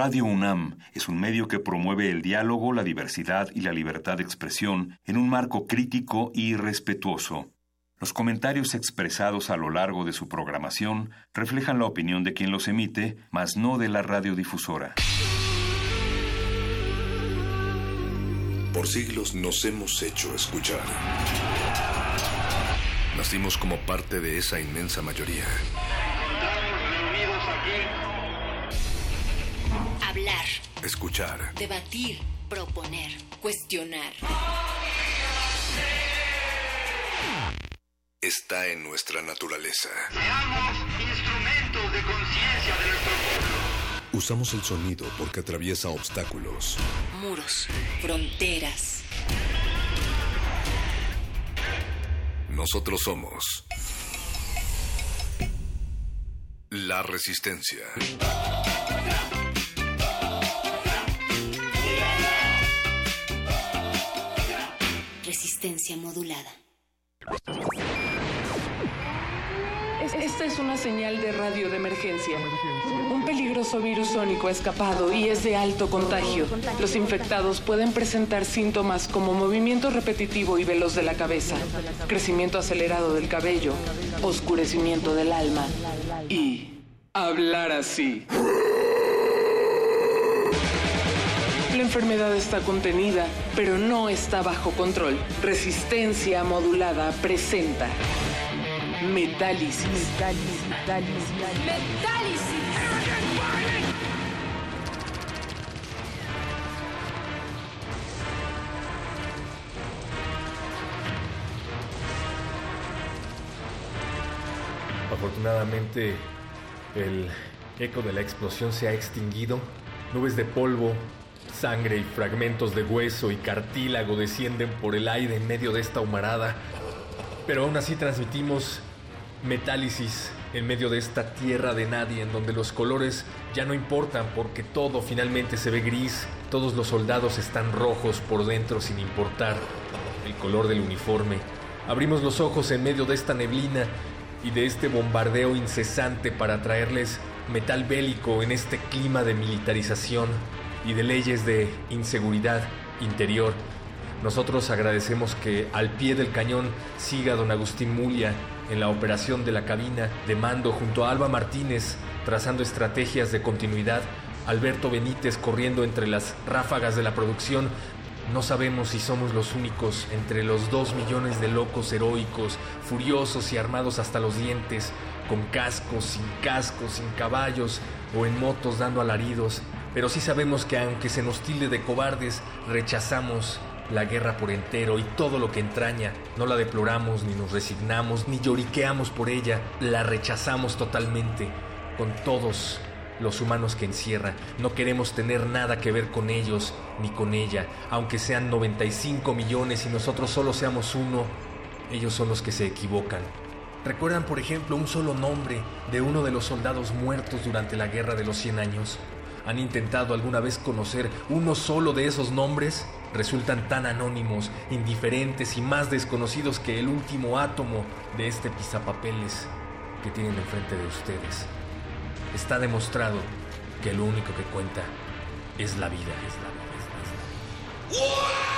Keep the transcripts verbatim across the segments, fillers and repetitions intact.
Radio UNAM es un medio que promueve el diálogo, la diversidad y la libertad de expresión en un marco crítico y respetuoso. Los comentarios expresados a lo largo de su programación reflejan la opinión de quien los emite, mas no de la radiodifusora. Por siglos nos hemos hecho escuchar. Nacimos como parte de esa inmensa mayoría. Hablar. Escuchar. Debatir. Proponer. Cuestionar. Está en nuestra naturaleza. Seamos instrumentos de conciencia de nuestro pueblo. Usamos el sonido porque atraviesa obstáculos. Muros. Fronteras. Nosotros somos la Resistencia. Resistencia modulada. Esta es una señal de radio de emergencia. Un peligroso virus sónico ha escapado y es de alto contagio. Los infectados pueden presentar síntomas como movimiento repetitivo y veloz de la cabeza, crecimiento acelerado del cabello, oscurecimiento del alma y hablar así. La enfermedad está contenida, pero no está bajo control. Resistencia modulada presenta Metálisis. Metálisis. Metálisis. Metálisis. Afortunadamente, el eco de la explosión se ha extinguido. Nubes de polvo, sangre y fragmentos de hueso y cartílago descienden por el aire en medio de esta humarada. Pero aún así transmitimos Metálisis en medio de esta tierra de nadie, en donde los colores ya no importan porque todo finalmente se ve gris. Todos los soldados están rojos por dentro sin importar el color del uniforme. Abrimos los ojos en medio de esta neblina y de este bombardeo incesante para traerles metal bélico en este clima de militarización y de leyes de inseguridad interior. Nosotros agradecemos que al pie del cañón siga don Agustín Mulia en la operación de la cabina de mando junto a Alba Martínez, trazando estrategias de continuidad, Alberto Benítez corriendo entre las ráfagas de la producción. No sabemos si somos los únicos entre los dos millones de locos heroicos, furiosos y armados hasta los dientes, con cascos, sin cascos, sin caballos o en motos dando alaridos, pero sí sabemos que aunque se nos tilde de cobardes, rechazamos la guerra por entero y todo lo que entraña. No la deploramos, ni nos resignamos, ni lloriqueamos por ella. La rechazamos totalmente, con todos los humanos que encierra. No queremos tener nada que ver con ellos, ni con ella. Aunque sean noventa y cinco millones y nosotros solo seamos uno, ellos son los que se equivocan. ¿Recuerdan, por ejemplo, un solo nombre de uno de los soldados muertos durante la Guerra de los Cien Años? ¿Han intentado alguna vez conocer uno solo de esos nombres? Resultan tan anónimos, indiferentes y más desconocidos que el último átomo de este pisapapeles que tienen enfrente de ustedes. Está demostrado que lo único que cuenta es la vida. Es la vida, es la vida.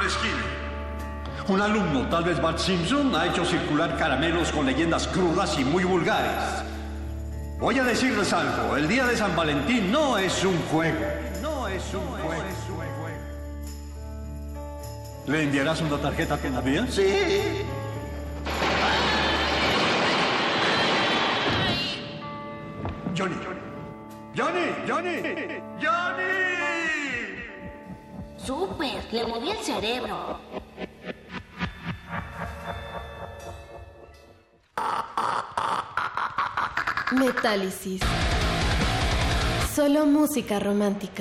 la esquina. Un alumno, tal vez Bart Simpson, ha hecho circular caramelos con leyendas crudas y muy vulgares. Voy a decirles algo. El día de San Valentín no es un juego. No es un juego. ¿Le enviarás una tarjeta todavía? Sí. Johnny. Johnny. Johnny. Johnny. Súper, le moví el cerebro. Metálisis. Solo música romántica.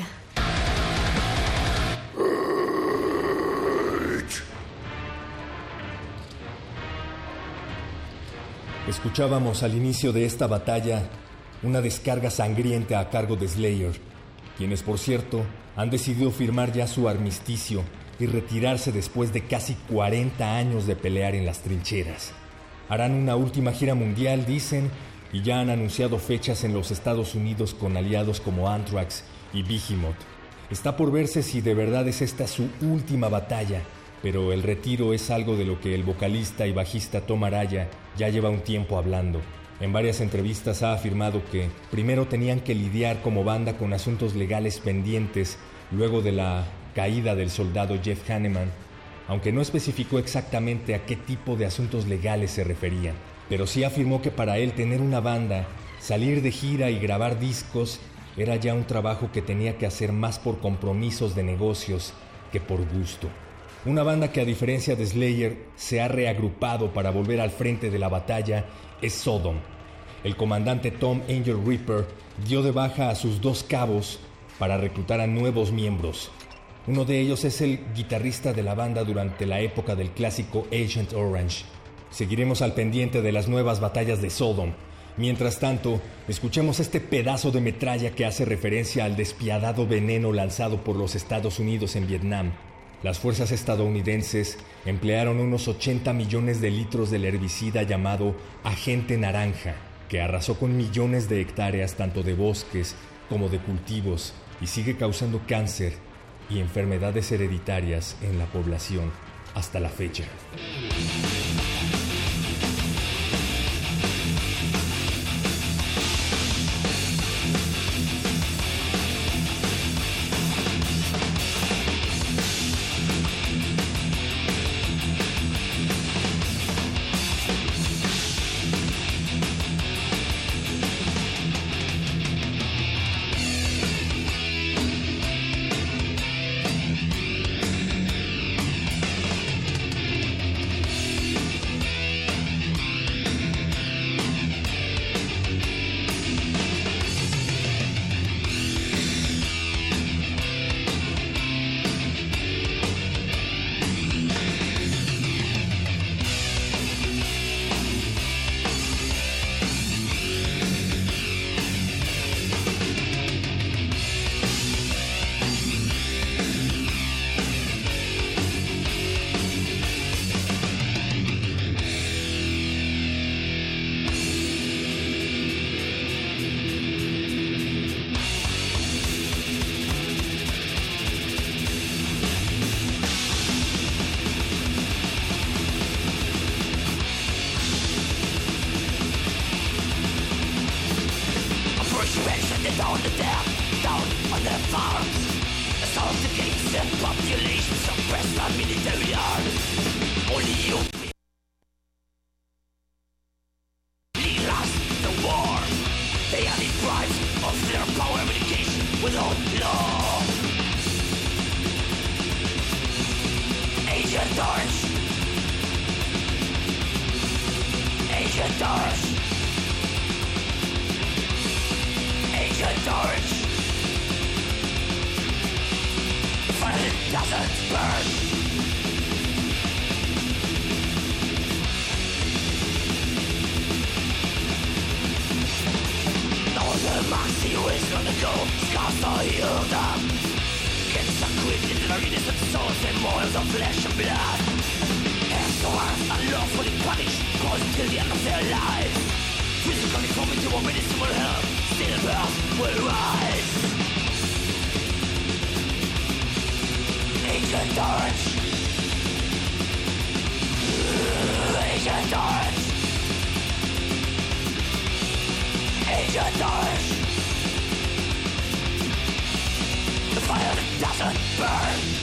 Escuchábamos al inicio de esta batalla una descarga sangrienta a cargo de Slayer, quienes, por cierto, han decidido firmar ya su armisticio y retirarse después de casi cuarenta años de pelear en las trincheras. Harán una última gira mundial, dicen, y ya han anunciado fechas en los Estados Unidos con aliados como Anthrax y Behemoth. Está por verse si de verdad es esta su última batalla, pero el retiro es algo de lo que el vocalista y bajista Tom Araya ya lleva un tiempo hablando. En varias entrevistas ha afirmado que primero tenían que lidiar como banda con asuntos legales pendientes luego de la caída del soldado Jeff Hanneman, aunque no especificó exactamente a qué tipo de asuntos legales se referían. Pero sí afirmó que para él tener una banda, salir de gira y grabar discos era ya un trabajo que tenía que hacer más por compromisos de negocios que por gusto. Una banda que, a diferencia de Slayer, se ha reagrupado para volver al frente de la batalla es Sodom. El comandante Tom Angel Reaper dio de baja a sus dos cabos para reclutar a nuevos miembros. Uno de ellos es el guitarrista de la banda durante la época del clásico Agent Orange. Seguiremos al pendiente de las nuevas batallas de Sodom. Mientras tanto, escuchemos este pedazo de metralla que hace referencia al despiadado veneno lanzado por los Estados Unidos en Vietnam. Las fuerzas estadounidenses emplearon unos ochenta millones de litros del herbicida llamado Agente Naranja, que arrasó con millones de hectáreas tanto de bosques como de cultivos y sigue causando cáncer y enfermedades hereditarias en la población hasta la fecha. Agent Orange. Agent Orange. Agent Orange. The fire doesn't burn.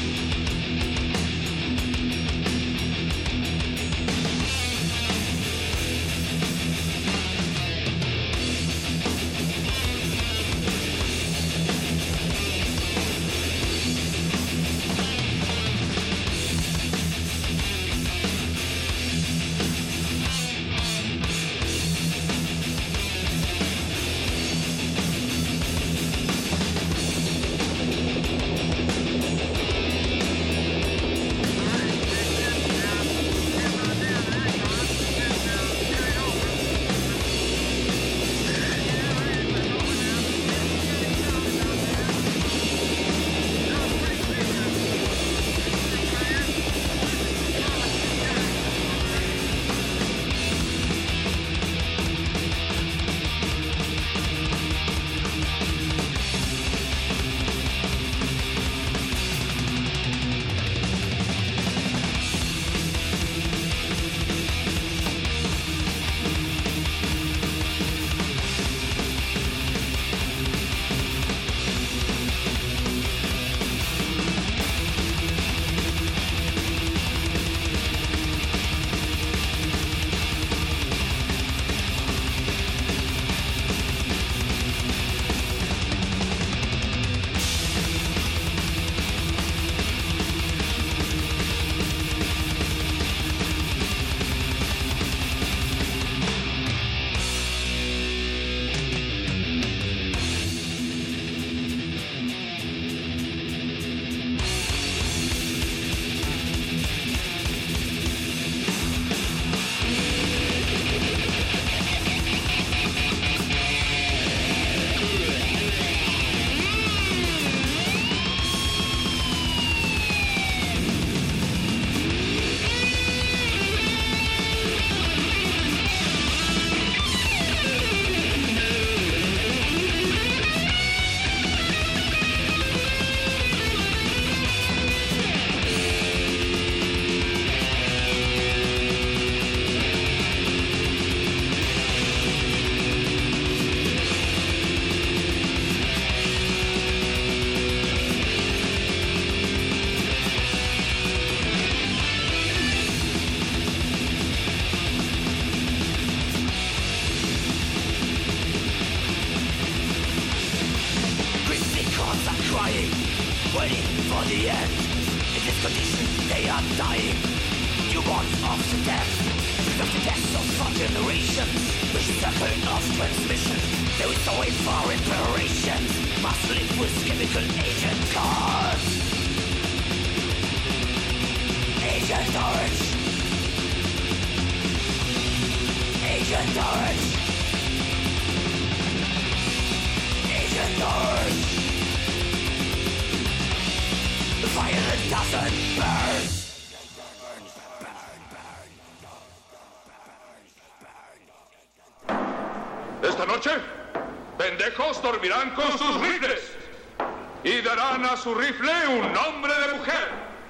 Esta noche, pendejos dormirán con sus rifles y darán a su rifle un nombre de mujer,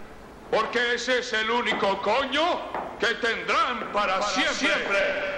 porque ese es el único coño que tendrán para, para siempre. siempre.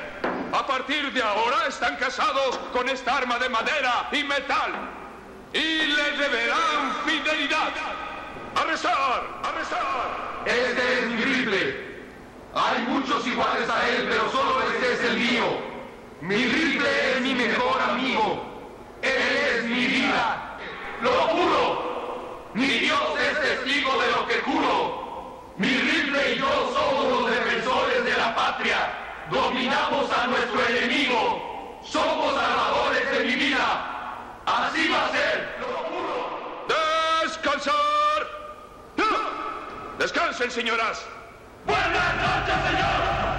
A partir de ahora están casados con esta arma de madera y metal y le deberán fidelidad. ¡Arrestar! ¡Arrestar! Este es mi rifle. Hay muchos iguales a él, pero solo este es el mío. Mi rifle es mi mejor amigo. Él es mi vida. Lo juro. Mi Dios es testigo de lo que juro. Mi rifle y yo somos los defensores de la patria. Dominamos a nuestro enemigo. Somos salvadores de mi vida. Así va a ser. Lo juro. ¡Descansar! ¡Descansen, señoras! ¡Buenas noches, señor!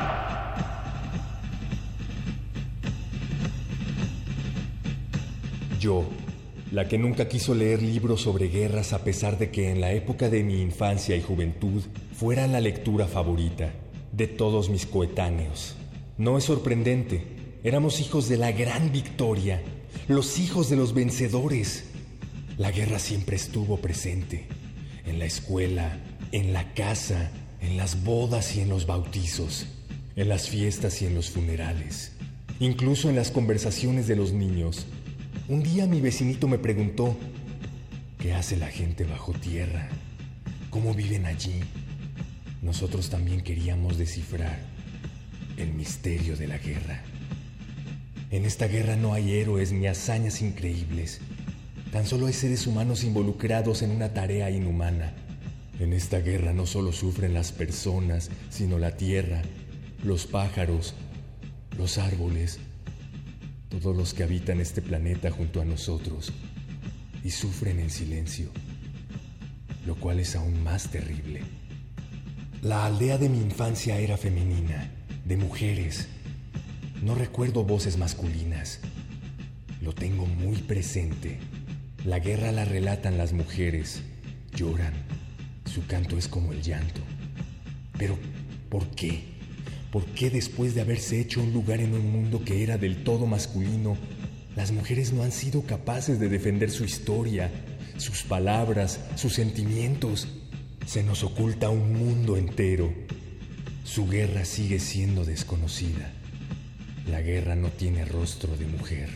Yo, la que nunca quiso leer libros sobre guerras a pesar de que en la época de mi infancia y juventud fueran la lectura favorita de todos mis coetáneos. No es sorprendente, éramos hijos de la gran victoria, los hijos de los vencedores. La guerra siempre estuvo presente, en la escuela, en la casa, en las bodas y en los bautizos. en las fiestas y en los funerales, incluso en las conversaciones de los niños. Un día mi vecinito me preguntó, ¿qué hace la gente bajo tierra? ¿Cómo viven allí? Nosotros también queríamos descifrar el misterio de la guerra. En esta guerra no hay héroes ni hazañas increíbles. Tan solo hay seres humanos involucrados en una tarea inhumana. En esta guerra no solo sufren las personas, sino la tierra, los pájaros, los árboles, todos los que habitan este planeta junto a nosotros, y sufren en silencio, lo cual es aún más terrible. La aldea de mi infancia era femenina, de mujeres. No recuerdo voces masculinas. Lo tengo muy presente. La guerra la relatan las mujeres. Lloran. Su canto es como el llanto. Pero, ¿por qué? ¿Por qué después de haberse hecho un lugar en un mundo que era del todo masculino, las mujeres no han sido capaces de defender su historia, sus palabras, sus sentimientos? Se nos oculta un mundo entero. Su guerra sigue siendo desconocida. La guerra no tiene rostro de mujer.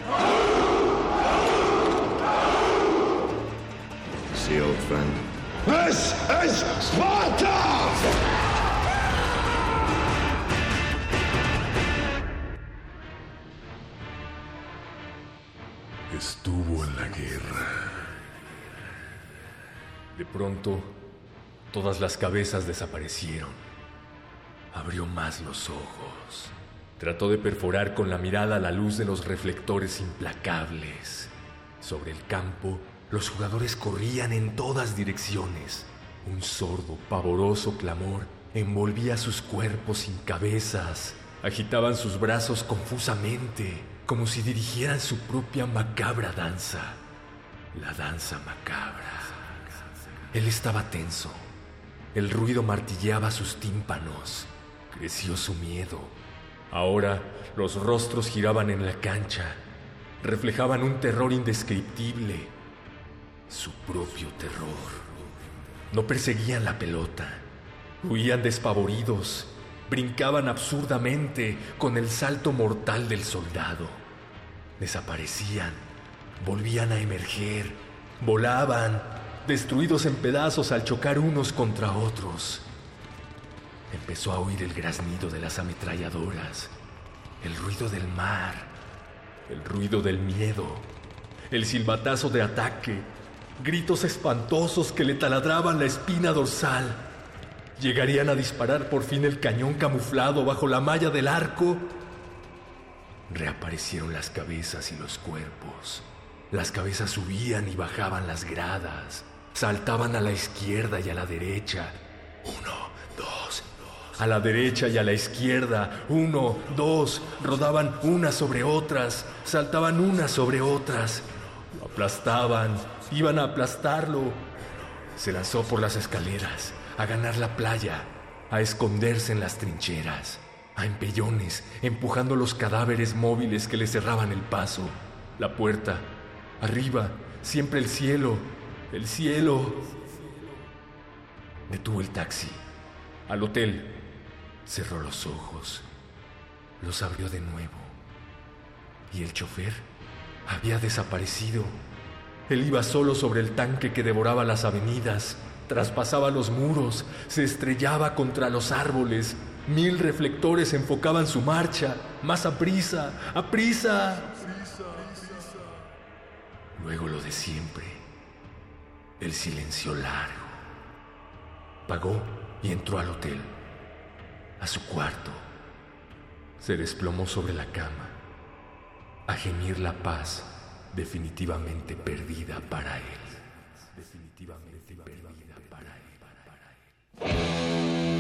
See, old friend. This is Sparta! Estuvo en la guerra. De pronto, todas las cabezas desaparecieron. Abrió más los ojos. Trató de perforar con la mirada la luz de los reflectores implacables. Sobre el campo, los jugadores corrían en todas direcciones. Un sordo, pavoroso clamor envolvía sus cuerpos sin cabezas. Agitaban sus brazos confusamente, como si dirigieran su propia macabra danza. La danza macabra. Él estaba tenso. El ruido martilleaba sus tímpanos. Creció su miedo. Ahora los rostros giraban en la cancha. Reflejaban un terror indescriptible. Su propio terror. No perseguían la pelota. Huían despavoridos. Brincaban absurdamente con el salto mortal del soldado. Desaparecían. Volvían a emerger. Volaban, destruidos en pedazos al chocar unos contra otros. Empezó a oír el graznido de las ametralladoras, el ruido del mar, el ruido del miedo, el silbatazo de ataque, gritos espantosos que le taladraban la espina dorsal. ¿Llegarían a disparar por fin el cañón camuflado bajo la malla del arco? Reaparecieron las cabezas y los cuerpos. Las cabezas subían y bajaban las gradas, saltaban a la izquierda y a la derecha. Uno, dos, a la derecha y a la izquierda. Uno, dos, rodaban unas sobre otras, saltaban unas sobre otras. Lo aplastaban, iban a aplastarlo. Se lanzó por las escaleras, a ganar la playa, a esconderse en las trincheras, a empellones, empujando los cadáveres móviles que le cerraban el paso. La puerta, arriba, siempre el cielo, el cielo. Detuvo el taxi, al hotel. Cerró los ojos, los abrió de nuevo. Y el chofer había desaparecido. Él iba solo sobre el tanque que devoraba las avenidas, traspasaba los muros, se estrellaba contra los árboles. Mil reflectores enfocaban su marcha. Más aprisa, aprisa. Luego lo de siempre, el silencio largo. Pagó y entró al hotel, a su cuarto. Se desplomó sobre la cama, a gemir la paz definitivamente perdida para él. Definitivamente perdida para él. Para él.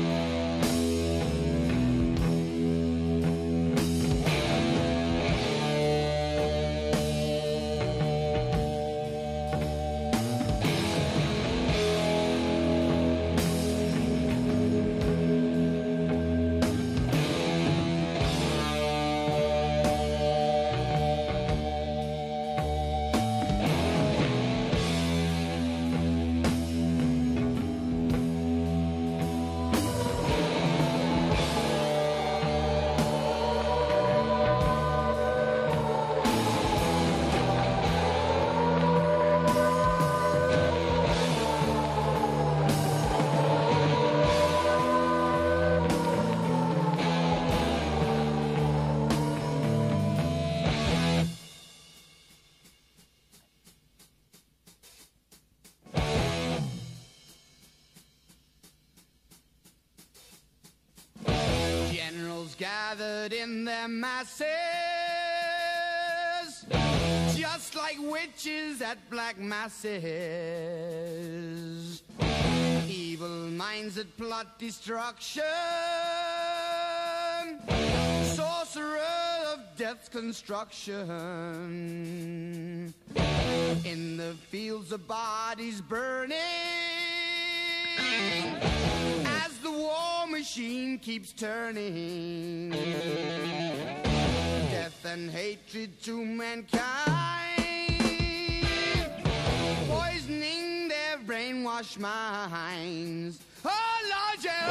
Gathered in their masses, just like witches at black masses, evil minds that plot destruction, sorcerer of death's construction, in the fields of bodies burning, as the war machine keeps turning, death and hatred to mankind, poisoning their brainwashed minds. Oh Lord, yeah.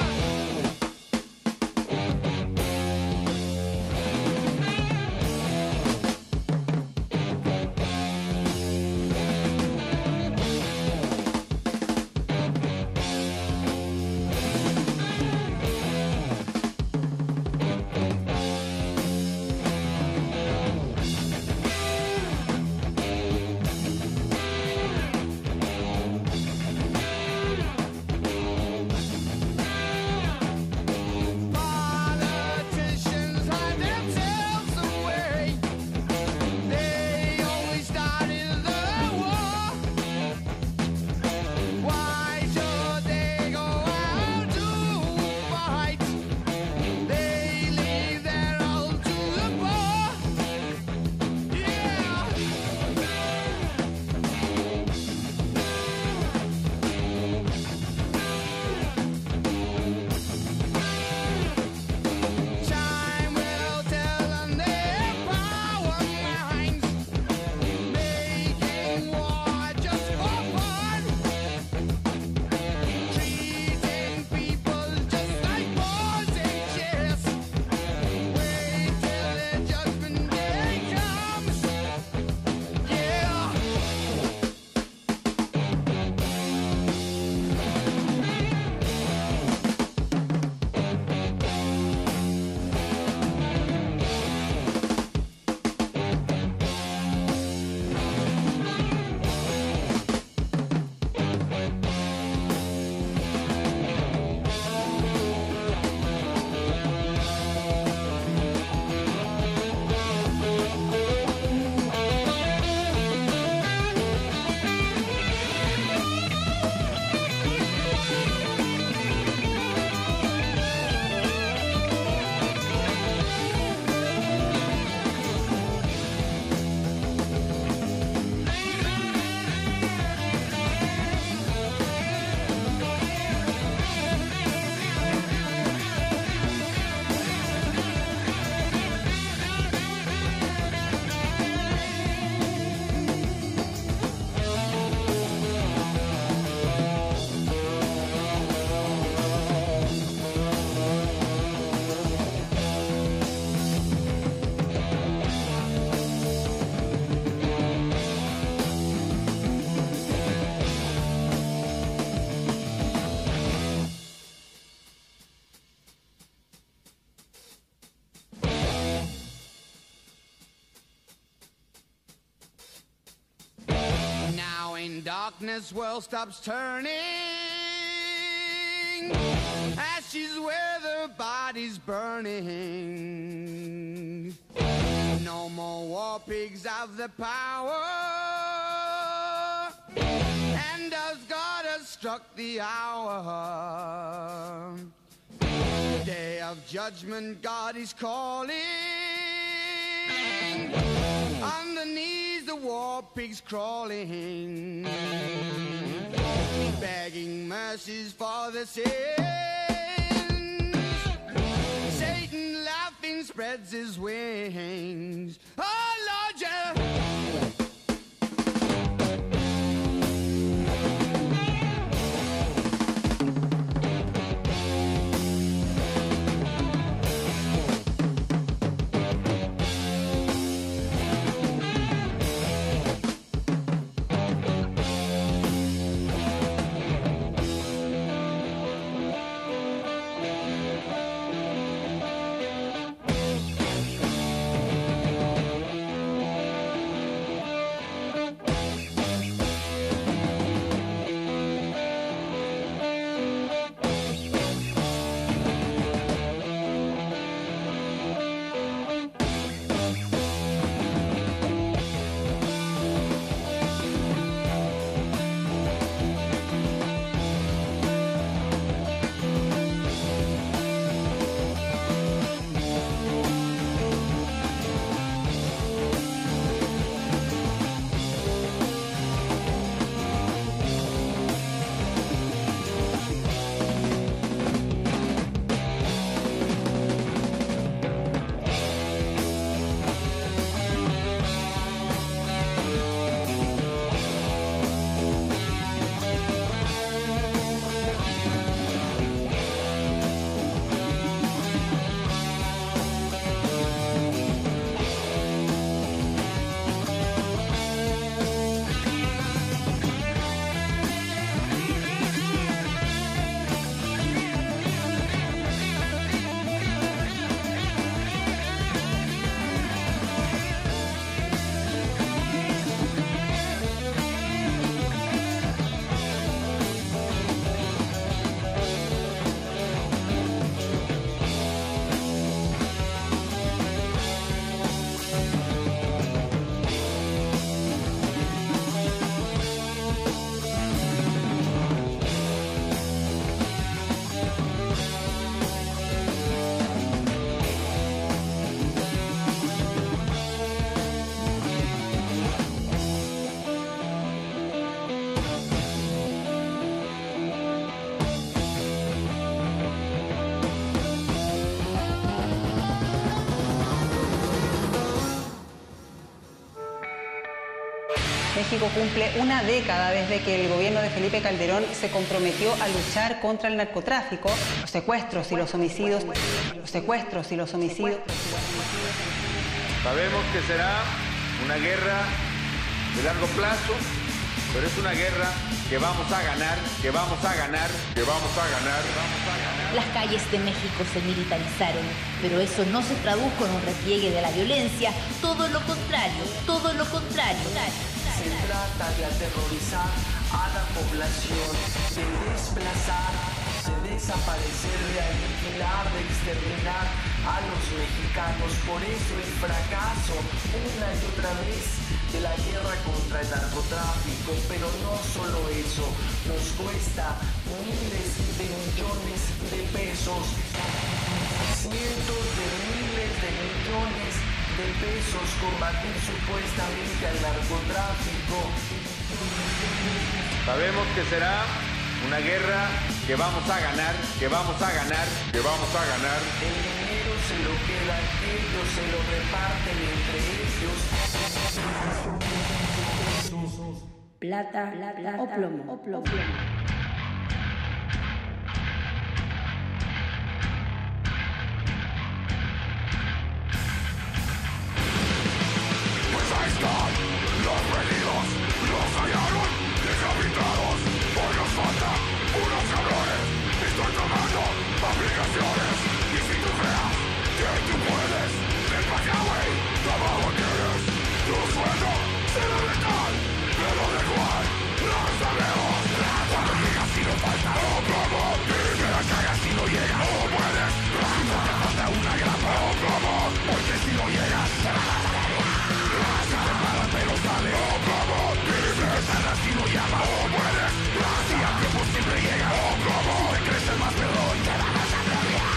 And darkness world stops turning, ashes where the body's burning. No more war pigs have the power, and as God has struck the hour, day of judgment God is calling. Underneath the war pigs crawling, begging mercies for the sins. Satan laughing spreads his wings. Oh Lord, yeah. México cumple una década desde que el gobierno de Felipe Calderón se comprometió a luchar contra el narcotráfico, los secuestros y los homicidios, los secuestros y los homicidios. Sabemos que será una guerra de largo plazo, pero es una guerra que vamos a ganar, que vamos a ganar, que vamos a ganar, vamos a ganar. Las calles de México se militarizaron, pero eso no se tradujo en un repliegue de la violencia, todo lo contrario, todo lo contrario. Se trata de aterrorizar a la población, de desplazar, de desaparecer, de aniquilar, de exterminar a los mexicanos. Por eso el fracaso una y otra vez de la guerra contra el narcotráfico. Pero no solo eso, nos cuesta miles de millones de pesos, cientos de miles de millones de pesos combatir supuestamente al narcotráfico. Sabemos que será una guerra que vamos a ganar, que vamos a ganar, que vamos a ganar. El dinero se lo quedan ellos, se lo reparten entre ellos. Plata, plata o plomo. O plomo. Los venidos los hallaron decapitados. Hoy nos falta unos cabrones. Estoy tomando aplicaciones. Y si tú creas que tú puedes, ven pa' acá, wey, toma lo quieres. Tu sueldo será letal, pero de igual. llama o mueres. Si a tiempo siempre llega o como te crees el más perrón, te la vas a cambiar.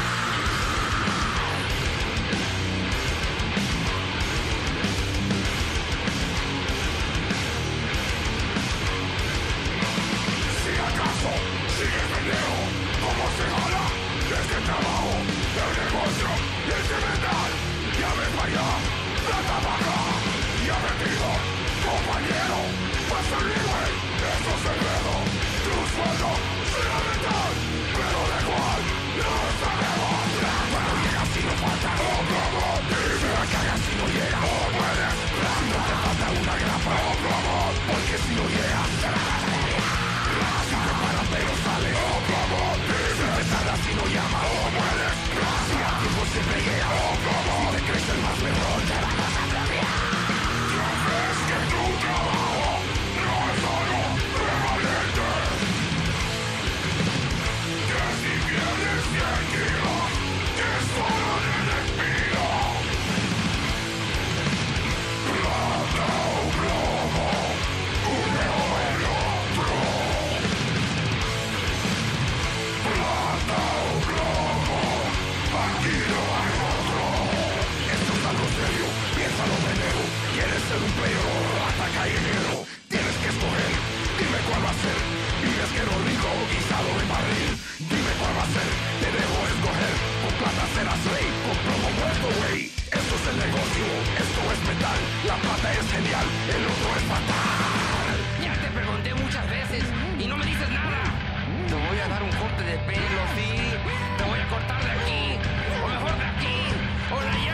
Si acaso sigues pendejo, ¿cómo se gana este trabajo? El negocio y el cemental. Ya ves para allá, la tabaca. Ya metido, compañero, vas a libre, eso es el dedo. Tu sueldo será mental, pero de cuál no sabemos. Cuando llega si no falta, o como si la cagas si no llega, o mueres. Si no te falta una grapa, o como porque si no llegas, te la vas a cambiar. Si te paran pero sale, o como si te tardas si no llama, o mueres. Si a tiempo siempre llega, o como si te crees el más mejor, te la vas a cambiar. Es que tu trabajo no es solo permanente. Que si vienes cien kilos, que solo en el despido. Plata o plomo, uno o el otro. Plata o plomo, aquí no hay otro. Esto es algo serio, piénsalo venero. ¿Quieres ser un player? Ataca y enero. Tienes que escoger, dime cuál va a ser. Vives que no rico, guisado en barril. Dime cuál va a ser, te debo escoger. Con plata serás rey, con plomo muerto, güey. Esto es el negocio, esto es metal. La plata es genial, el otro es fatal. Ya te pregunté muchas veces y no me dices nada. Te voy a dar un corte de pelo, sí. Te voy a cortar de aquí, o mejor de aquí, o de allá.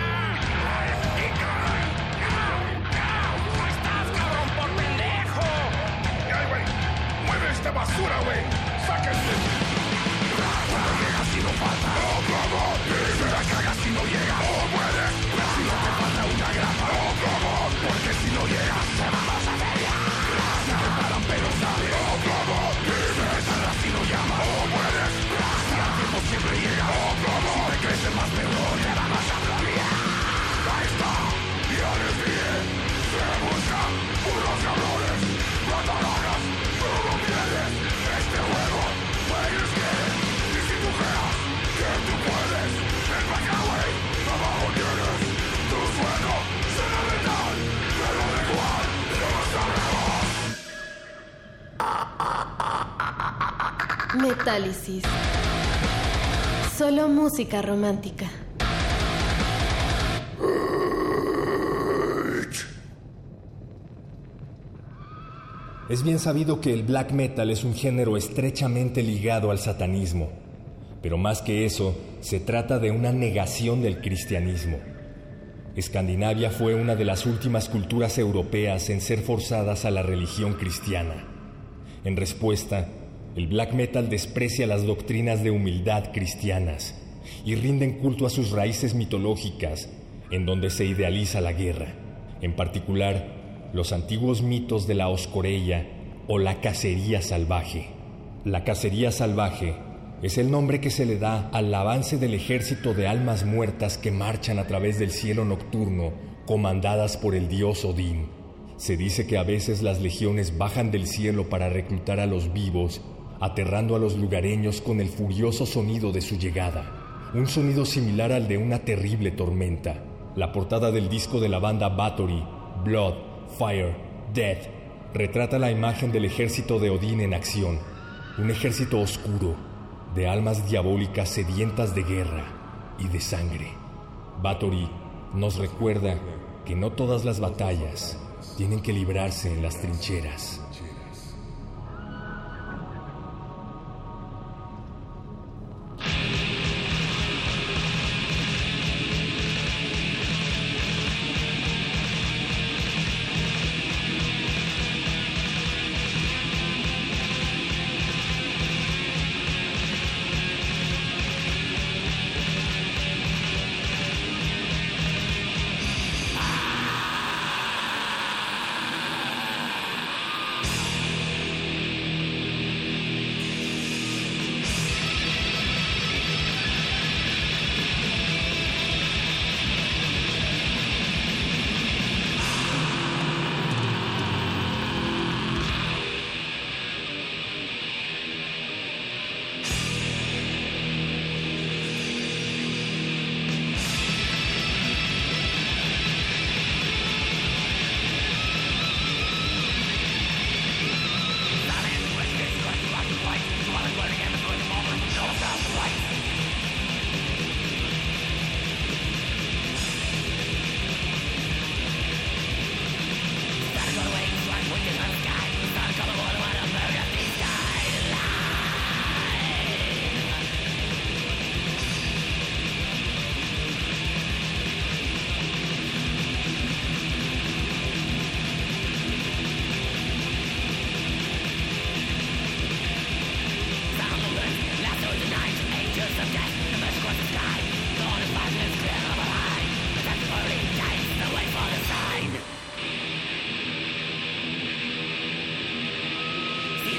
¡Esta basura, güey! ¡Sáquense! Cuando llegas y no falta, ¡oh, como! Si la cagas y no llega, ¡oh, mueres! Si no te falta una grapa, ¡oh, como! Porque si no llegas, te vas a feria. Si te paran pero sale, ¡oh, como! Si te tardas y no llama, ¡oh, mueres! Si a tiempo siempre llega, ¡oh, como! Si te crees el más perro, te la vas a flamear. Ahí está, ya les dije, se buscan unos cabrones, mataranas. Este juego, players game. Y si tú creas que tú puedes, ven para acá, güey. Abajo tienes tu suelo, será letal, pero da igual, no lo sabremos. Metálisis. Solo música romántica. Es bien sabido que el black metal es un género estrechamente ligado al satanismo, pero más que eso, se trata de una negación del cristianismo. Escandinavia fue una de las últimas culturas europeas en ser forzadas a la religión cristiana. En respuesta, el black metal desprecia las doctrinas de humildad cristianas y rinden culto a sus raíces mitológicas, en donde se idealiza la guerra, en particular los antiguos mitos de la oscorella o la cacería salvaje. La cacería salvaje es el nombre que se le da al avance del ejército de almas muertas que marchan a través del cielo nocturno, comandadas por el dios Odín. Se dice que a veces las legiones bajan del cielo para reclutar a los vivos, aterrando a los lugareños con el furioso sonido de su llegada, un sonido similar al de una terrible tormenta. La portada del disco de la banda Bathory, Blood, Fire, Death, retrata la imagen del ejército de Odín en acción, un ejército oscuro, de almas diabólicas sedientas de guerra y de sangre. Bathory nos recuerda que no todas las batallas tienen que librarse en las trincheras.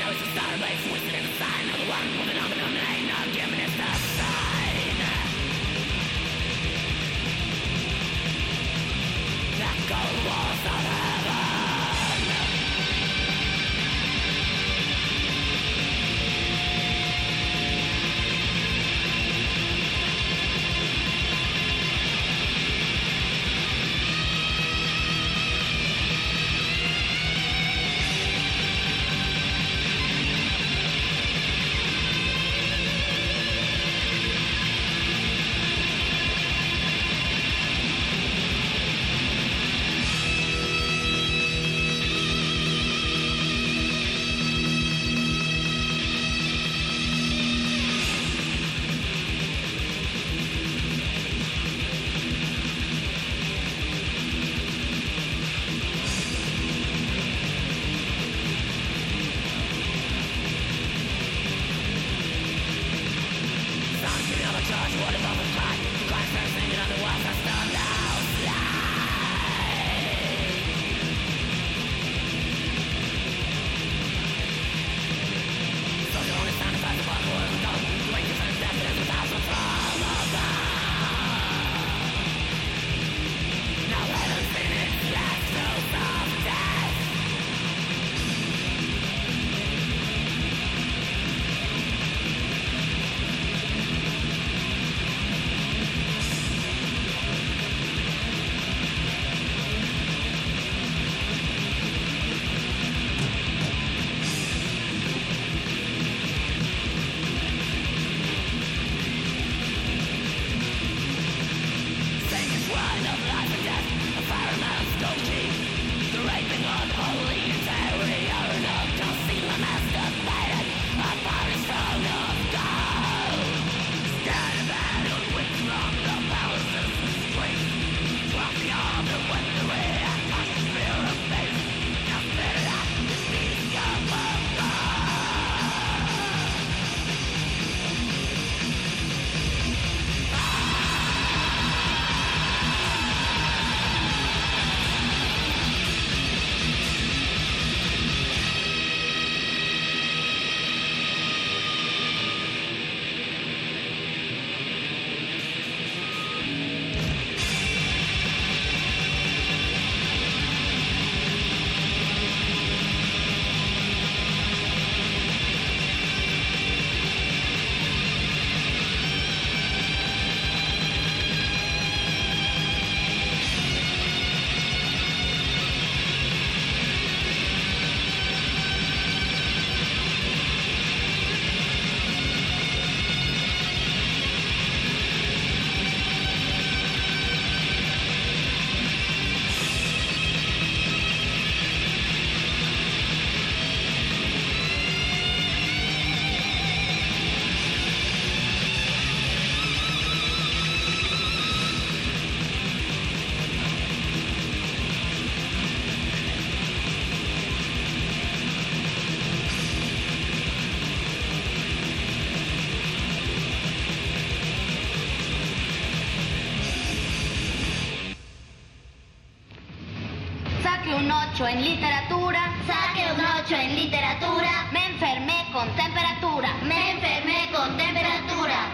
un ocho en literatura. Saqué un ocho en literatura. Me enfermé con temperatura. Me enfermé con temperatura.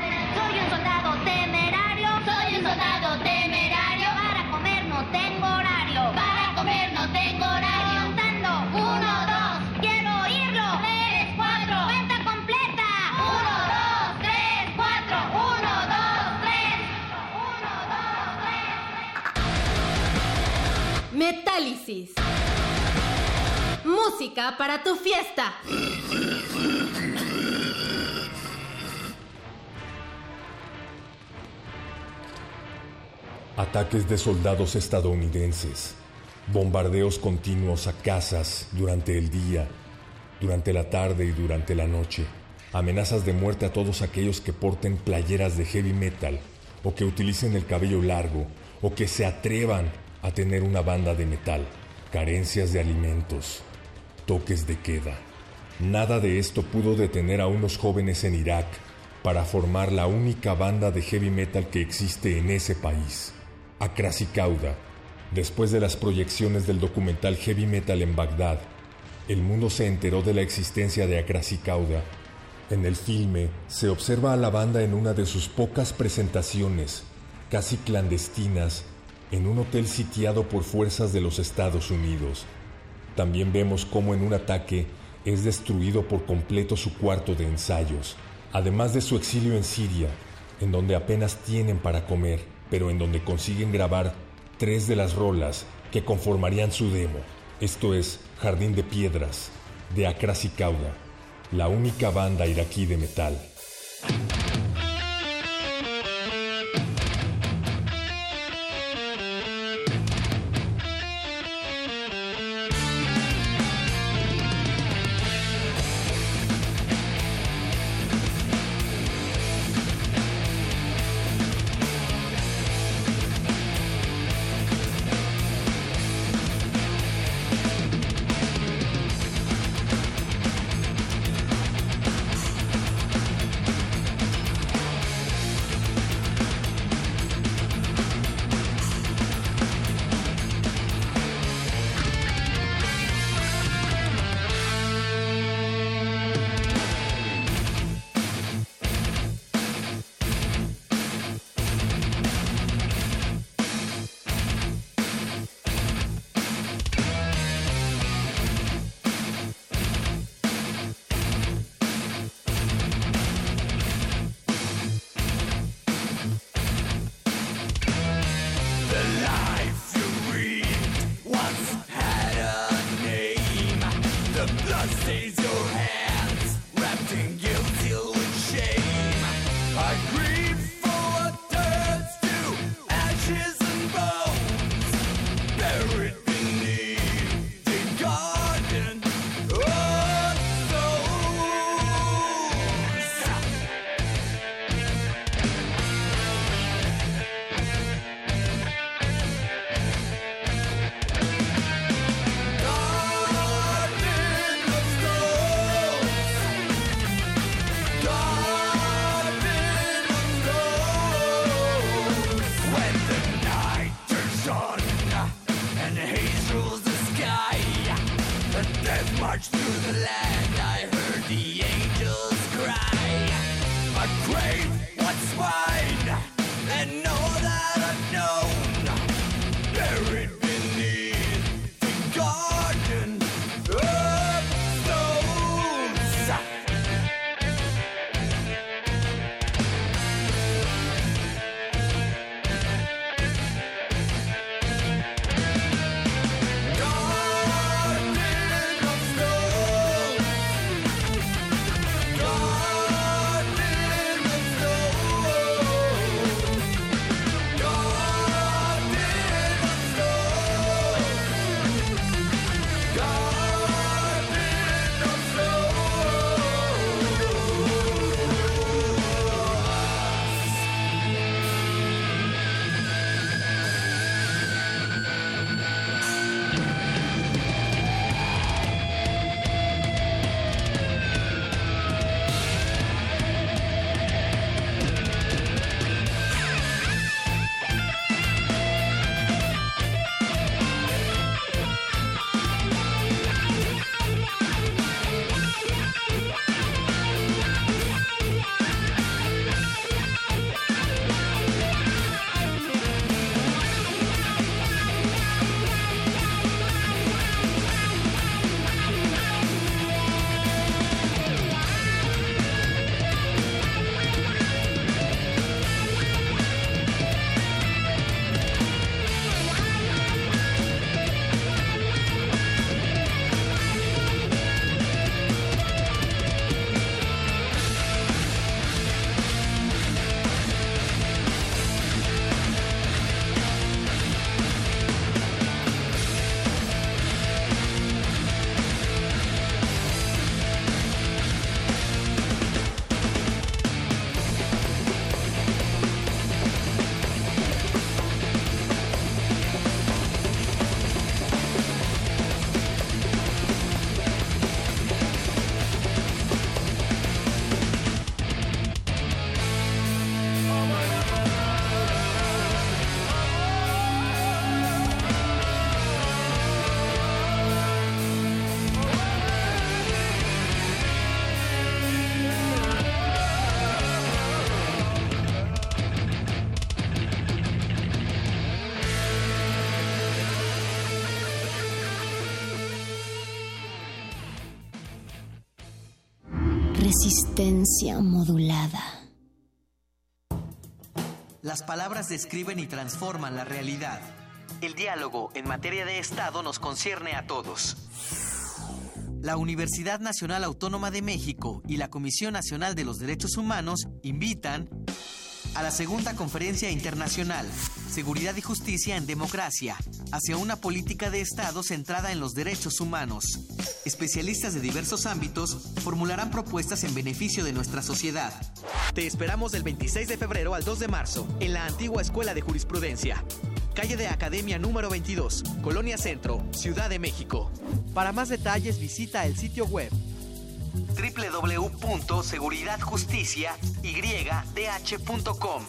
Soy un soldado temerario. Soy un soldado temerario. Para comer no tengo horario. Para comer no tengo horario. Contando. Uno, dos. Quiero oírlo. Tres, cuatro. Cuenta completa. Uno, dos, tres, cuatro. Uno, dos, tres. Uno, dos, tres. Metálisis. Música para tu fiesta. Ataques de soldados estadounidenses, bombardeos continuos a casas durante el día, durante la tarde y durante la noche, amenazas de muerte a todos aquellos que porten playeras de heavy metal o que utilicen el cabello largo o que se atrevan a tener una banda de metal, carencias de alimentos, toques de queda. Nada de esto pudo detener a unos jóvenes en Irak para formar la única banda de heavy metal que existe en ese país. Akrasi Kauda, después de las proyecciones del documental Heavy Metal en Bagdad, el mundo se enteró de la existencia de Akrasicauda. En el filme se observa a la banda en una de sus pocas presentaciones, casi clandestinas, en un hotel sitiado por fuerzas de los Estados Unidos. También vemos cómo en un ataque es destruido por completo su cuarto de ensayos, además de su exilio en Siria, en donde apenas tienen para comer, pero en donde consiguen grabar tres de las rolas que conformarían su demo. Esto es Jardín de Piedras, de Akrasicauda, la única banda iraquí de metal. God. Resistencia modulada. Las palabras describen y transforman la realidad. El diálogo en materia de Estado nos concierne a todos. La Universidad Nacional Autónoma de México y la Comisión Nacional de los Derechos Humanos invitan a la segunda conferencia internacional Seguridad y Justicia en Democracia, hacia una política de Estado centrada en los derechos humanos. Especialistas de diversos ámbitos formularán propuestas en beneficio de nuestra sociedad. Te esperamos del veintiséis de febrero al dos de marzo en la antigua Escuela de Jurisprudencia, calle de Academia número veintidós, Colonia Centro, Ciudad de México. Para más detalles visita el sitio web doble u doble u doble u punto seguridad justicia y d h punto com.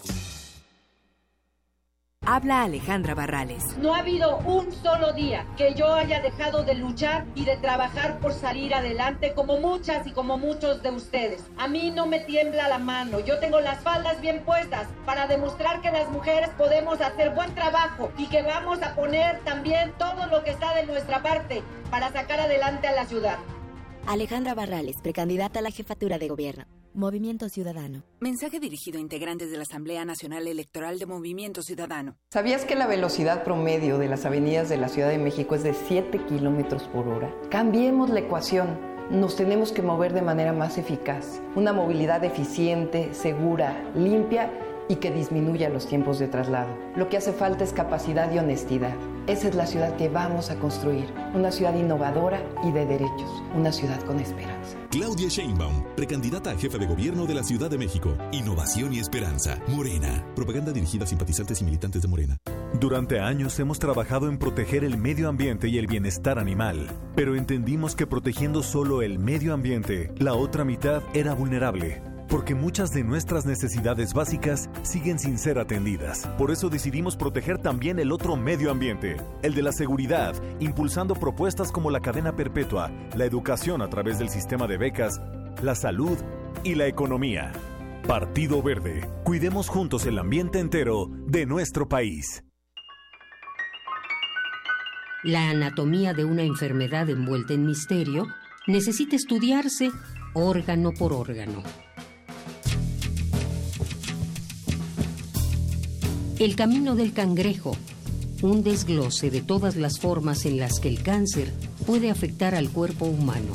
Habla Alejandra Barrales. No ha habido un solo día que yo haya dejado de luchar y de trabajar por salir adelante como muchas y como muchos de ustedes. A mí no me tiembla la mano, yo tengo las faldas bien puestas para demostrar que las mujeres podemos hacer buen trabajo y que vamos a poner también todo lo que está de nuestra parte para sacar adelante a la ciudad. Alejandra Barrales, precandidata a la jefatura de gobierno. Movimiento Ciudadano. Mensaje dirigido a integrantes de la Asamblea Nacional Electoral de Movimiento Ciudadano. ¿Sabías que la velocidad promedio de las avenidas de la Ciudad de México es de siete kilómetros por hora? Cambiemos la ecuación. Nos tenemos que mover de manera más eficaz. Una movilidad eficiente, segura, limpia y que disminuya los tiempos de traslado. Lo que hace falta es capacidad y honestidad. Esa es la ciudad que vamos a construir. Una ciudad innovadora y de derechos. Una ciudad con esperanza. Claudia Sheinbaum, precandidata a jefa de gobierno de la Ciudad de México. Innovación y esperanza. Morena. Propaganda dirigida a simpatizantes y militantes de Morena. Durante años hemos trabajado en proteger el medio ambiente y el bienestar animal. Pero entendimos que protegiendo solo el medio ambiente, la otra mitad era vulnerable. Porque muchas de nuestras necesidades básicas siguen sin ser atendidas. Por eso decidimos proteger también el otro medio ambiente, el de la seguridad, impulsando propuestas como la cadena perpetua, la educación a través del sistema de becas, la salud y la economía. Partido Verde. Cuidemos juntos el ambiente entero de nuestro país. La anatomía de una enfermedad envuelta en misterio necesita estudiarse órgano por órgano. El camino del cangrejo, un desglose de todas las formas en las que el cáncer puede afectar al cuerpo humano.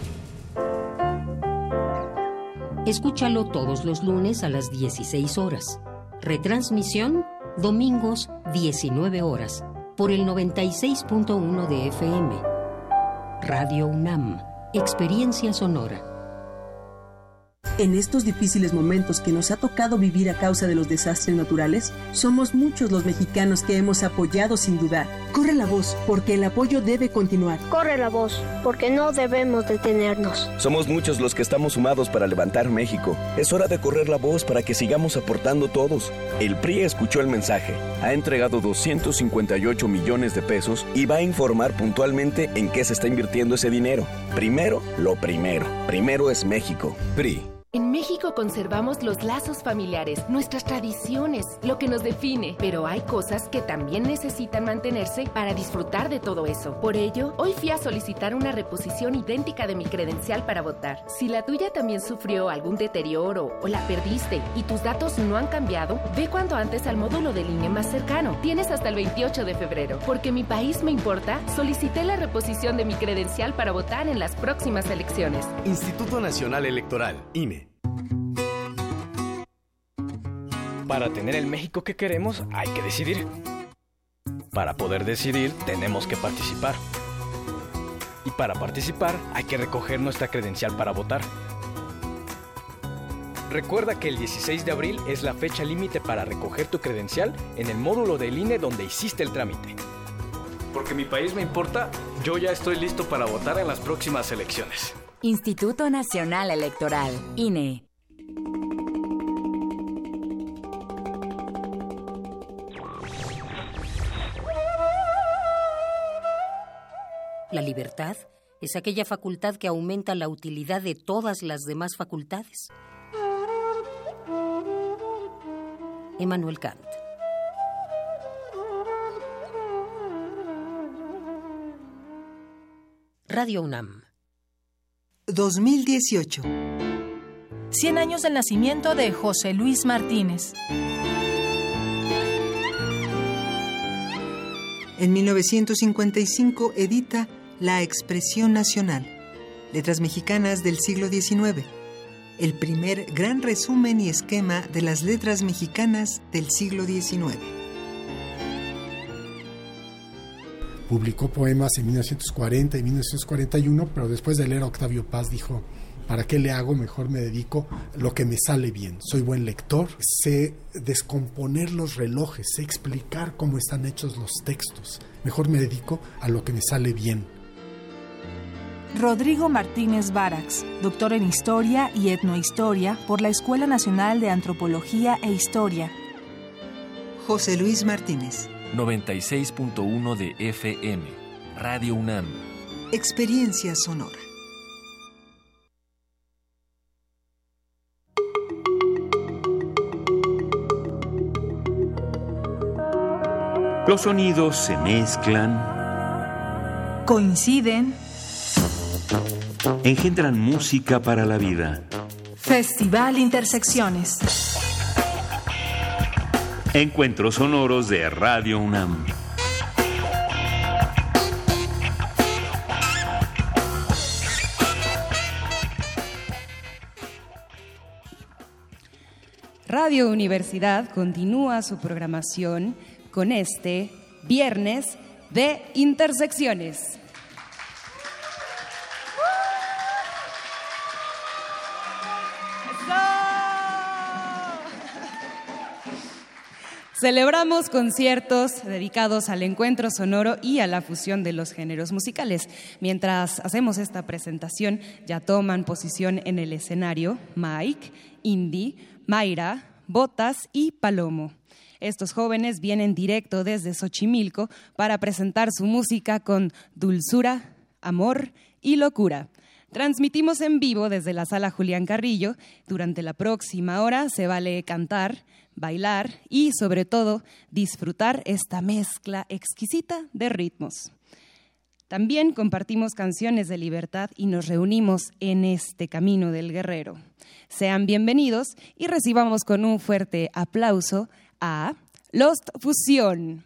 Escúchalo todos los lunes a las dieciséis horas. Retransmisión, domingos, diecinueve horas, por el noventa y seis punto uno de F M. Radio UNAM, Experiencia Sonora. En estos difíciles momentos que nos ha tocado vivir a causa de los desastres naturales, somos muchos los mexicanos que hemos apoyado sin dudar. Corre la voz, porque el apoyo debe continuar. Corre la voz, porque no debemos detenernos. Somos muchos los que estamos sumados para levantar México. Es hora de correr la voz para que sigamos aportando todos. El P R I escuchó el mensaje, ha entregado doscientos cincuenta y ocho millones de pesos y va a informar puntualmente en qué se está invirtiendo ese dinero. Primero, lo primero. Primero es México. P R I. En México conservamos los lazos familiares, nuestras tradiciones, lo que nos define, pero hay cosas que también necesitan mantenerse para disfrutar de todo eso. Por ello, hoy fui a solicitar una reposición idéntica de mi credencial para votar. Si la tuya también sufrió algún deterioro o la perdiste y tus datos no han cambiado, ve cuanto antes al módulo del I N E más cercano. Tienes hasta el veintiocho de febrero. Porque mi país me importa, solicité la reposición de mi credencial para votar en las próximas elecciones. Instituto Nacional Electoral, I N E. Para tener el México que queremos, hay que decidir. Para poder decidir, tenemos que participar. Y para participar, hay que recoger nuestra credencial para votar. Recuerda que el dieciséis de abril es la fecha límite para recoger tu credencial en el módulo del I N E donde hiciste el trámite. Porque mi país me importa, yo ya estoy listo para votar en las próximas elecciones. Instituto Nacional Electoral, I N E. La libertad es aquella facultad que aumenta la utilidad de todas las demás facultades. Immanuel Kant. Radio UNAM. dos mil dieciocho. cien años del nacimiento de José Luis Martínez. En mil novecientos cincuenta y cinco edita La Expresión Nacional, letras mexicanas del siglo diecinueve, el primer gran resumen y esquema de las letras mexicanas del siglo diecinueve. Publicó poemas en mil novecientos cuarenta y mil novecientos cuarenta y uno, pero después de leer a Octavio Paz dijo: ¿para qué le hago? Mejor me dedico a lo que me sale bien. Soy buen lector, sé descomponer los relojes, sé explicar cómo están hechos los textos. Mejor me dedico a lo que me sale bien. Rodrigo Martínez Barax, doctor en Historia y Etnohistoria por la Escuela Nacional de Antropología e Historia. José Luis Martínez. noventa y seis punto uno de F M, Radio UNAM. Experiencia sonora. Los sonidos se mezclan, coinciden, engendran música para la vida. Festival Intersecciones. Encuentros sonoros de Radio UNAM. Radio Universidad continúa su programación con este Viernes de Intersecciones. Celebramos conciertos dedicados al encuentro sonoro y a la fusión de los géneros musicales. Mientras hacemos esta presentación, ya toman posición en el escenario Mike, Indy, Mayra, Botas y Palomo. Estos jóvenes vienen directo desde Xochimilco para presentar su música con dulzura, amor y locura. Transmitimos en vivo desde la Sala Julián Carrillo. Durante la próxima hora se vale cantar, bailar y, sobre todo, disfrutar esta mezcla exquisita de ritmos. También compartimos canciones de libertad y nos reunimos en este camino del guerrero. Sean bienvenidos y recibamos con un fuerte aplauso a Lost Fusión.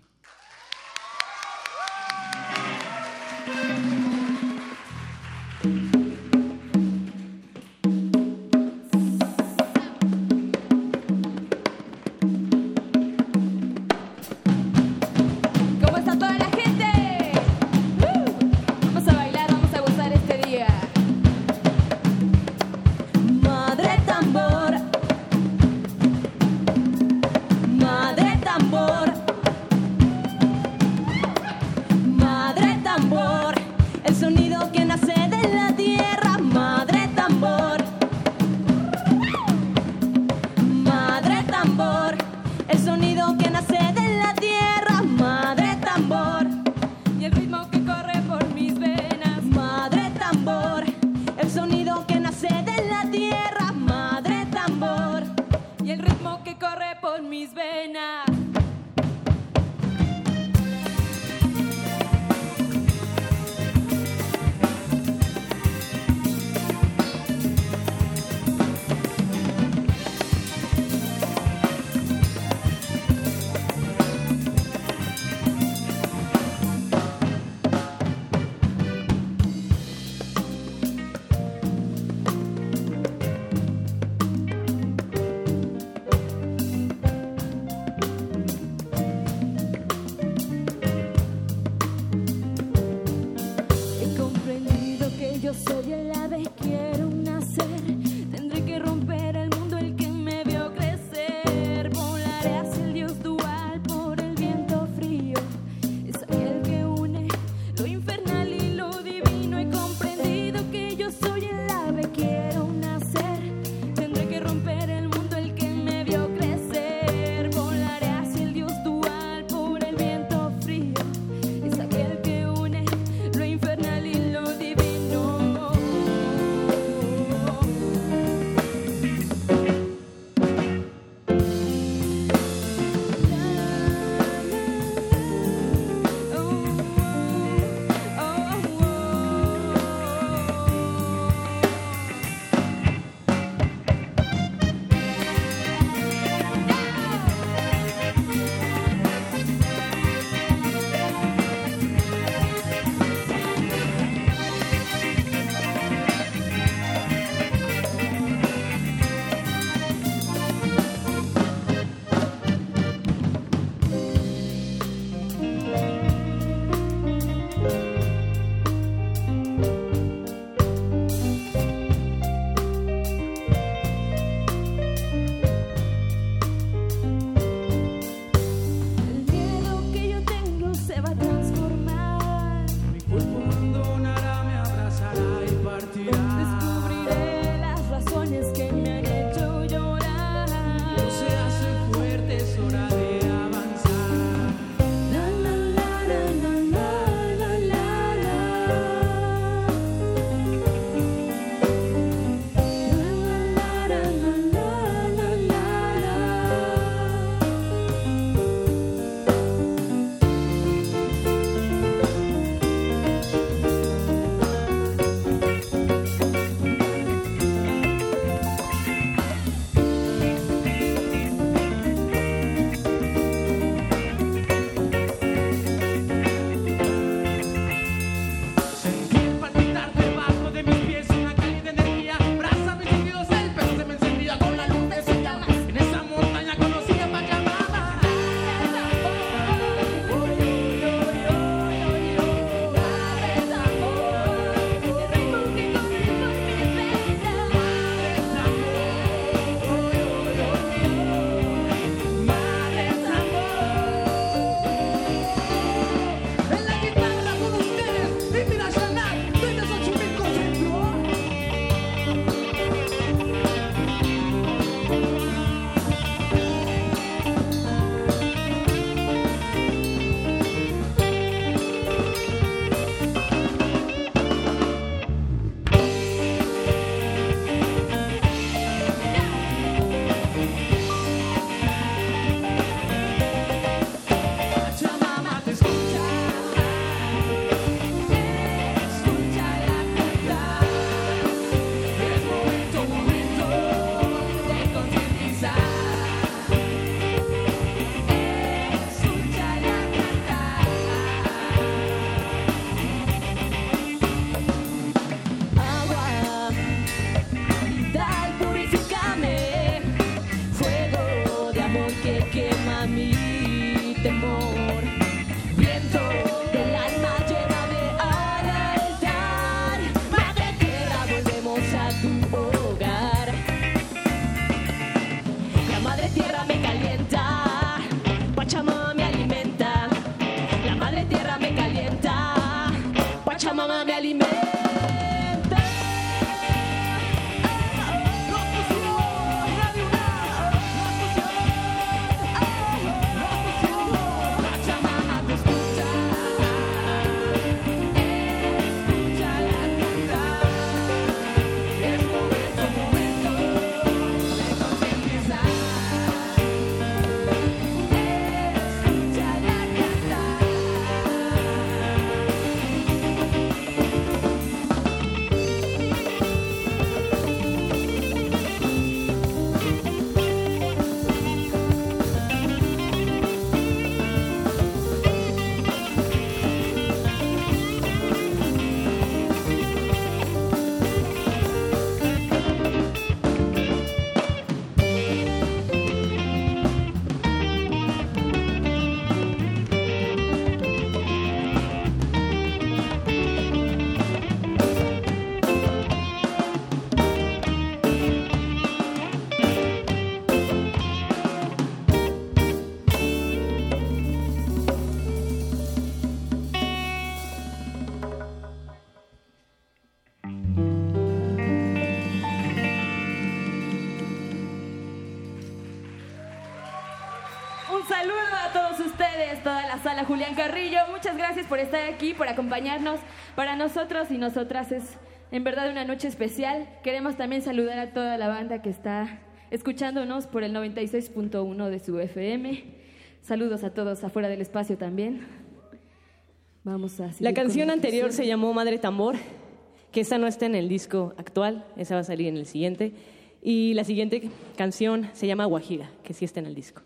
la sala Julián Carrillo. Muchas gracias por estar aquí, por acompañarnos. Para nosotros y nosotras es en verdad una noche especial. Queremos también saludar a toda la banda que está escuchándonos por el noventa y seis punto uno de su F M. Saludos a todos afuera del espacio también. Vamos a seguir. La canción con anterior se llamó Madre Tambor, que esa no está en el disco actual, esa va a salir en el siguiente. Y la siguiente canción se llama Guajira, que sí está en el disco.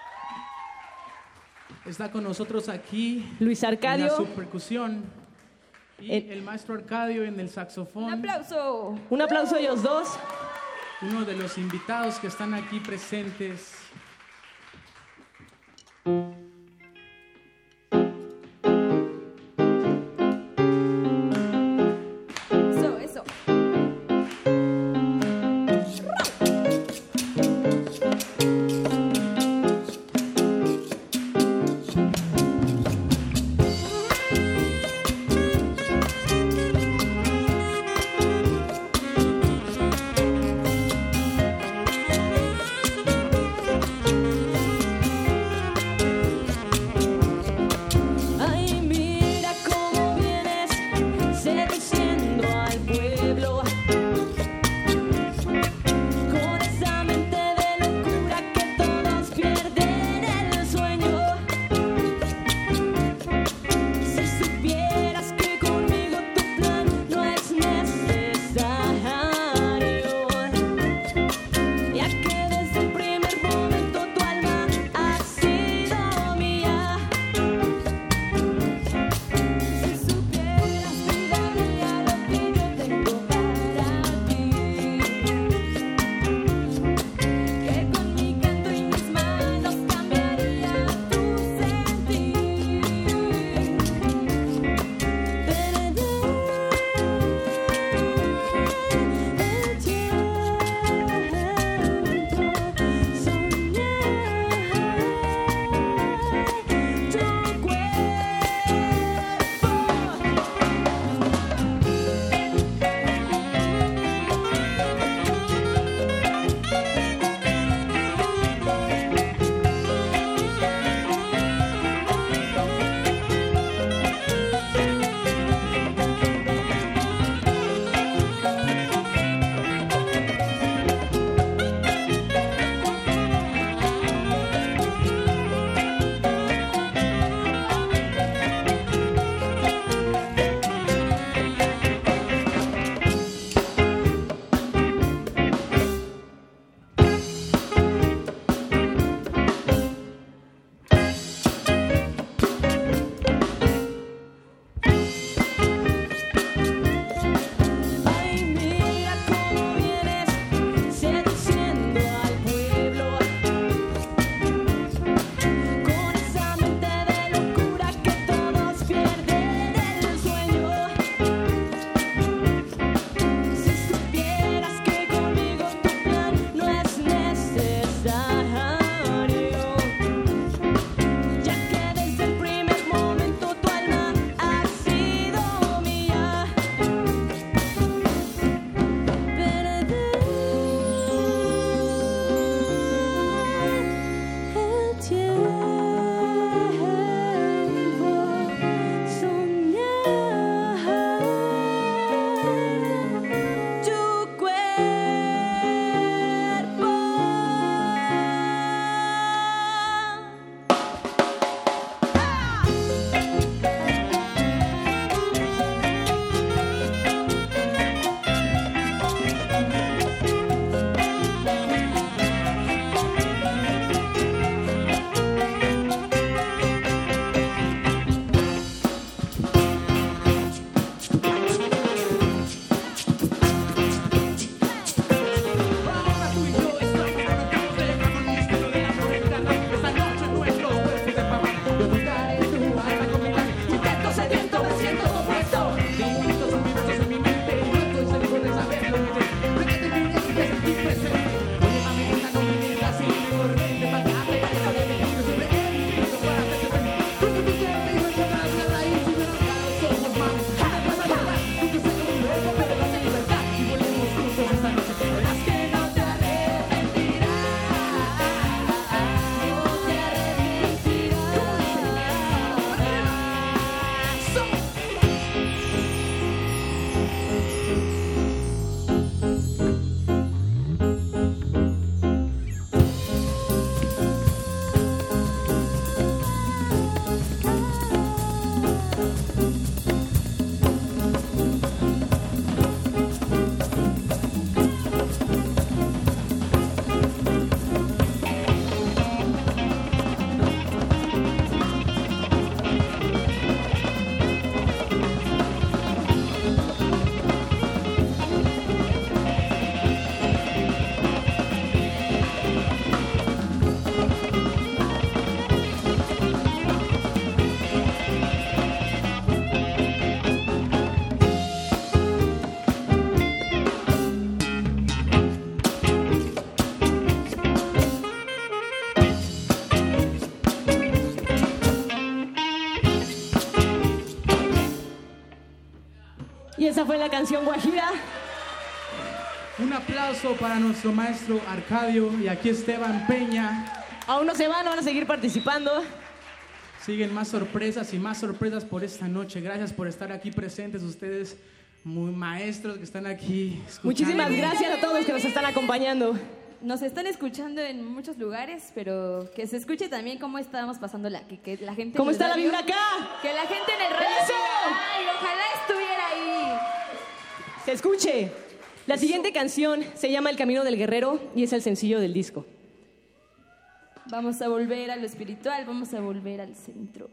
Está con nosotros aquí Luis Arcadio en la subpercusión y el, el maestro Arcadio en el saxofón. ¡Un aplauso! Un aplauso a ellos dos. Uno de los invitados que están aquí presentes. Eso, eso. Esa fue la canción Guajira. Un aplauso para nuestro maestro Arcadio y aquí Esteban Peña. Aún no se van, van a seguir participando. Siguen más sorpresas y más sorpresas por esta noche. Gracias por estar aquí presentes ustedes, muy maestros que están aquí escuchando. Muchísimas gracias a todos que nos están acompañando. Nos están escuchando en muchos lugares, pero que se escuche también cómo estábamos pasando la, que, que la gente. ¿Cómo está la radio, vibra acá? Que la gente en el radio. ¡Eso! ¡Ay, ojalá estuviera ahí! Se escuche. La siguiente canción se llama El Camino del Guerrero y es el sencillo del disco. Vamos a volver a lo espiritual, vamos a volver al centro.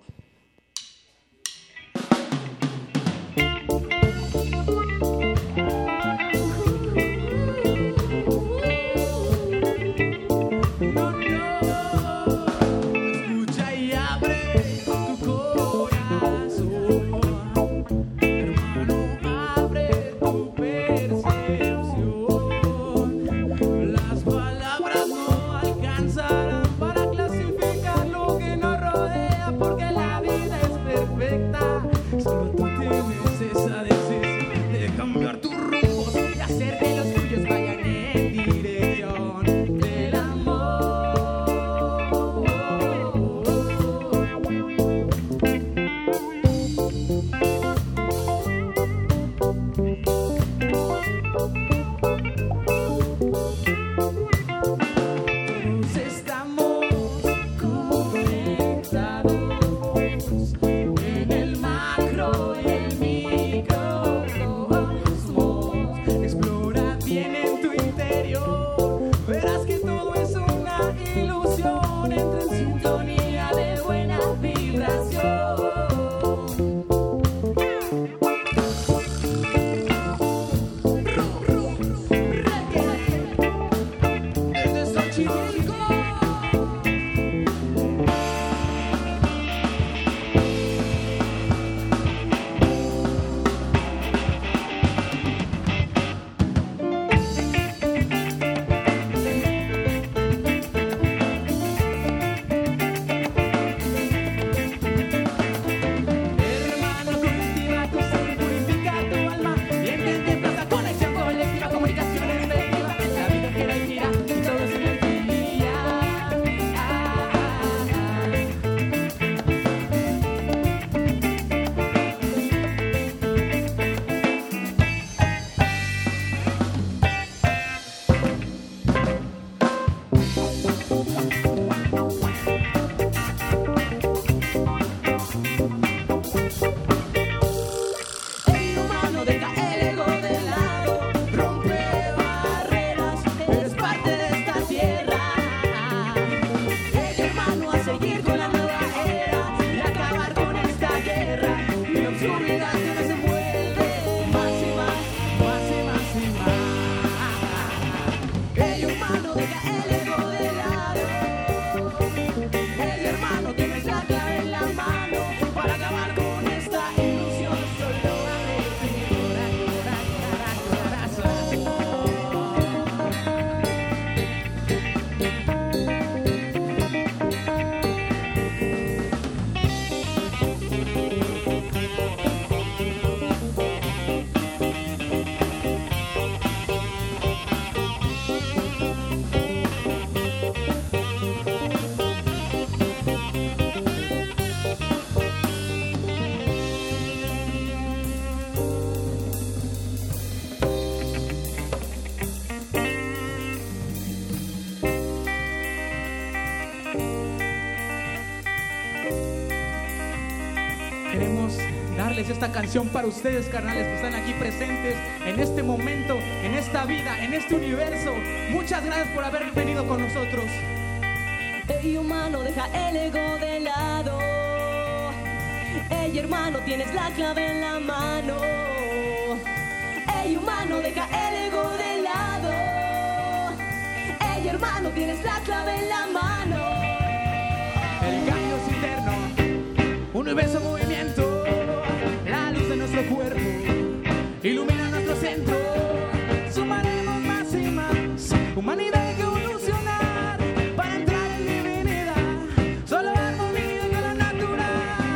es esta canción para ustedes, carnales, que están aquí presentes en este momento, en esta vida, en este universo. Muchas gracias por haber venido con nosotros. Ey, humano, deja el ego de lado. Ey, hermano, tienes la clave en la mano. Ey, humano, deja el ego de lado. Ey, hermano, tienes la clave en la mano. El cambio es interno, un universo en movimiento. La luz de nuestro cuerpo ilumina nuestro centro. Sumaremos más y más. Humanidad hay que evolucionar para entrar en divinidad. Solo armonía con la natural.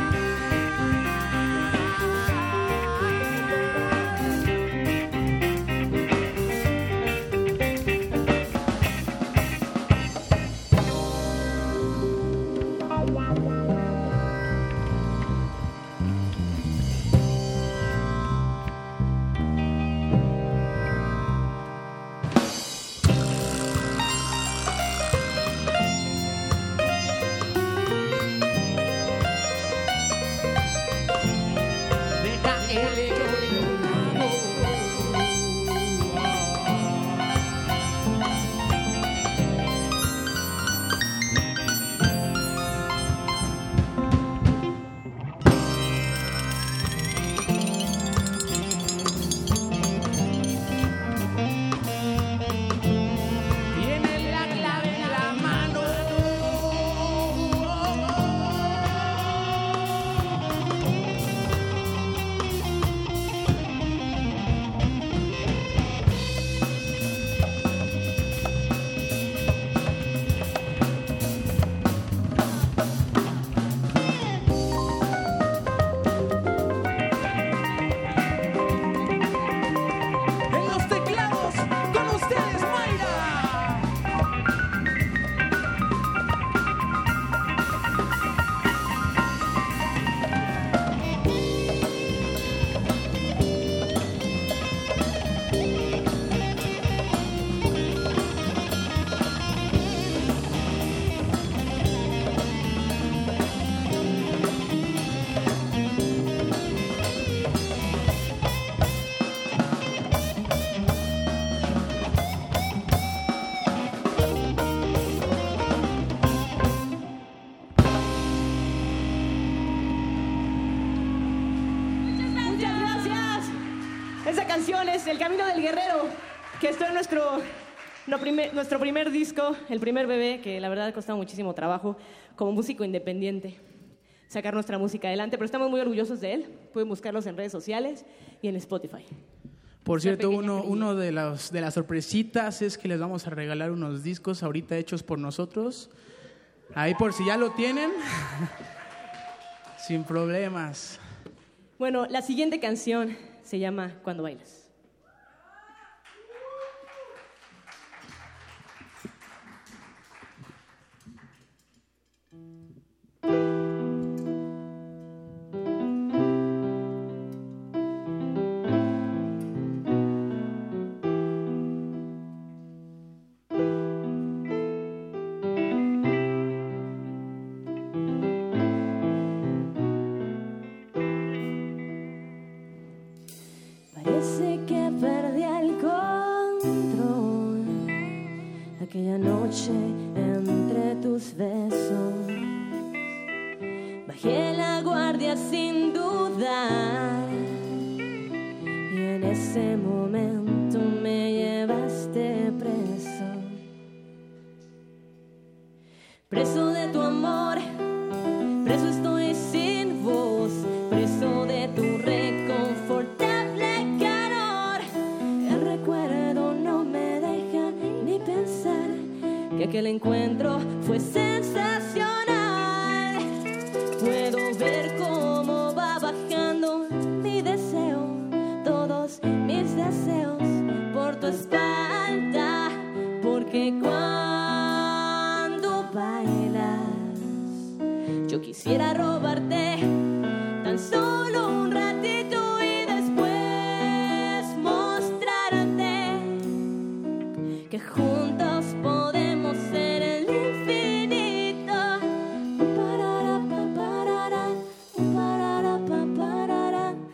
El Camino del Guerrero, que esto es nuestro, no primer, nuestro primer disco, el primer bebé, que la verdad ha costado muchísimo trabajo como músico independiente sacar nuestra música adelante, pero estamos muy orgullosos de él. Pueden buscarlos en redes sociales y en Spotify. Por cierto, uno, uno de, los, de las sorpresitas es que les vamos a regalar unos discos ahorita hechos por nosotros. Ahí por si ya lo tienen, sin problemas. Bueno, la siguiente canción se llama Cuando bailas. Parece que perdí el control aquella noche entre tus besos. Bajé la guardia sin dudar y en ese momento me llevaste preso. Preso de tu amor, preso estoy sin voz, preso de tu reconfortable calor. El recuerdo no me deja ni pensar que aquel encuentro fue sensacional. Puedo ver cómo va bajando mi deseo, todos mis deseos por tu espalda, porque cuando bailas yo quisiera robarte tan solo un ratito y después mostrarte que juntos podemos ser el infinito. Parara, pa, parara, parara, pa, parara.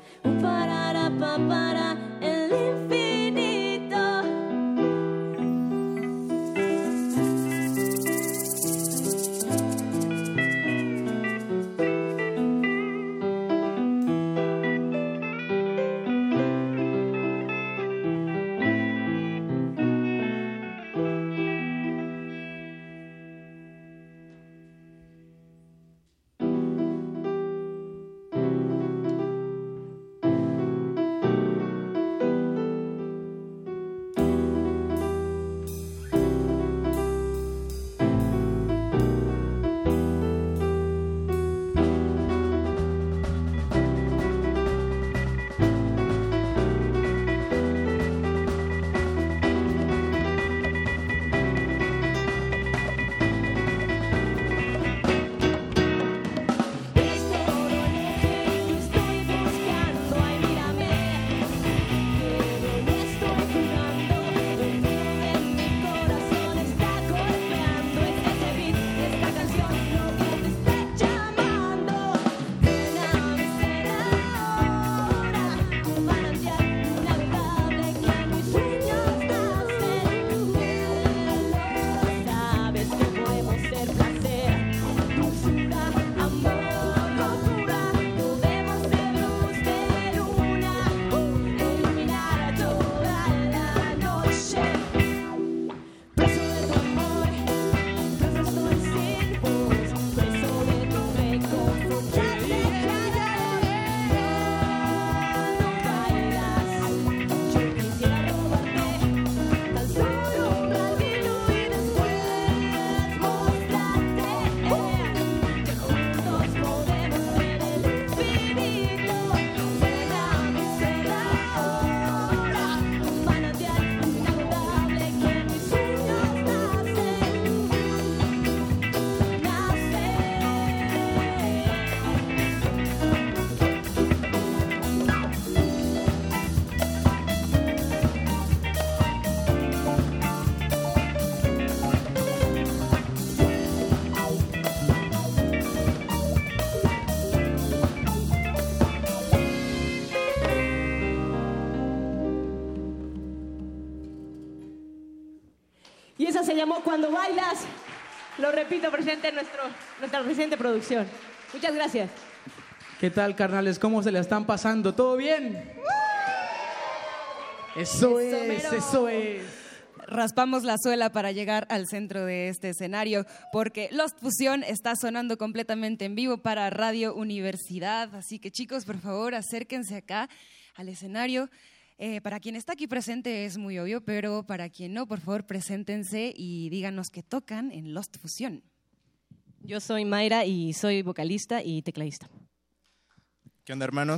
Y esa se llamó Cuando Bailas. Lo repito, presente nuestro, nuestra reciente producción. Muchas gracias. ¿Qué tal, carnales? ¿Cómo se la están pasando? ¿Todo bien? Eso, eso es, mero. Eso es. Raspamos la suela para llegar al centro de este escenario porque Lost Fusión está sonando completamente en vivo para Radio Universidad. Así que chicos, por favor, acérquense acá al escenario. Eh, para quien está aquí presente es muy obvio, pero para quien no, por favor, preséntense y díganos qué tocan en Lost Fusión. Yo soy Mayra y soy vocalista y tecladista. ¿Qué onda, hermanos?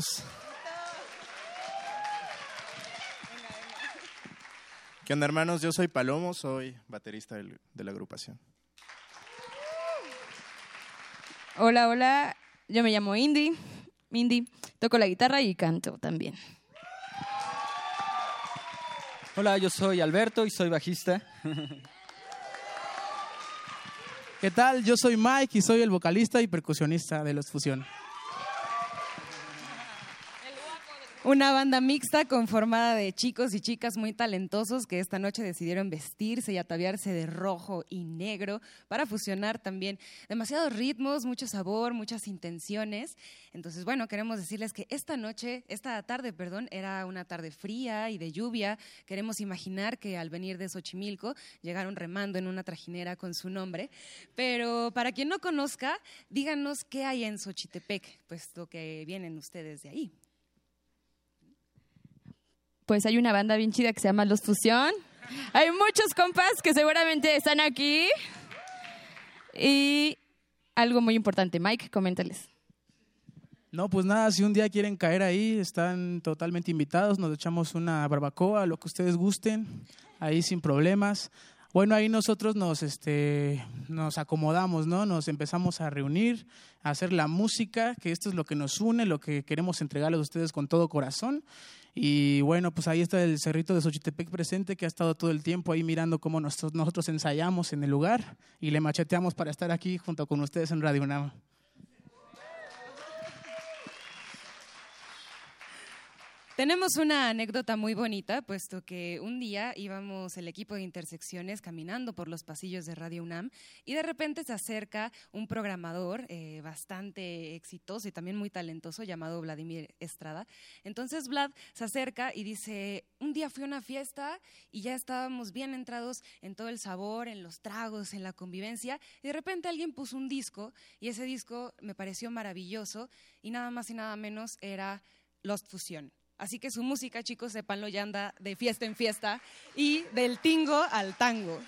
¿Qué onda, hermanos? Yo soy Palomo, soy baterista del, de la agrupación. Hola, hola, yo me llamo Indy, Indy, toco la guitarra y canto también. Hola, yo soy Alberto y soy bajista. ¿Qué tal? Yo soy Mike y soy el vocalista y percusionista de Lost Fusión. Una banda mixta conformada de chicos y chicas muy talentosos que esta noche decidieron vestirse y ataviarse de rojo y negro para fusionar también demasiados ritmos, mucho sabor, muchas intenciones. Entonces, bueno, queremos decirles que esta noche, esta tarde, perdón, era una tarde fría y de lluvia. Queremos imaginar que al venir de Xochimilco llegaron remando en una trajinera con su nombre. Pero para quien no conozca, díganos qué hay en Xochitepec, puesto que vienen ustedes de ahí. Pues hay una banda bien chida que se llama Lost Fusión. Hay muchos compas que seguramente están aquí. Y algo muy importante, Mike, coméntales. No, pues nada, si un día quieren caer ahí, están totalmente invitados. Nos echamos una barbacoa, lo que ustedes gusten, ahí sin problemas. Bueno, ahí nosotros nos, este, nos acomodamos, ¿no? Nos empezamos a reunir, a hacer la música, que esto es lo que nos une, lo que queremos entregarles a ustedes con todo corazón. Y bueno, pues ahí está el Cerrito de Xochitepec presente, que ha estado todo el tiempo ahí mirando cómo nosotros, nosotros ensayamos en el lugar y le macheteamos para estar aquí junto con ustedes en Radio UNAM. Tenemos una anécdota muy bonita, puesto que un día íbamos el equipo de Intersecciones caminando por los pasillos de Radio UNAM y de repente se acerca un programador eh, bastante exitoso y también muy talentoso llamado Vladimir Estrada. Entonces Vlad se acerca y dice, un día fui a una fiesta y ya estábamos bien entrados en todo el sabor, en los tragos, en la convivencia y de repente alguien puso un disco y ese disco me pareció maravilloso y nada más y nada menos era Lost Fusión. Así que su música, chicos, sépanlo, ya anda de fiesta en fiesta y del tingo al tango.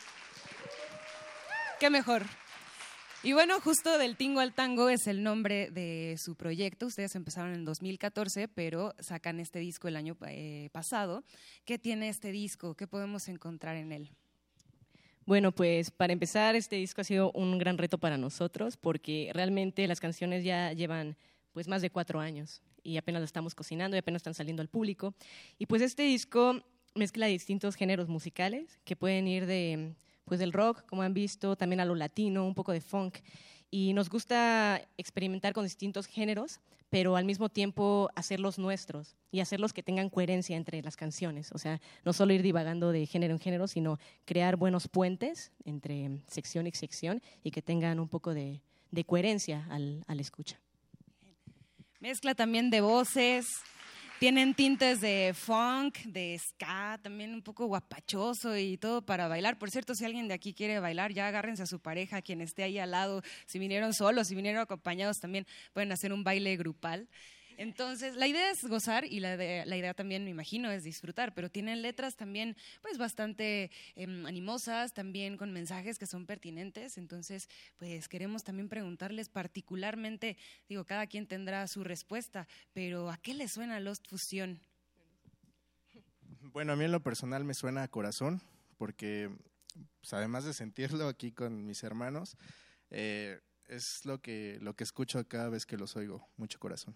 ¡Qué mejor! Y bueno, justo del tingo al tango es el nombre de su proyecto. Ustedes empezaron en dos mil catorce, pero sacan este disco el año eh, pasado. ¿Qué tiene este disco? ¿Qué podemos encontrar en él? Bueno, pues para empezar, este disco ha sido un gran reto para nosotros porque realmente las canciones ya llevan pues más de cuatro años. Y apenas lo estamos cocinando y apenas están saliendo al público. Y pues este disco mezcla distintos géneros musicales que pueden ir de, pues del rock, como han visto, también a lo latino, un poco de funk. Y nos gusta experimentar con distintos géneros, pero al mismo tiempo hacerlos nuestros y hacerlos que tengan coherencia entre las canciones. O sea, no solo ir divagando de género en género, sino crear buenos puentes entre sección y sección y que tengan un poco de, de coherencia al, al escucha. Mezcla también de voces, tienen tintes de funk, de ska, también un poco guapachoso y todo para bailar. Por cierto, si alguien de aquí quiere bailar, ya agárrense a su pareja, quien esté ahí al lado. Si vinieron solos, si vinieron acompañados, también pueden hacer un baile grupal. Entonces, la idea es gozar y la, de, la idea también, me imagino, es disfrutar, pero tienen letras también pues bastante eh, animosas, también con mensajes que son pertinentes. Entonces, pues queremos también preguntarles particularmente, digo, cada quien tendrá su respuesta, pero ¿a qué les suena Lost Fusión? Bueno, a mí en lo personal me suena a corazón, porque pues, además de sentirlo aquí con mis hermanos, eh, es lo que, lo que escucho cada vez que los oigo, mucho corazón.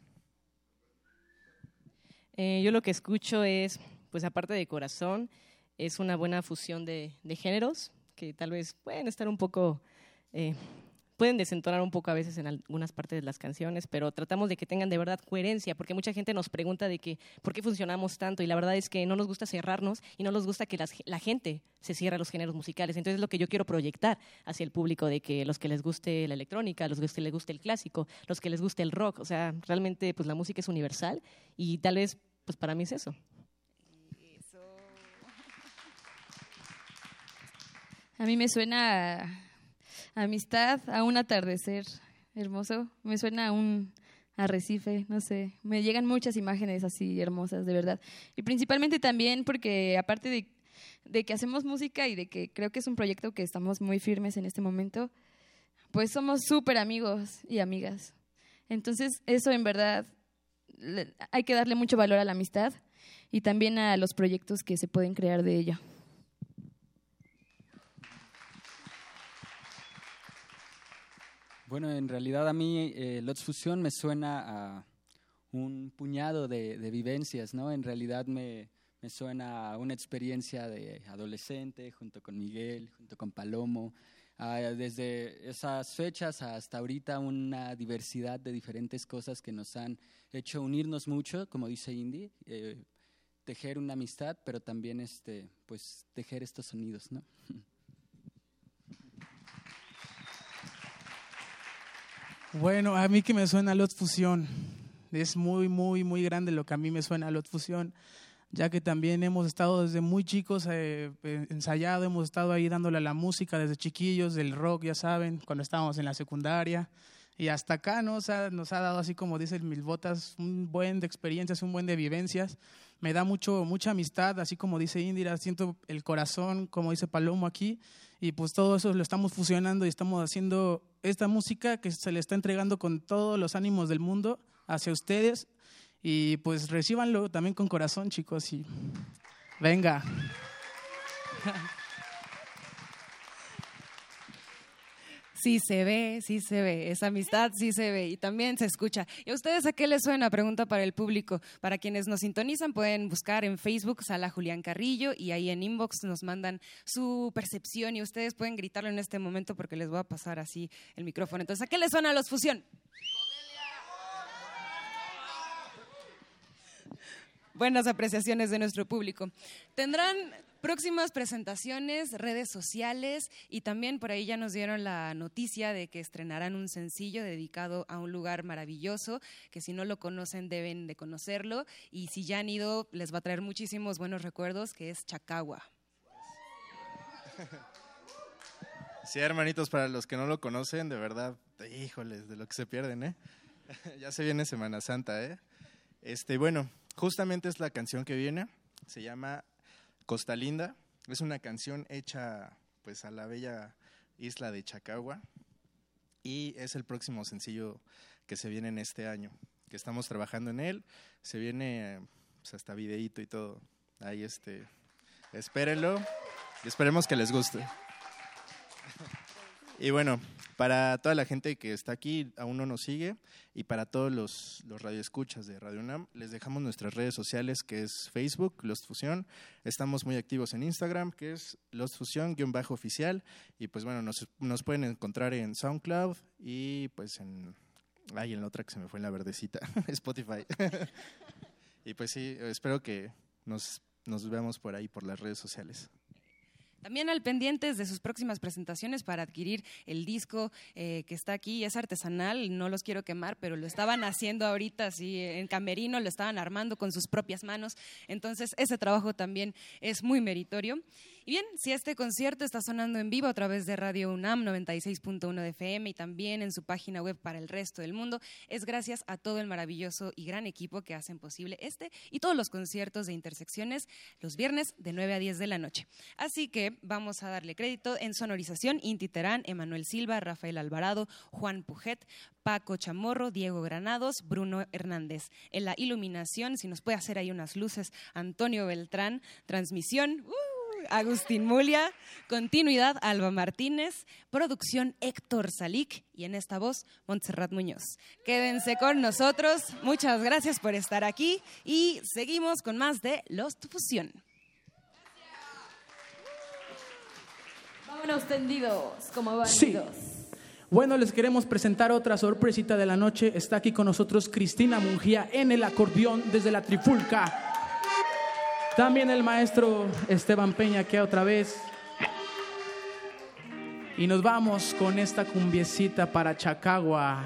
Eh, yo lo que escucho es, pues aparte de corazón, es una buena fusión de, de géneros que tal vez pueden estar un poco eh, pueden desentonar un poco a veces en algunas partes de las canciones, pero tratamos de que tengan de verdad coherencia, porque mucha gente nos pregunta de que por qué funcionamos tanto, y la verdad es que no nos gusta cerrarnos y no nos gusta que las, la gente se cierre a los géneros musicales. Entonces es lo que yo quiero proyectar hacia el público, de que los que les guste la electrónica, los que les guste el clásico, los que les guste el rock, o sea, realmente pues la música es universal y tal vez pues para mí es eso. A mí me suena a amistad, a un atardecer hermoso, me suena a un arrecife, no sé, me llegan muchas imágenes así hermosas, de verdad. Y principalmente también porque aparte de, de que hacemos música y de que creo que es un proyecto que estamos muy firmes en este momento, pues somos súper amigos y amigas. Entonces eso en verdad hay que darle mucho valor a la amistad y también a los proyectos que se pueden crear de ella. Bueno, en realidad a mí eh, Lots Fusión me suena a un puñado de, de vivencias, ¿no? En realidad me, me suena a una experiencia de adolescente junto con Miguel, junto con Palomo. Uh, desde esas fechas hasta ahorita una diversidad de diferentes cosas que nos han hecho unirnos mucho, como dice Indy, eh, tejer una amistad, pero también este, pues, tejer estos sonidos, ¿no? Bueno, a mí que me suena Lots Fusión, es muy, muy, muy grande lo que a mí me suena Lots Fusión, ya que también hemos estado desde muy chicos eh, ensayado, hemos estado ahí dándole a la música desde chiquillos, del rock, ya saben, cuando estábamos en la secundaria, y hasta acá ¿no? O sea, nos ha dado, así como dice el Milbotas, un buen de experiencias, un buen de vivencias. Me da mucho, mucha amistad, así como dice Indira, siento el corazón, como dice Palomo aquí, y pues todo eso lo estamos fusionando y estamos haciendo esta música que se le está entregando con todos los ánimos del mundo hacia ustedes, y pues recíbanlo también con corazón, chicos, y venga. Sí se ve, sí se ve, esa amistad sí se ve y también se escucha. ¿Y a ustedes a qué les suena? Pregunta para el público. Para quienes nos sintonizan pueden buscar en Facebook Sala Julián Carrillo y ahí en inbox nos mandan su percepción y ustedes pueden gritarlo en este momento porque les voy a pasar así el micrófono. Entonces, ¿a qué les suena Lots Fusión? Buenas apreciaciones de nuestro público. Tendrán próximas presentaciones, redes sociales y también por ahí ya nos dieron la noticia de que estrenarán un sencillo dedicado a un lugar maravilloso que si no lo conocen deben de conocerlo y si ya han ido les va a traer muchísimos buenos recuerdos, que es Chacagua. Sí, hermanitos, para los que no lo conocen, de verdad, híjoles, de lo que se pierden, ¿eh? Ya se viene Semana Santa, ¿eh? Este, bueno, justamente es la canción que viene, se llama Costa Linda, es una canción hecha pues a la bella isla de Chacagua y es el próximo sencillo que se viene en este año, que estamos trabajando en él, se viene pues, hasta videíto y todo, ahí este, espérenlo y esperemos que les guste. Y bueno, para toda la gente que está aquí, aún no nos sigue, y para todos los, los radioescuchas de Radio UNAM, les dejamos nuestras redes sociales, que es Facebook, Lost Fusión. Estamos muy activos en Instagram, que es Lost Fusión-oficial. Y pues bueno, nos, nos pueden encontrar en SoundCloud y pues en... Ay, en la otra que se me fue en la verdecita, Spotify. Y pues sí, espero que nos, nos veamos por ahí, por las redes sociales. También al pendientes de sus próximas presentaciones para adquirir el disco eh, que está aquí, es artesanal, no los quiero quemar, pero lo estaban haciendo ahorita así en camerino, lo estaban armando con sus propias manos, entonces ese trabajo también es muy meritorio. Y bien, si este concierto está sonando en vivo a través de Radio UNAM noventa y seis punto uno de F M y también en su página web para el resto del mundo, es gracias a todo el maravilloso y gran equipo que hacen posible este y todos los conciertos de Intersecciones los viernes de nueve a diez de la noche. Así que vamos a darle crédito en sonorización: Inti Terán, Emanuel Silva, Rafael Alvarado, Juan Pujet, Paco Chamorro, Diego Granados, Bruno Hernández. En la iluminación, si nos puede hacer ahí unas luces, Antonio Beltrán. Transmisión, uh, Agustín Mulia. Continuidad, Alba Martínez. Producción, Héctor Salic. Y en esta voz, Montserrat Muñoz. Quédense con nosotros. Muchas gracias por estar aquí. Y seguimos con más de Lost Fusión. Vámonos tendidos como bandidos. Sí. Bueno, les queremos presentar otra sorpresita de la noche. Está aquí con nosotros Cristina Mungía en el acordeón desde la Trifulca. También el maestro Esteban Peña, que otra vez. Y nos vamos con esta cumbiecita para Chacagua.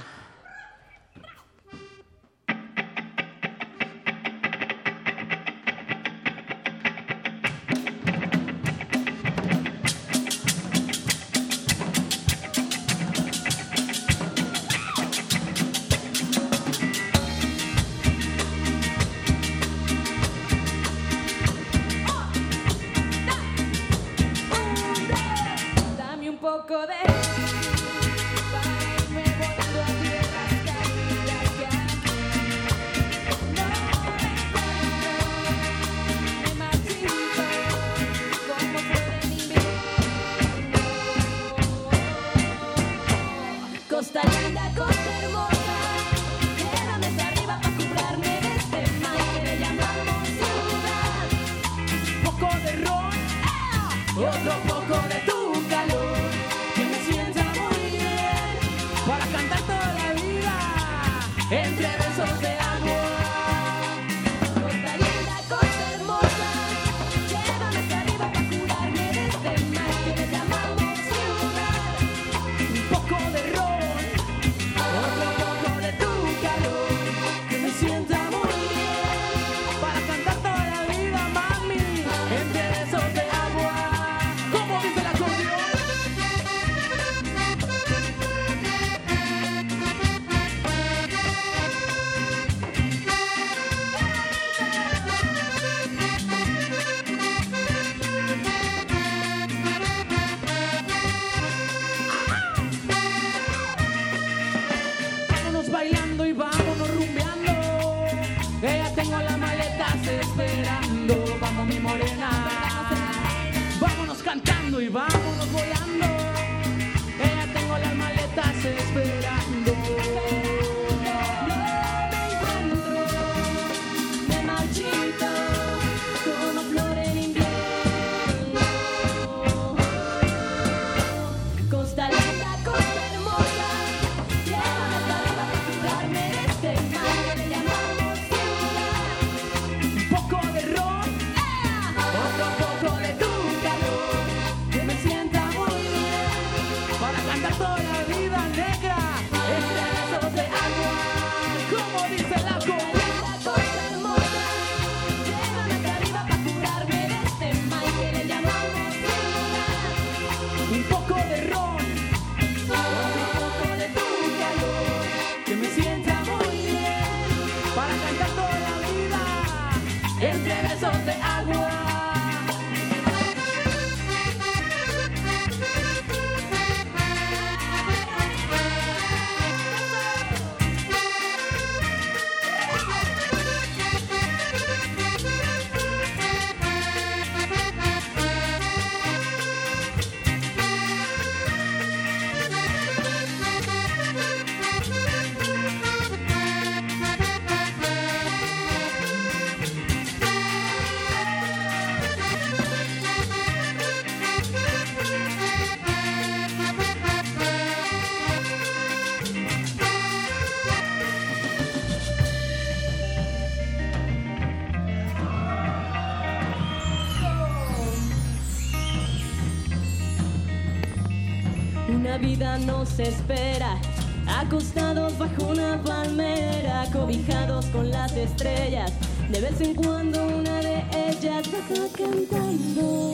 Una vida nos espera, acostados bajo una palmera, cobijados con las estrellas. De vez en cuando una de ellas está cantando,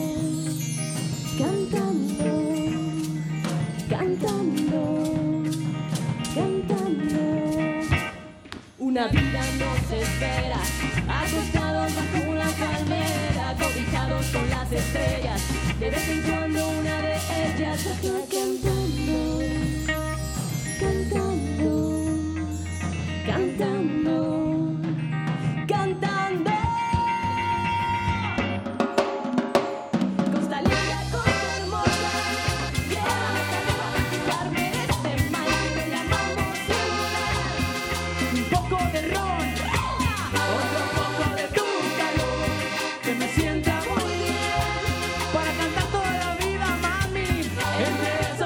cantando, cantando, cantando. Una vida nos espera, acostados bajo una palmera, cobijados con las estrellas. De vez en cuando una de ellas está cantando, cantando, cantando, cantando. Costa Linda, costa hermosa, llévame hasta arriba para curarme de este mal que le llamamos ciudad. Un poco de ron, otro poco de tu calor, que me sienta muy bien para cantar toda la vida, mami. Entre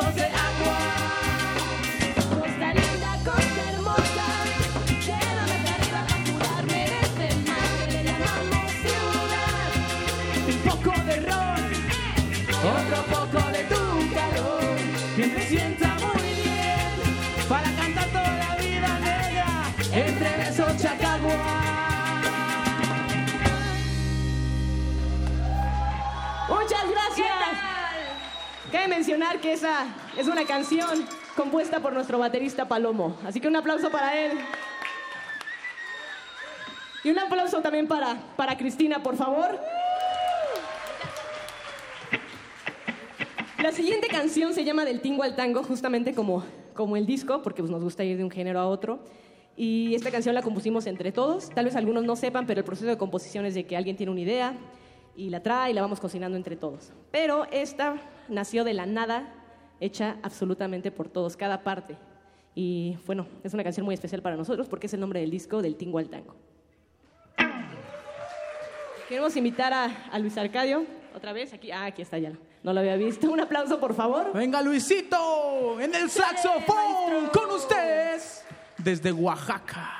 poco de ron, otro poco de tu calor, que me sienta muy bien para cantar toda la vida negra entre besos chacaguá. Muchas gracias. Cabe mencionar que esa es una canción compuesta por nuestro baterista Palomo, así que un aplauso para él. Y un aplauso también para, para Cristina, por favor. La siguiente canción se llama Del Tingo al Tango, justamente como, como el disco, porque pues, nos gusta ir de un género a otro. Y esta canción la compusimos entre todos. Tal vez algunos no sepan, pero el proceso de composición es de que alguien tiene una idea y la trae y la vamos cocinando entre todos. Pero esta nació de la nada, hecha absolutamente por todos, cada parte. Y bueno, es una canción muy especial para nosotros porque es el nombre del disco, Del Tingo al Tango. Queremos invitar a, a Luis Arcadio, otra vez, aquí, ah, aquí está ya, no lo había visto. Un aplauso, por favor. Venga, Luisito, en el saxofón, con ustedes, desde Oaxaca.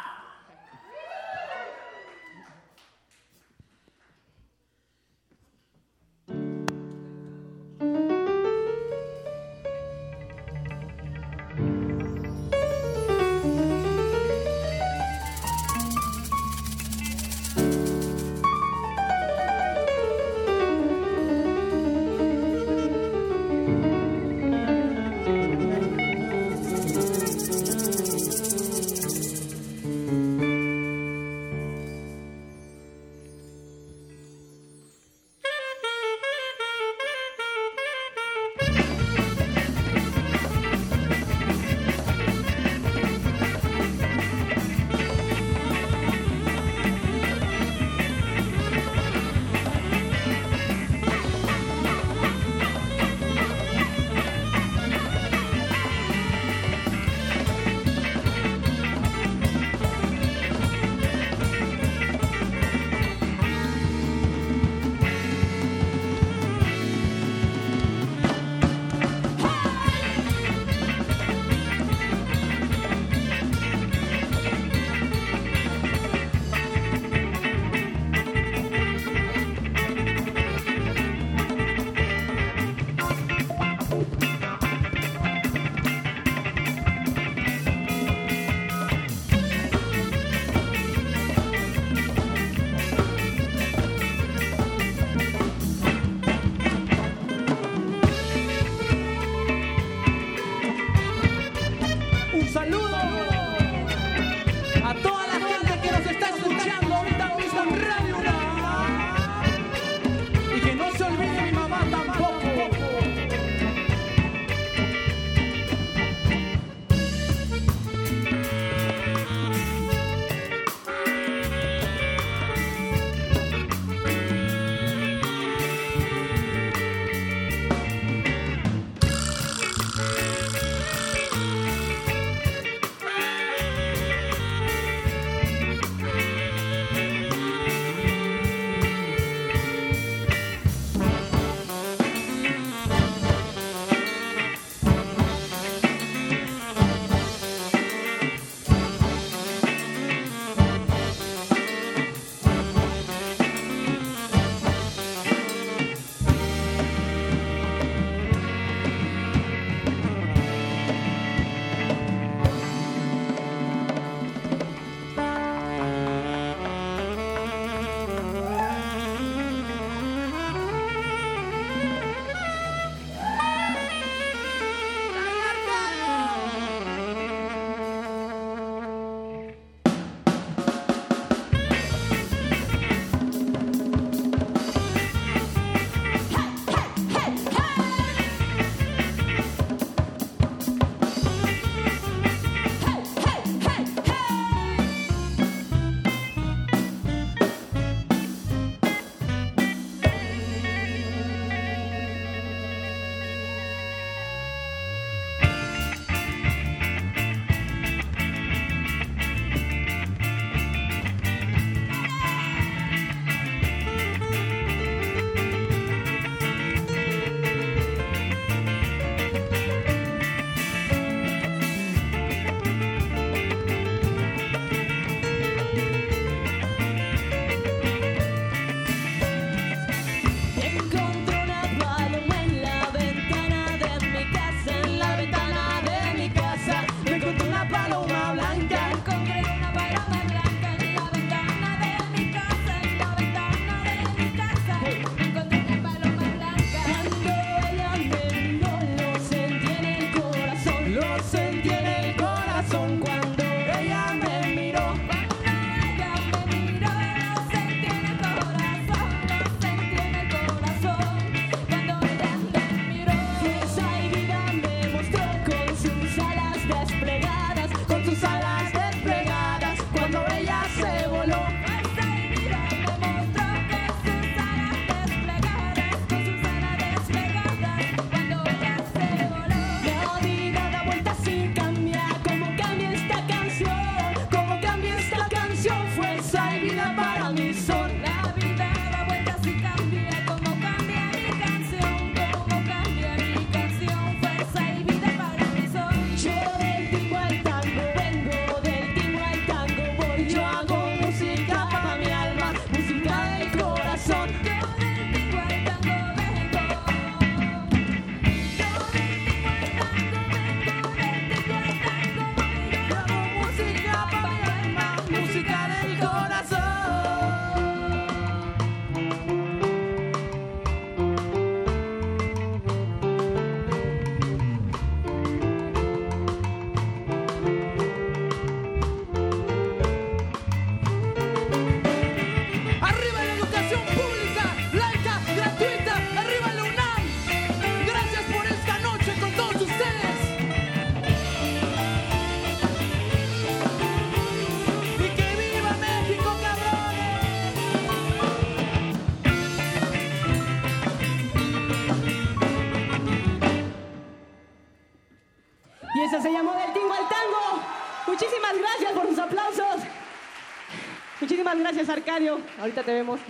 Esa se llamó Del Tingo al Tango. Muchísimas gracias por sus aplausos. Muchísimas gracias, Arcadio. Ahorita te vemos.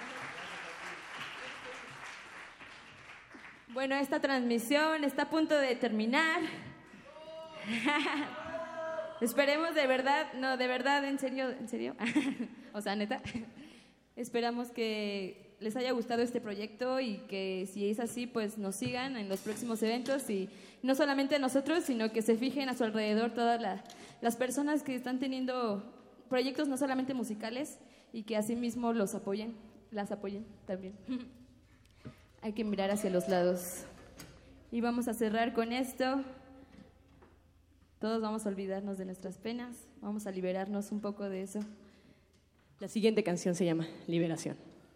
Bueno, esta transmisión está a punto de terminar. Esperemos de verdad, no, de verdad, en serio, en serio. O sea, neta. Esperamos que les haya gustado este proyecto y que si es así, pues nos sigan en los próximos eventos y no solamente nosotros, sino que se fijen a su alrededor todas la, las personas que están teniendo proyectos no solamente musicales y que asimismo los apoyen, las apoyen también. Hay que mirar hacia los lados. Y vamos a cerrar con esto. Todos vamos a olvidarnos de nuestras penas, vamos a liberarnos un poco de eso. La siguiente canción se llama Liberación.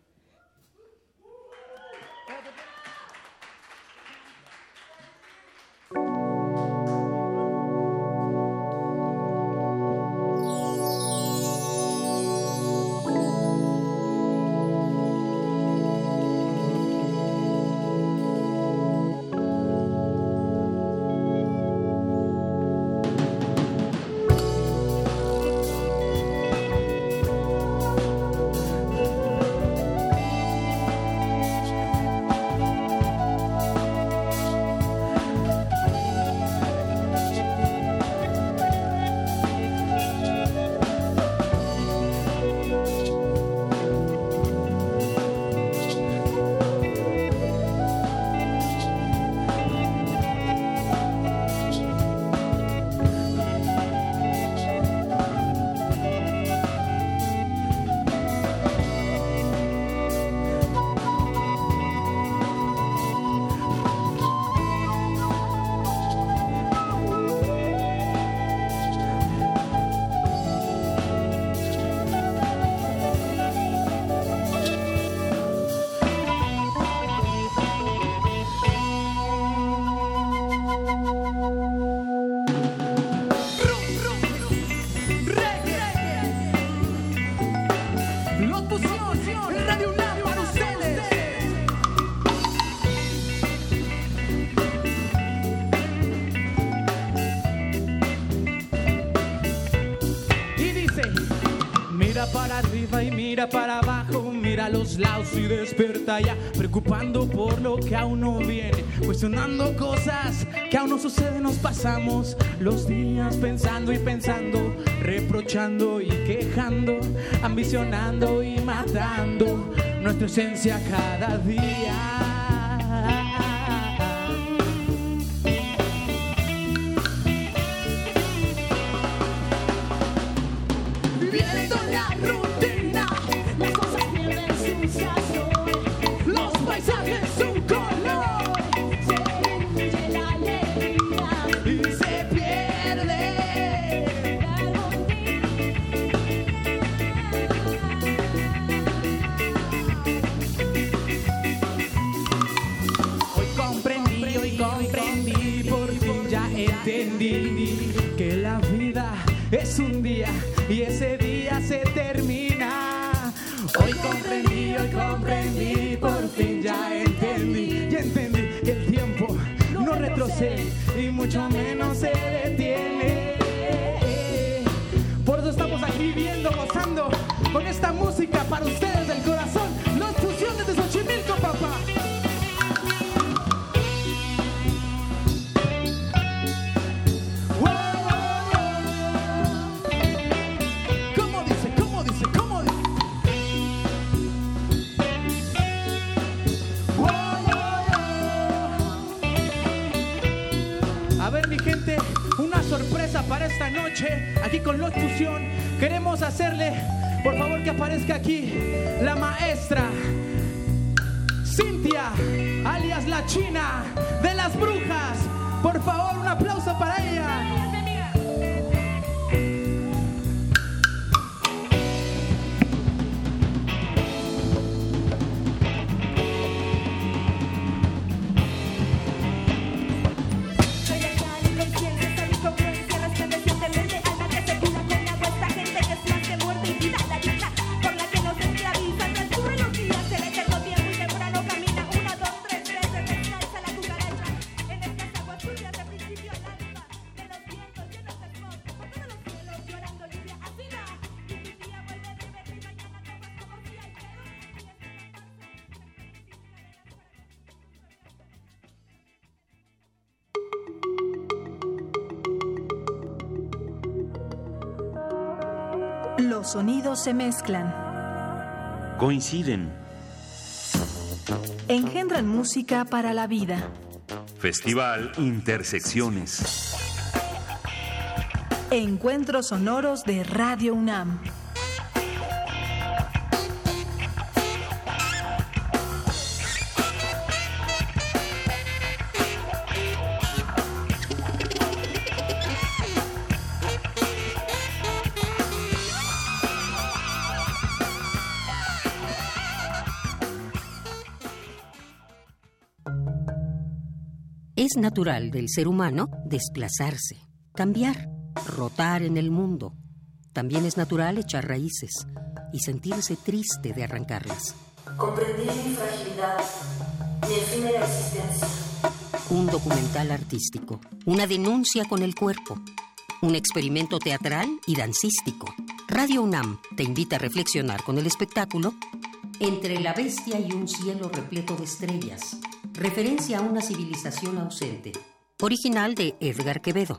Para arriba y mira para abajo, mira a los lados y despierta ya, preocupando por lo que aún no viene, cuestionando cosas que aún no suceden. Nos pasamos los días pensando y pensando, reprochando y quejando, ambicionando y matando nuestra esencia cada día. Que la vida es un día y ese día se termina. Hoy comprendí, hoy comprendí, por fin ya entendí, ya entendí que el tiempo no retrocede y mucho menos se detiene. Por eso estamos aquí viendo, gozando con esta música para ustedes del corazón. Los Fusión desde Xochimilco, papá. Para esta noche, aquí con Los Fusión, queremos hacerle, por favor, que aparezca aquí la maestra Cintia, alias la China de las Brujas. Por favor, un aplauso para ella. Turbias de principio al alba, de los los sonidos se mezclan, coinciden, engendran música para la vida. Festival Intersecciones. Encuentros sonoros de Radio UNAM. Es natural del ser humano desplazarse, cambiar, rotar en el mundo. También es natural echar raíces y sentirse triste de arrancarlas. Comprendí mi fragilidad, mi efímera existencia. Un documental artístico, una denuncia con el cuerpo, un experimento teatral y dancístico. Radio UNAM te invita a reflexionar con el espectáculo Entre la bestia y un cielo repleto de estrellas. Referencia a una civilización ausente. Original de Edgar Quevedo.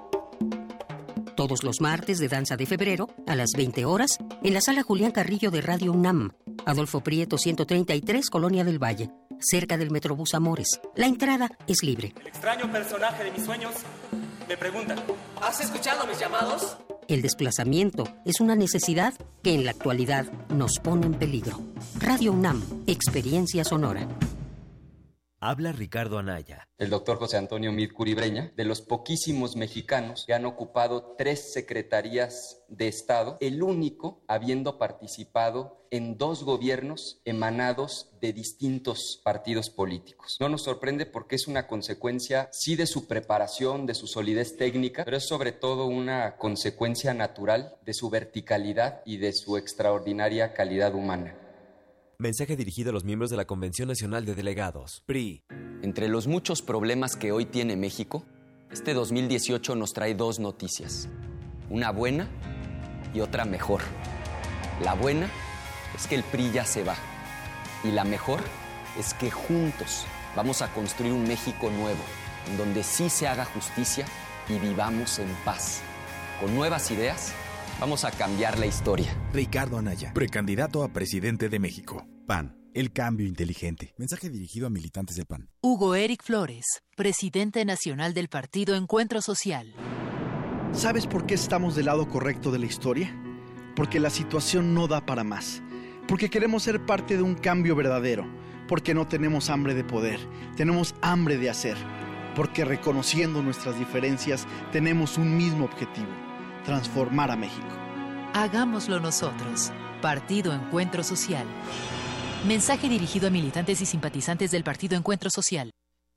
Todos los martes de Danza de Febrero, a las veinte horas, en la Sala Julián Carrillo de Radio UNAM. Adolfo Prieto ciento treinta y tres, Colonia del Valle, cerca del Metrobús Amores. La entrada es libre. El extraño personaje de mis sueños me pregunta: ¿has escuchado mis llamados? El desplazamiento es una necesidad que en la actualidad nos pone en peligro. Radio UNAM, experiencia sonora. Habla Ricardo Anaya. El doctor José Antonio Meade Curibreña, de los poquísimos mexicanos que han ocupado tres secretarías de Estado, el único habiendo participado en dos gobiernos emanados de distintos partidos políticos. No nos sorprende porque es una consecuencia, sí, de su preparación, de su solidez técnica, pero es sobre todo una consecuencia natural de su verticalidad y de su extraordinaria calidad humana. Mensaje dirigido a los miembros de la Convención Nacional de Delegados, P R I. Entre los muchos problemas que hoy tiene México, este dos mil dieciocho nos trae dos noticias. Una buena y otra mejor. La buena es que el P R I ya se va. Y la mejor es que juntos vamos a construir un México nuevo, en donde sí se haga justicia y vivamos en paz. Con nuevas ideas, vamos a cambiar la historia. Ricardo Anaya, precandidato a presidente de México. P A N, el cambio inteligente. Mensaje dirigido a militantes del P A N. Hugo Eric Flores, presidente nacional del partido Encuentro Social. ¿Sabes por qué estamos del lado correcto de la historia? Porque la situación no da para más. Porque queremos ser parte de un cambio verdadero. Porque no tenemos hambre de poder, tenemos hambre de hacer. Porque reconociendo nuestras diferencias, tenemos un mismo objetivo: transformar a México. Hagámoslo nosotros. Partido Encuentro Social. Mensaje dirigido a militantes y simpatizantes del Partido Encuentro Social.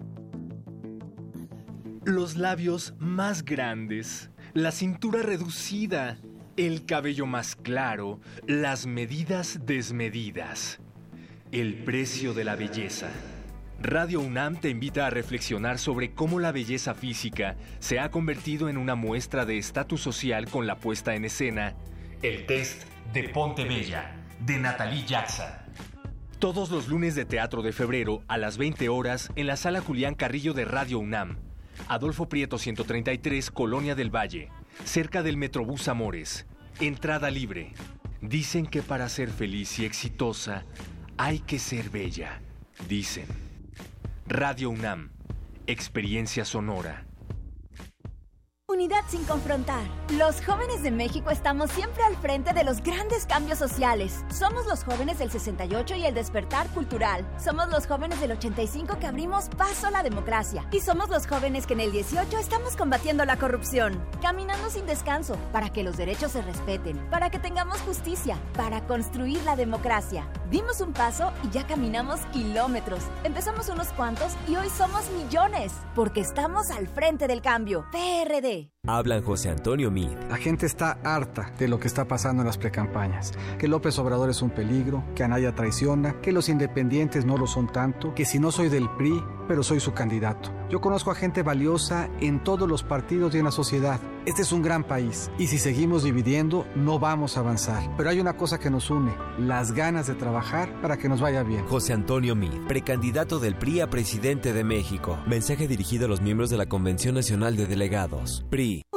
Los labios más grandes, la cintura reducida, el cabello más claro, las medidas desmedidas. El precio de la belleza. Radio UNAM te invita a reflexionar sobre cómo la belleza física se ha convertido en una muestra de estatus social con la puesta en escena El Test de Ponte Bella, de Nathalie Jackson. Todos los lunes de Teatro de Febrero a las veinte horas en la Sala Julián Carrillo de Radio UNAM. Adolfo Prieto ciento treinta y tres, Colonia del Valle, cerca del Metrobús Amores. Entrada libre. Dicen que para ser feliz y exitosa hay que ser bella. Dicen. Radio UNAM, experiencia sonora. Unidad sin confrontar. Los jóvenes de México estamos siempre al frente de los grandes cambios sociales. Somos los jóvenes del sesenta y ocho y el despertar cultural. Somos los jóvenes del ochenta y cinco que abrimos paso a la democracia. Y somos los jóvenes que en el dieciocho estamos combatiendo la corrupción. Caminando sin descanso, para que los derechos se respeten, para que tengamos justicia, para construir la democracia. Dimos un paso y ya caminamos kilómetros. Empezamos unos cuantos y hoy somos millones. Porque estamos al frente del cambio. P R D. Hablan José Antonio Meade. La gente está harta de lo que está pasando en las precampañas. Que López Obrador es un peligro, que Anaya traiciona, que los independientes no lo son tanto, que si no soy del P R I, pero soy su candidato. Yo conozco a gente valiosa en todos los partidos y en la sociedad. Este es un gran país y si seguimos dividiendo no vamos a avanzar. Pero hay una cosa que nos une, las ganas de trabajar para que nos vaya bien. José Antonio Meade, precandidato del P R I a presidente de México. Mensaje dirigido a los miembros de la Convención Nacional de Delegados, P R I.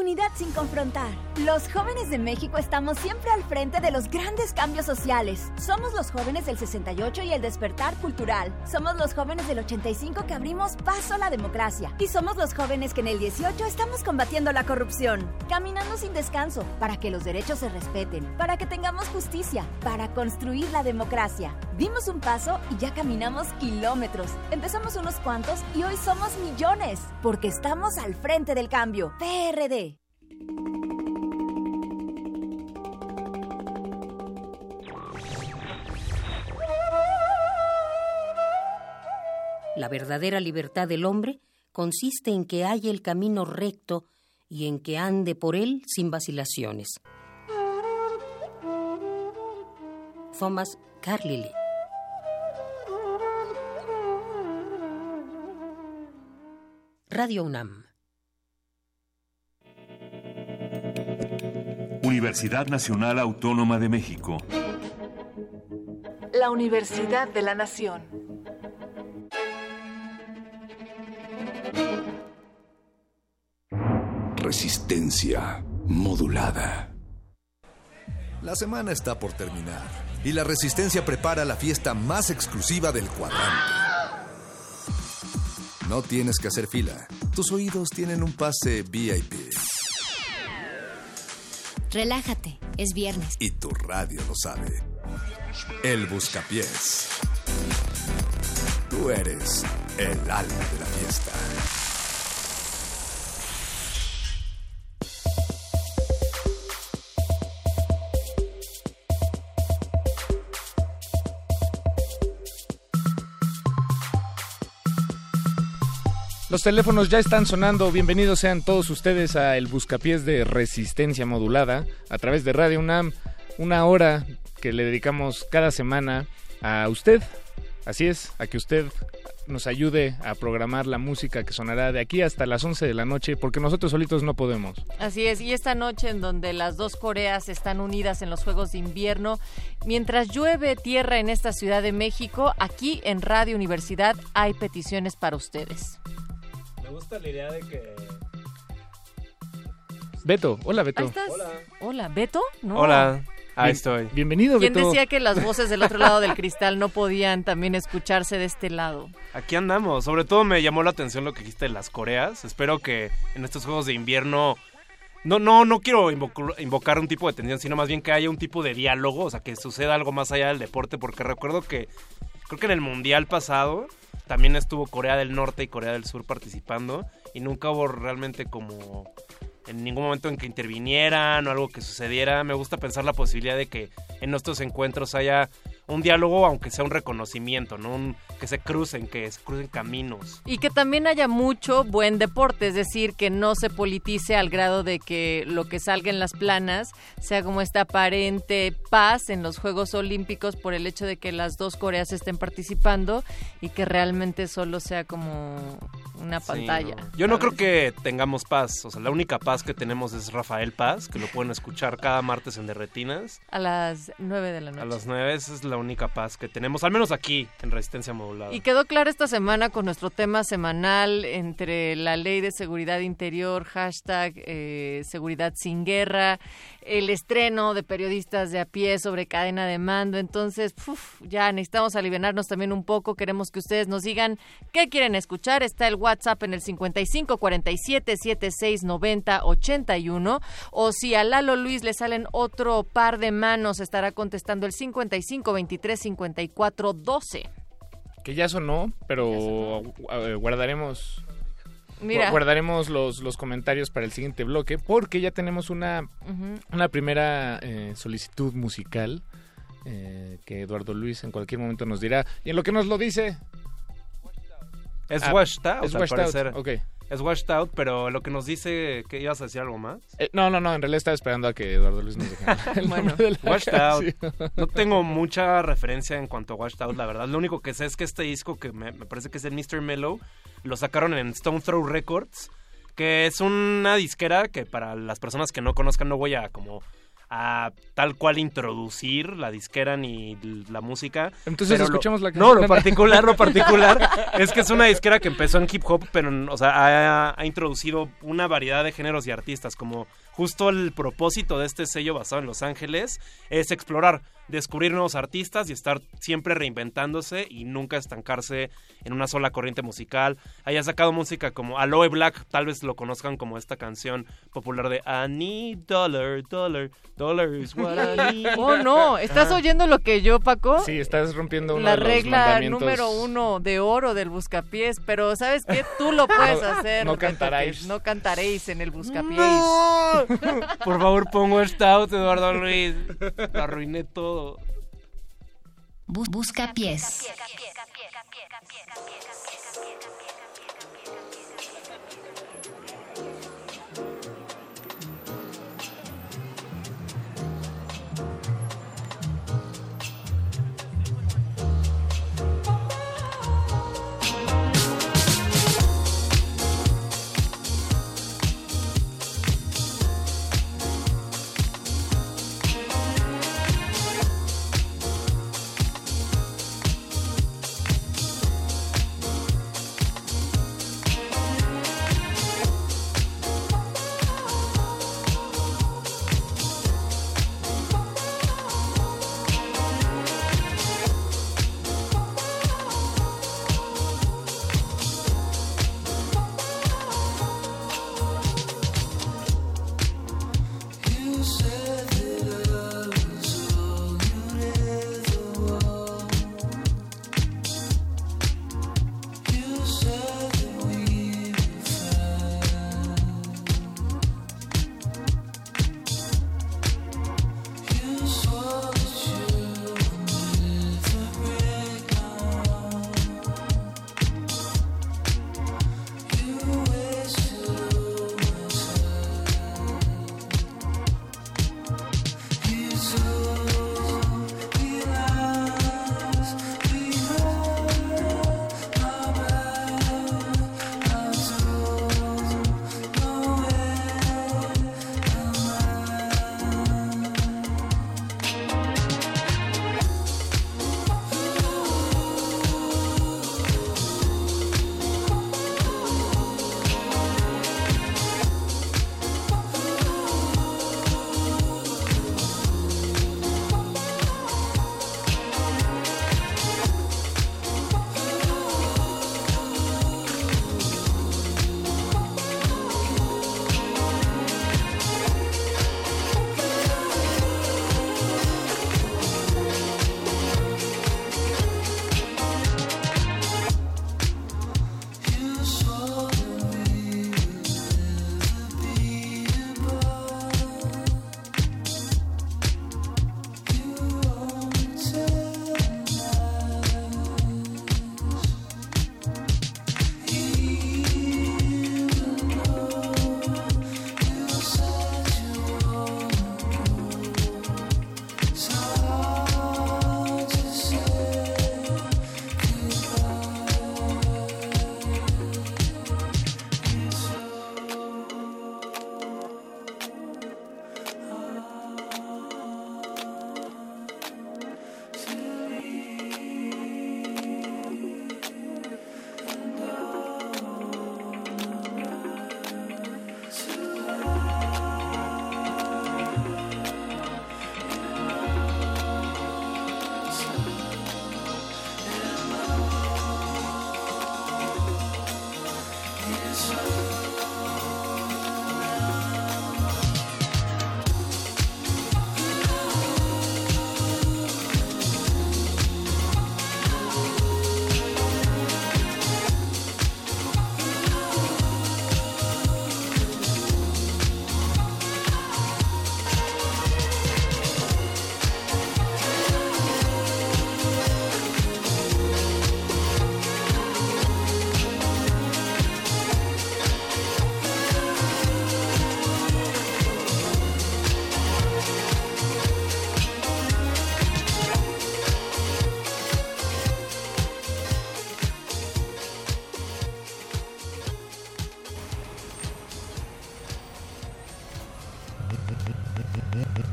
Unidad sin confrontar. Los jóvenes de México estamos siempre al frente de los grandes cambios sociales. Somos los jóvenes del sesenta y ocho y el despertar cultural. Somos los jóvenes del ochenta y cinco que abrimos paso a la democracia. Y somos los jóvenes que en el dieciocho estamos combatiendo la corrupción. Caminando sin descanso, para que los derechos se respeten, para que tengamos justicia, para construir la democracia. Dimos un paso y ya caminamos kilómetros. Empezamos unos cuantos y hoy somos millones, porque estamos al frente del cambio. P R D. La verdadera libertad del hombre consiste en que haya el camino recto y en que ande por él sin vacilaciones. Thomas Carlyle. Radio UNAM. Universidad Nacional Autónoma de México. La Universidad de la Nación. Resistencia modulada. La semana está por terminar y la Resistencia prepara la fiesta más exclusiva del cuadrante. No tienes que hacer fila. Tus oídos tienen un pase V I P. Relájate, es viernes. Y tu radio lo sabe. El Buscapiés. Tú eres el alma de la fiesta. Los teléfonos ya están sonando. Bienvenidos sean todos ustedes a El Buscapiés de Resistencia Modulada a través de Radio UNAM. Una hora que le dedicamos cada semana a usted. Así es, a que usted nos ayude a programar la música que sonará de aquí hasta las once de la noche, porque nosotros solitos no podemos. Así es, y esta noche en donde las dos Coreas están unidas en los Juegos de Invierno, mientras llueve tierra en esta Ciudad de México, aquí en Radio Universidad hay peticiones para ustedes. Me gusta la idea de que... Beto, hola Beto. Ahí estás. Hola. Hola, ¿Beto? No. Hola, ahí Bien, estoy. Bienvenido, ¿Quién Beto. decía que las voces del otro lado del cristal no podían también escucharse de este lado? Aquí andamos. Sobre todo me llamó la atención lo que dijiste de las Coreas. Espero que en estos Juegos de Invierno... No, no, no quiero invocar, invocar un tipo de tensión, sino más bien que haya un tipo de diálogo, o sea, que suceda algo más allá del deporte, porque recuerdo que creo que en el Mundial pasado también estuvo Corea del Norte y Corea del Sur participando y nunca hubo realmente como en ningún momento en que intervinieran o algo que sucediera. Me gusta pensar la posibilidad de que en nuestros encuentros haya un diálogo, aunque sea un reconocimiento, ¿no? Un, que se crucen, que se crucen caminos. Y que también haya mucho buen deporte, es decir, que no se politice al grado de que lo que salga en las planas sea como esta aparente paz en los Juegos Olímpicos por el hecho de que las dos Coreas estén participando y que realmente solo sea como una pantalla. Sí, no. Yo no creo que tengamos paz, o sea, la única paz que tenemos es Rafael Paz, que lo pueden escuchar cada martes en Derretinas. A las nueve de la noche. A las nueve, esa es la única paz que tenemos, al menos aquí, en Resistencia Modulada. Y quedó claro esta semana con nuestro tema semanal entre la Ley de Seguridad Interior, hashtag eh, Seguridad sin Guerra, el estreno de Periodistas de a Pie sobre cadena de mando. Entonces, uf, ya necesitamos alivianarnos también un poco. Queremos que ustedes nos digan qué quieren escuchar. Está el WhatsApp en el cincuenta y cinco cuarenta y siete setenta y seis noventa ochenta y uno, o si a Lalo Luis le salen otro par de manos, estará contestando el cincuenta y cinco veintitrés cincuenta y cuatro doce. Que ya sonó, pero sonó. guardaremos Mira. guardaremos los, los comentarios para el siguiente bloque, porque ya tenemos una, uh-huh. una primera eh, solicitud musical eh, que Eduardo Luis en cualquier momento nos dirá. Y en lo que nos lo dice... Es ah, washed out, es al washed parecer. out, okay. Es washed out, pero lo que nos dice... ¿Que ibas a decir algo más? Eh, no, no, no, en realidad estaba esperando a que Eduardo Luis nos dijera el bueno, nombre de la Washed canción. Out. No tengo mucha referencia en cuanto a Washed Out, la verdad. Lo único que sé es que este disco, que me, me parece que es el mister Mellow, lo sacaron en Stone Throw Records, que es una disquera que para las personas que no conozcan no voy a como a tal cual introducir la disquera ni la música. Entonces pero escuchamos lo, la canción. No, lo particular, lo particular es que es una disquera que empezó en hip hop, pero o sea, ha, ha introducido una variedad de géneros y artistas, como justo el propósito de este sello basado en Los Ángeles es explorar, descubrir nuevos artistas y estar siempre reinventándose y nunca estancarse en una sola corriente musical. Haya sacado música como Aloe Black, tal vez lo conozcan como esta canción popular de I need dollar, dollar, dollar is what I need. Oh, no, ¿estás Ah. oyendo lo que yo, Paco? Sí, estás rompiendo uno La de los regla mandamientos. número uno de oro del Buscapiés, pero ¿sabes qué? Tú lo puedes No, hacer. no Beto, que cantaréis. No cantaréis en el Buscapiés. ¡No! Por favor, pongo Stout, Eduardo Luis. Lo arruiné todo. Bus- Buscapiés.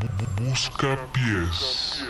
Buscapiés.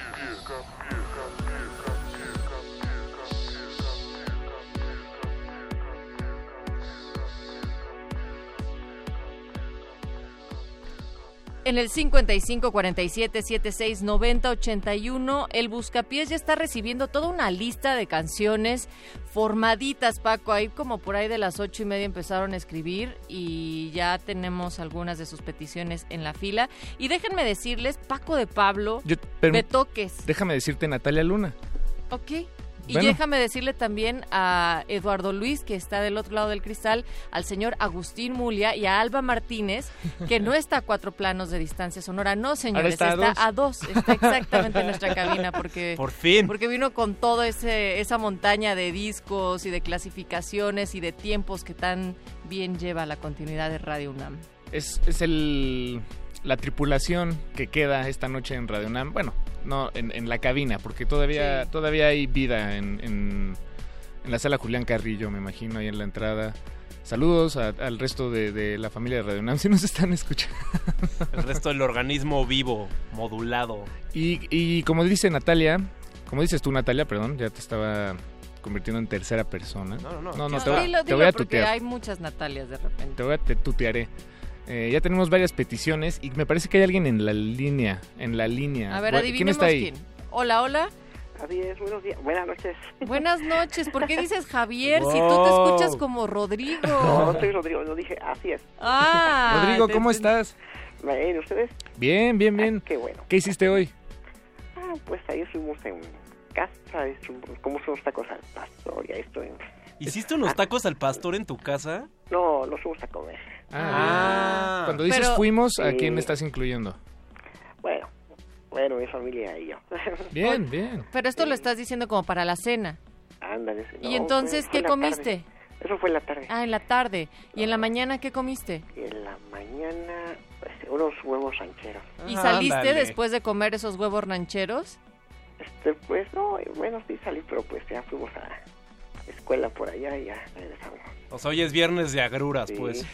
En el cincuenta y cinco cuarenta y siete setenta y seis noventa ochenta y uno, el Buscapiés ya está recibiendo toda una lista de canciones formaditas, Paco. Ahí como por ahí de las ocho y media empezaron a escribir y ya tenemos algunas de sus peticiones en la fila. Y déjenme decirles, Paco de Pablo, Yo, pero, Betoques. Déjame decirte Natalia Luna. Ok. Y Bueno. déjame decirle también a Eduardo Luis, que está del otro lado del cristal, al señor Agustín Mulia y a Alba Martínez, que no está a cuatro planos de distancia sonora. No, señores, está, está, a, a dos. Está exactamente en nuestra cabina porque, Por fin. porque vino con todo ese esa montaña de discos y de clasificaciones y de tiempos que tan bien lleva la continuidad de Radio UNAM. Es, es el la tripulación que queda esta noche en Radio UNAM. Bueno, no, en, en la cabina, porque todavía sí. todavía hay vida en, en, en la sala Julián Carrillo, me imagino, ahí en la entrada. Saludos a, al resto de, de la familia de Radio UNAM, si nos están escuchando. El resto del organismo vivo, modulado. Y, y como dice Natalia, como dices tú, Natalia, perdón, ya te estaba convirtiendo en tercera persona. No, no, no. no, no no te, dilo, te voy a porque tutear. hay muchas Natalias de repente. Te voy a te tutearé. Eh, ya tenemos varias peticiones y me parece que hay alguien en la línea, en la línea. A ver, ¿Quién adivinemos está ahí? quién. Hola, hola. Así es, buenos días, buenas noches. Buenas noches, ¿por qué dices Javier wow. si tú te escuchas como Rodrigo? No, no soy Rodrigo, lo dije, así es. Ah, Rodrigo, ¿cómo te... estás? Bien, ¿ustedes? Bien, bien, bien. Ah, qué bueno. ¿Qué hiciste hoy? Ah, pues ahí fuimos en casa, como unos tacos al pastor y ahí estoy. ¿Hiciste unos tacos al pastor en tu casa? No, los fuimos a comer. Ah, cuando dices pero, fuimos, ¿a quién sí. estás incluyendo? Bueno, bueno, mi familia y yo. Bien, bien. Pero esto sí. lo estás diciendo como para la cena. Ándale. No, ¿Y entonces fue, qué fue comiste? Tarde. Eso fue en la tarde. Ah, en la tarde. ¿Y en la mañana qué comiste? Y en la mañana, pues, unos huevos rancheros. ¿Y saliste Ándale. después de comer esos huevos rancheros? Este, pues no, bueno, sí salí, pero pues ya fuimos a escuela por allá y ya regresamos. O sea, hoy es viernes de agruras, sí. pues.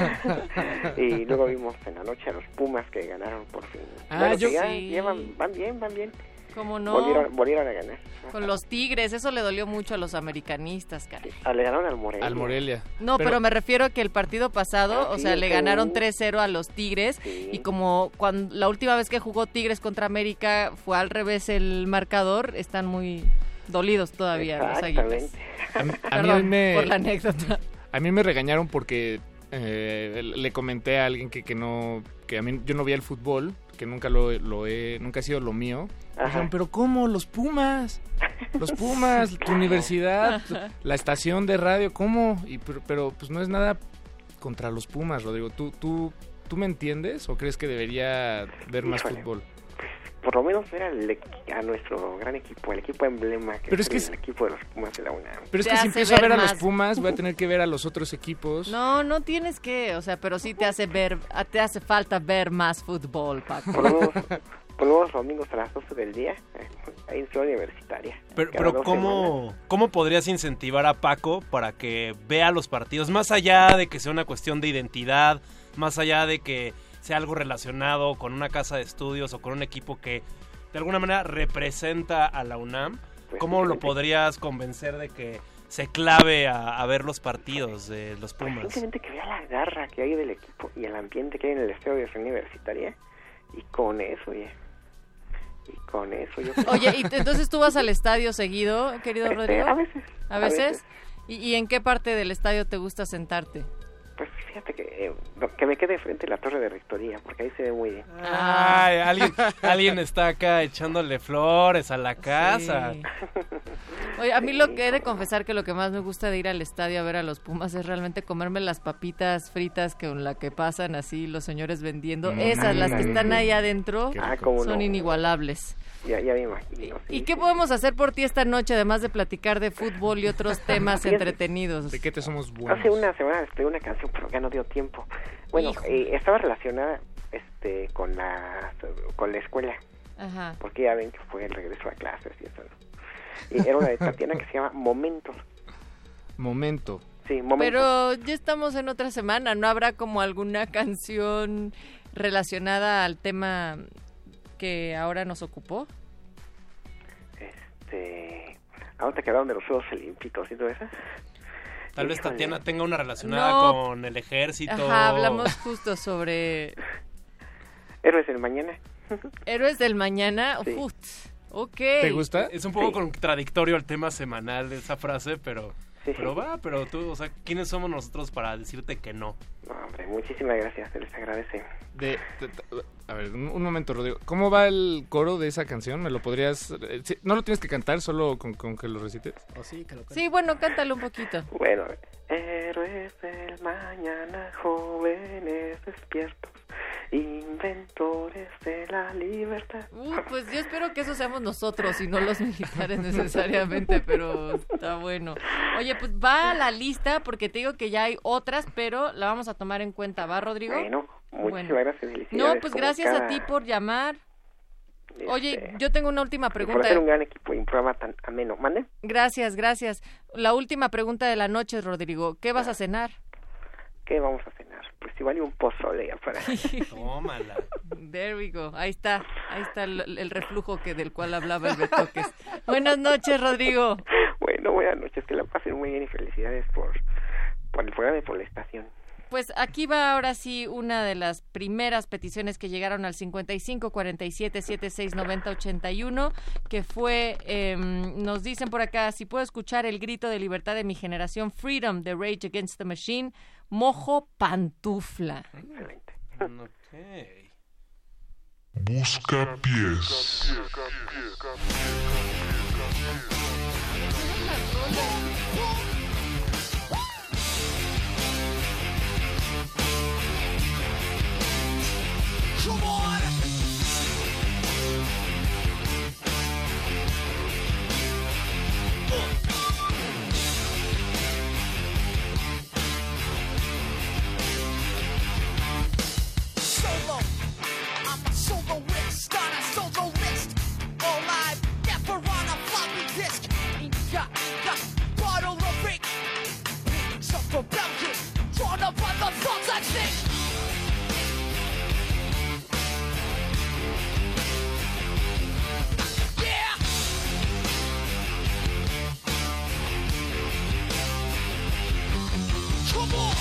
Y luego vimos en la noche a los Pumas que ganaron por fin. Ah, bueno, yo ya sí. llevan, van bien, van bien. ¿Cómo no? Volvieron, volvieron a ganar. Con los Tigres, eso le dolió mucho a los americanistas, caray. Ah, le ganaron al Morelia. Al Morelia. No, pero, pero me refiero a que el partido pasado, ah, o sí, sea, le ganaron tres cero a los Tigres, sí. y como cuando la última vez que jugó Tigres contra América fue al revés el marcador, están muy dolidos todavía los Águilas. A, a Perdón, mí me, por la anécdota. A mí me regañaron porque eh, le comenté a alguien que, que no, que a mí yo no veía el fútbol, que nunca lo, lo he, nunca ha sido lo mío. Dijeron, pero ¿cómo? Los Pumas, los Pumas, tu universidad, tu, la estación de radio, ¿cómo? Y pero, pero pues no es nada contra los Pumas, Rodrigo. ¿Tú, tú, tú me entiendes o crees que debería ver más Híjole. fútbol? Por lo menos ver al, a nuestro gran equipo, el equipo emblema, que pero es, es que el equipo de los Pumas de la UNAM. Pero es que si empiezo a ver a los Pumas, voy a tener que ver a los otros equipos. No, no tienes que, o sea, pero sí te hace ver, te hace falta ver más fútbol, Paco. Por lo menos, por lo menos los domingos a las doce del día, ahí en Ciudad Universitaria. Pero, pero ¿cómo, ¿cómo podrías incentivar a Paco para que vea los partidos? Más allá de que sea una cuestión de identidad, más allá de que sea algo relacionado con una casa de estudios o con un equipo que de alguna manera representa a la UNAM, pues ¿cómo lo podrías convencer de que se clave a, a ver los partidos de los Pumas? Pues simplemente que vea la garra que hay del equipo y el ambiente que hay en el estadio de Ciudad Universitaria, y con eso, oye, y con eso yo... Oye, ¿y entonces tú vas al estadio seguido, querido este, Rodrigo? A veces. ¿A veces? ¿A veces? ¿Y, ¿Y en qué parte del estadio te gusta sentarte? Pues fíjate que, eh, que me quede frente a la torre de rectoría, porque ahí se ve muy bien. Ay, alguien, alguien está acá echándole flores a la casa. Sí. Oye, a mí lo que he de confesar que lo que más me gusta de ir al estadio a ver a los Pumas es realmente comerme las papitas fritas con la que pasan así los señores vendiendo. Mm, Esas, las que están ahí adentro, ah, son no. inigualables. Ya, ya me imagino. ¿Y, sí, ¿y qué sí. podemos hacer por ti esta noche, además de platicar de fútbol y otros temas entretenidos? ¿De qué te somos buenos? Hace una semana les pedí una canción, pero ya no dio tiempo. Bueno, eh, estaba relacionada este con la con la escuela. Ajá. Porque ya ven que fue el regreso a clases y eso, ¿no? Y era una de Tatiana que se llama Momentos. Momento. Sí, Momentos. Pero ya estamos en otra semana, ¿no habrá como alguna canción relacionada al tema que ahora nos ocupó? Este, ahorita que hablaron de los Juegos Olímpicos y todo eso. Tal vez Híjole. Tatiana tenga una relacionada No. con el ejército. Ajá, hablamos justo sobre Héroes del Mañana. Héroes del Mañana. Sí. Uf, ok. ¿Te gusta? Es un poco Sí. contradictorio el tema semanal de esa frase, pero Sí. pero va, pero tú, o sea, ¿quiénes somos nosotros para decirte que no? No, hombre, muchísimas gracias, se les agradece. De, de- de- a ver, un, un momento, Rodrigo. ¿Cómo va el coro de esa canción? ¿Me lo podrías...? eh, sí, no lo tienes que cantar, solo con, con que lo recites. Oh, sí, que lo Sí, bueno, cántalo un poquito. Bueno, héroes del mañana, jóvenes despiertos, inventores de la libertad. Uh, pues yo espero que eso seamos nosotros y no los militares necesariamente, pero está bueno. Oye, pues va a la lista porque te digo que ya hay otras, pero la vamos a tomar en cuenta, ¿va, Rodrigo? Bueno, muchísimas Bueno. gracias, felicidades. No, pues como gracias cada- a ti por llamar. Oye, este, yo tengo una última y por pregunta. hacer un gran equipo y un programa tan ameno. ¿Mande? Gracias, gracias. La última pregunta de la noche, Rodrigo. ¿Qué vas a cenar? ¿Qué vamos a cenar? Pues igual y un pozole ya para... Tómala. There we go. Ahí está. Ahí está el, el reflujo que del cual hablaba el Betoques. Buenas noches, Rodrigo. Bueno, buenas noches, que la pasen muy bien y felicidades por, por el programa y por la estación. Pues aquí va ahora sí una de las primeras peticiones que llegaron al cincuenta y cinco cuarenta y siete setenta y seis noventa ochenta y uno, que fue, eh, nos dicen por acá, si puedo escuchar el grito de libertad de mi generación, Freedom, de Rage Against the Machine, Mojo Pantufla. Excelente. Ok. Busca pies. Come on! Solo, I'm a soloist on a solo list. All live, never on a floppy disk. Inca, Inca, bottle of ink. Paintings of rebellion, drawn up by the thoughts I think. Come on!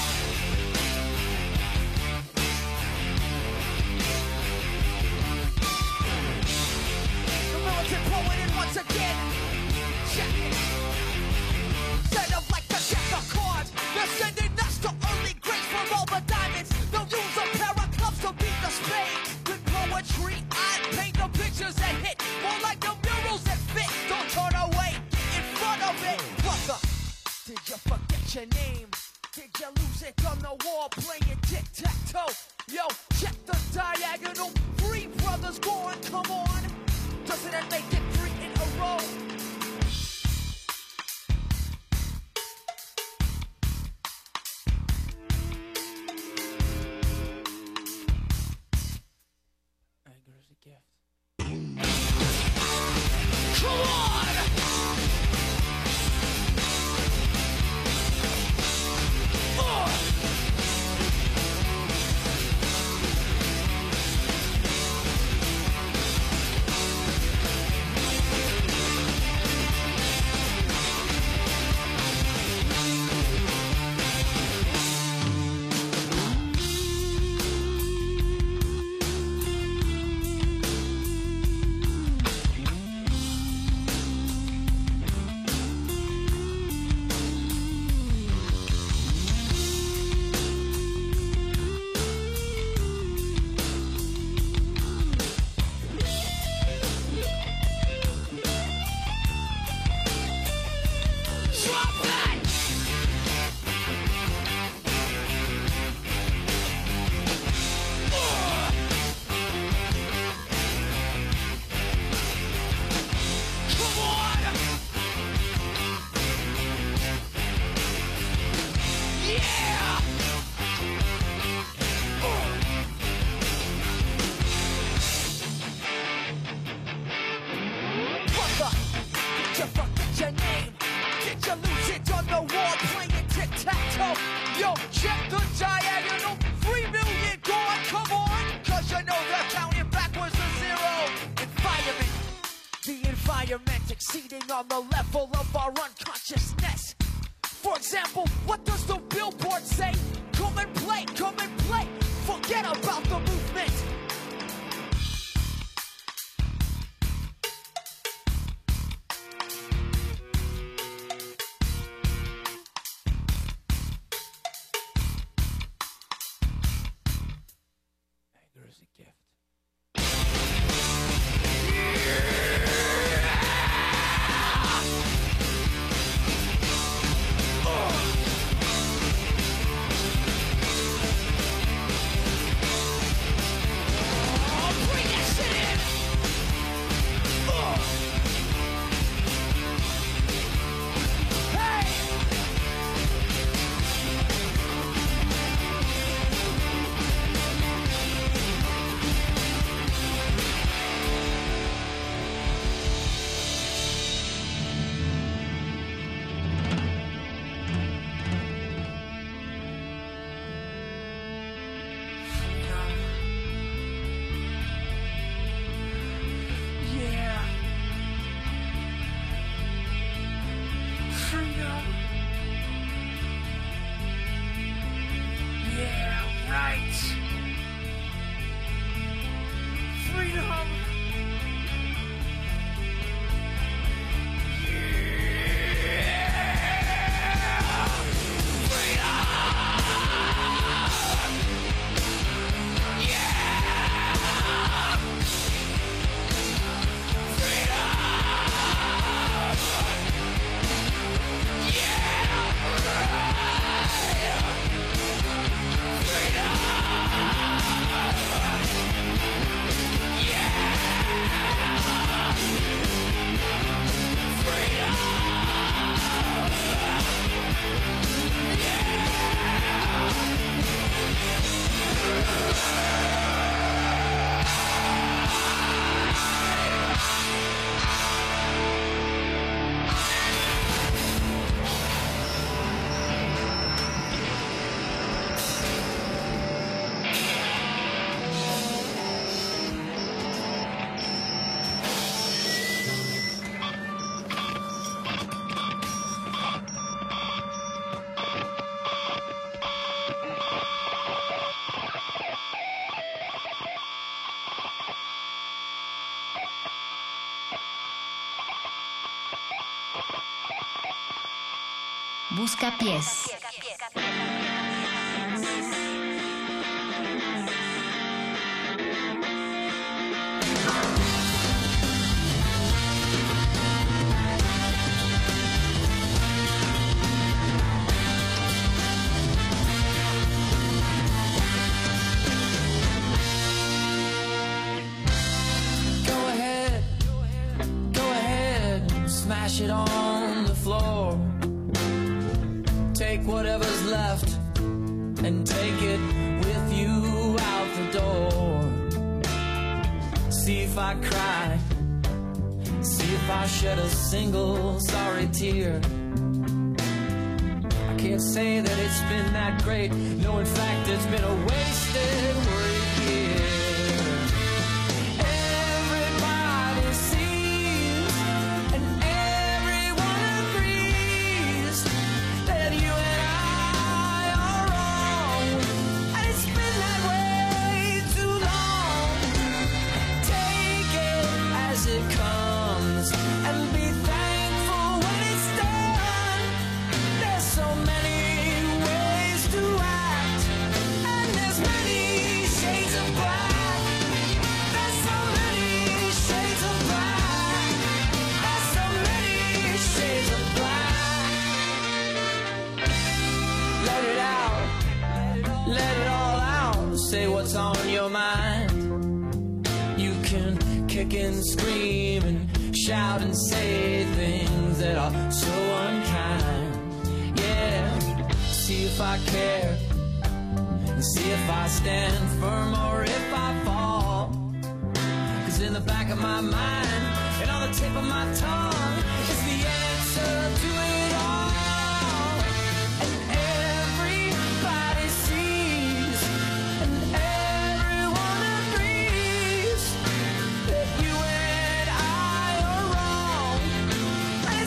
The militant poet and once again, check it. Set up like the deck of cards. They're sending us to early grace for all the diamonds. They'll use a pair of clubs to beat the spade. With poetry, I paint the pictures that hit. More like the murals that fit. Don't turn away, get in front of it. Brother, did you forget your name? Did you lose it on the wall playing tic-tac-toe? Yo, check the diagonal. Three brothers gone, come on. Doesn't it make it three in a row? Come on! Drop it! Ugh. Come on! Yeah! Ugh. Brother, did you forget your name? Did you lose it on the wall playing tic-tac-toe? Yo, check the diagonal. Three million gone, come on. on the level of our unconsciousness. For example, what does the billboard say? Come and play, come and play. Forget about the movement. Buscapiés. Go ahead, go ahead, smash it on the floor. Take whatever's left and take it with you out the door. See if I cry, see if I shed a single sorry tear. I can't say that it's been that great. No, in fact, it's been a wasted worried year. Everybody sees and everyone agrees that you and I are wrong, and it's been that way too long. Take it as it comes and be thankful when it's done. There's so many ways to act, and there's many shades of black. There's so many shades of black. There's so many shades of black. Let it out, let it all out. Say what's on your mind. You can kick and scream and shout and say things that are so unkind. Yeah, see if I care, and see if I stand firm or if I fall. Cause in the back of my mind and on the tip of my tongue is the answer to it all. And everybody sees and everyone agrees that you and I are wrong, and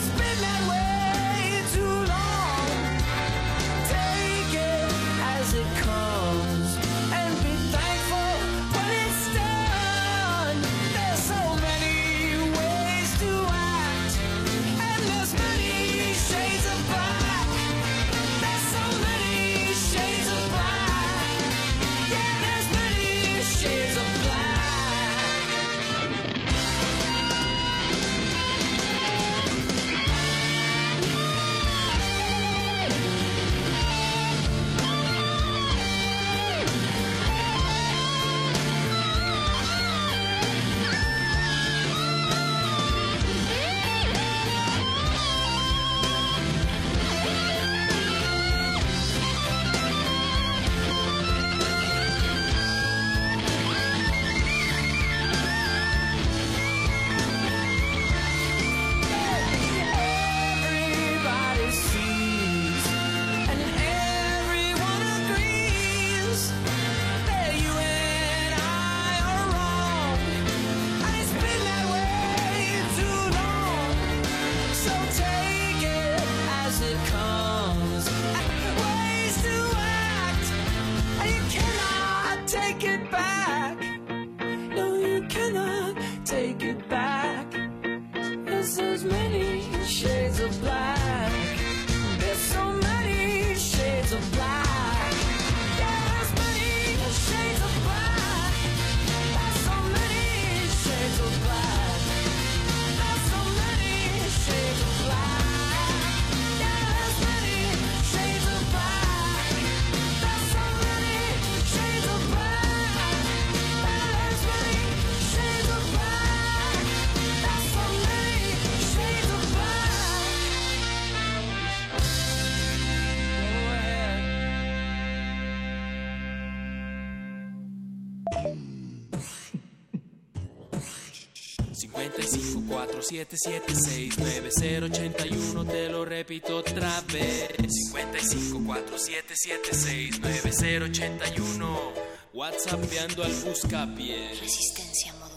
y cinco, cuatro, siete, siete, seis, nueve, cero, ochenta y uno. Te lo repito otra vez. cincuenta y cinco, cuatro, siete, siete, seis, nueve, cero, ochenta y uno. WhatsAppeando al Buscapiés. Resistencia modulada.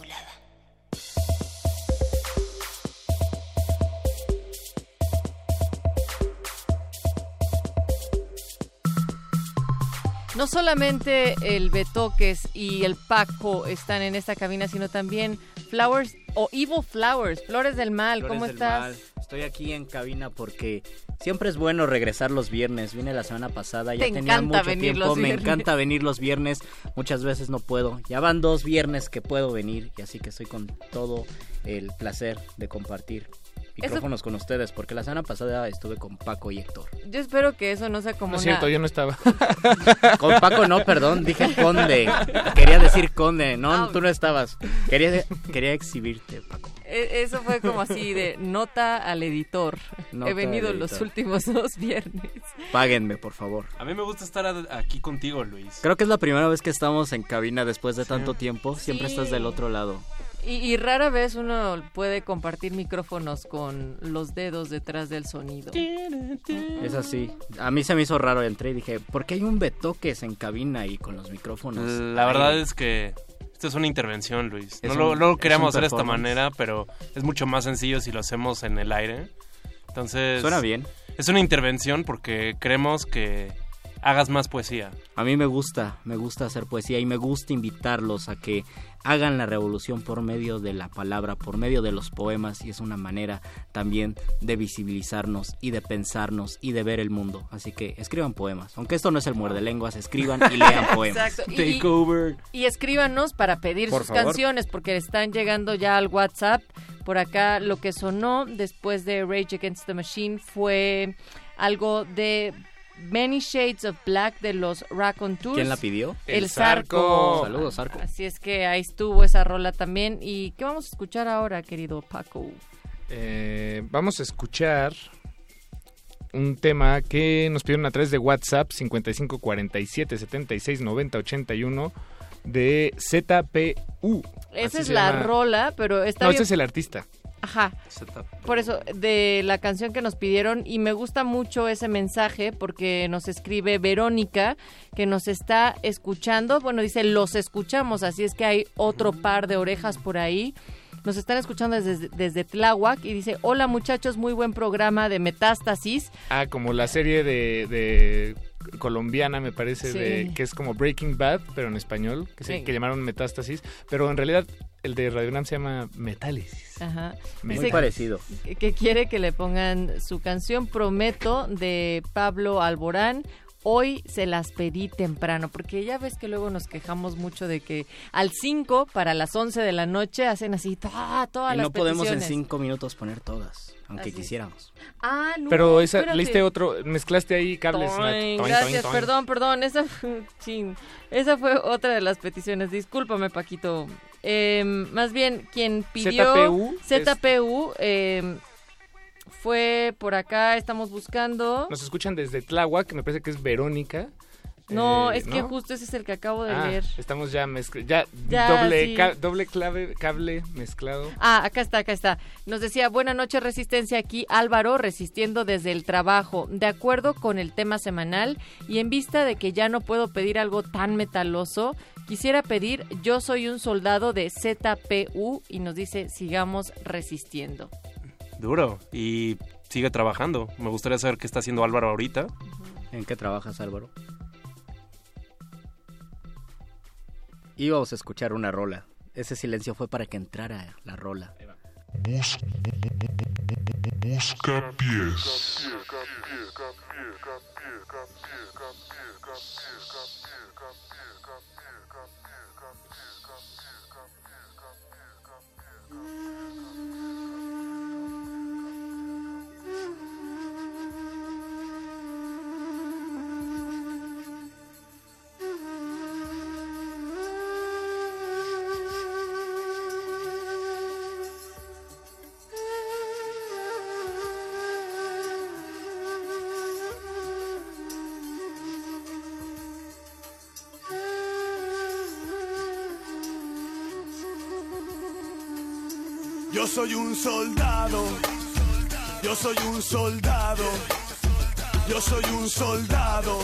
No solamente el Betoques y el Paco están en esta cabina, sino también Flowers o Evil Flowers, Flores del Mal. Flores ¿Cómo del estás? Mal. Estoy aquí en cabina porque siempre es bueno regresar los viernes. Vine la semana pasada, ya Te tenía encanta mucho venir tiempo. los Me viernes. encanta venir los viernes. Muchas veces no puedo. Ya van dos viernes que puedo venir y así que estoy con todo el placer de compartir micrófonos con ustedes, porque la semana pasada estuve con Paco y Héctor. Yo espero que eso no sea como No es una... cierto, yo no estaba. Con Paco no, perdón, dije conde. Quería decir conde, no, Ah. tú no estabas. Quería, quería exhibirte, Paco. E- Eso fue como así de nota al editor. Nota He venido al los editor. últimos dos viernes. Páguenme, por favor. A mí me gusta estar a- aquí contigo, Luis. Creo que es la primera vez que estamos en cabina después de tanto tiempo. Siempre Sí. estás del otro lado. Y, y rara vez uno puede compartir micrófonos con los dedos detrás del sonido. Es así. A mí se me hizo raro. Entré y dije, ¿por qué hay un Betoques en cabina y con los micrófonos? La verdad es que esto es una intervención, Luis. No Es lo, un- no lo es queríamos un hacer de esta performance. manera, pero es mucho más sencillo si lo hacemos en el aire. Entonces... Suena bien. Es una intervención porque queremos que hagas más poesía. A mí me gusta, me gusta hacer poesía y me gusta invitarlos a que hagan la revolución por medio de la palabra, por medio de los poemas, y es una manera también de visibilizarnos y de pensarnos y de ver el mundo. Así que escriban poemas, aunque esto no es el muerde lenguas, escriban y lean poemas. Exacto. Y- Take over. Y escríbanos para pedir Por sus favor. canciones, porque están llegando ya al WhatsApp. Por acá lo que sonó después de Rage Against the Machine fue algo de Many Shades of Black de los Raconteurs. ¿Quién la pidió? El, El Zarco. Zarco. Saludos, Zarco. Así es que ahí estuvo esa rola también. ¿Y qué vamos a escuchar ahora, querido Paco? Eh, vamos a escuchar un tema que nos pidieron a través de WhatsApp cincuenta y cinco cuarenta y siete setenta y seis noventa ochenta y uno de Z P U. Esa Así es se la llama. rola, pero está No, bien. ese es el artista. Ajá. Por eso, de la canción que nos pidieron, y me gusta mucho ese mensaje porque nos escribe Verónica, que nos está escuchando. Bueno, dice, los escuchamos, así es que hay otro par de orejas por ahí. Nos están escuchando desde, desde Tláhuac y dice, hola muchachos, muy buen programa de Metástasis. Ah, como la serie de, de colombiana, me parece, Sí. de, que es como Breaking Bad, pero en español, que, se, Sí. que llamaron Metástasis, pero en realidad el de Radio UNAM se llama Metálisis. Ajá. Muy Dice parecido. Que, que quiere que le pongan su canción Prometo de Pablo Alborán. Hoy se las pedí temprano, porque ya ves que luego nos quejamos mucho de que al cinco para las once de la noche hacen así toda, todas Y las no podemos en peticiones. cinco minutos poner todas, aunque Así. quisiéramos. Ah, no, Pero esa, espérate. leíste otro, mezclaste ahí cables. Toin, Nat. Toin, gracias, toin, toin. perdón, perdón, esa fue, chin, esa fue otra de las peticiones, discúlpame Paquito. Eh, más bien, quien pidió Z P U Z P U eh, fue por acá, estamos buscando. Nos escuchan desde Tláhuac, me parece que es Verónica. No, Eh, es que ¿no? justo ese es el que acabo de Ah, leer. estamos ya mezclados, ya, Ya, doble, sí. ca- doble clave, cable mezclado. Ah, acá está, acá está. Nos decía, buenas noches Resistencia, aquí Álvaro, resistiendo desde el trabajo, de acuerdo con el tema semanal y en vista de que ya no puedo pedir algo tan metaloso, quisiera pedir Yo soy un soldado de Z P U y nos dice, sigamos resistiendo. Duro. Y sigue trabajando. Me gustaría saber qué está haciendo Álvaro ahorita. ¿En qué trabajas, Álvaro? Íbamos a escuchar una rola. Ese silencio fue para que entrara la rola. Bus- Busca pies. Thank you. Yo soy un soldado, yo soy un soldado, yo soy un soldado,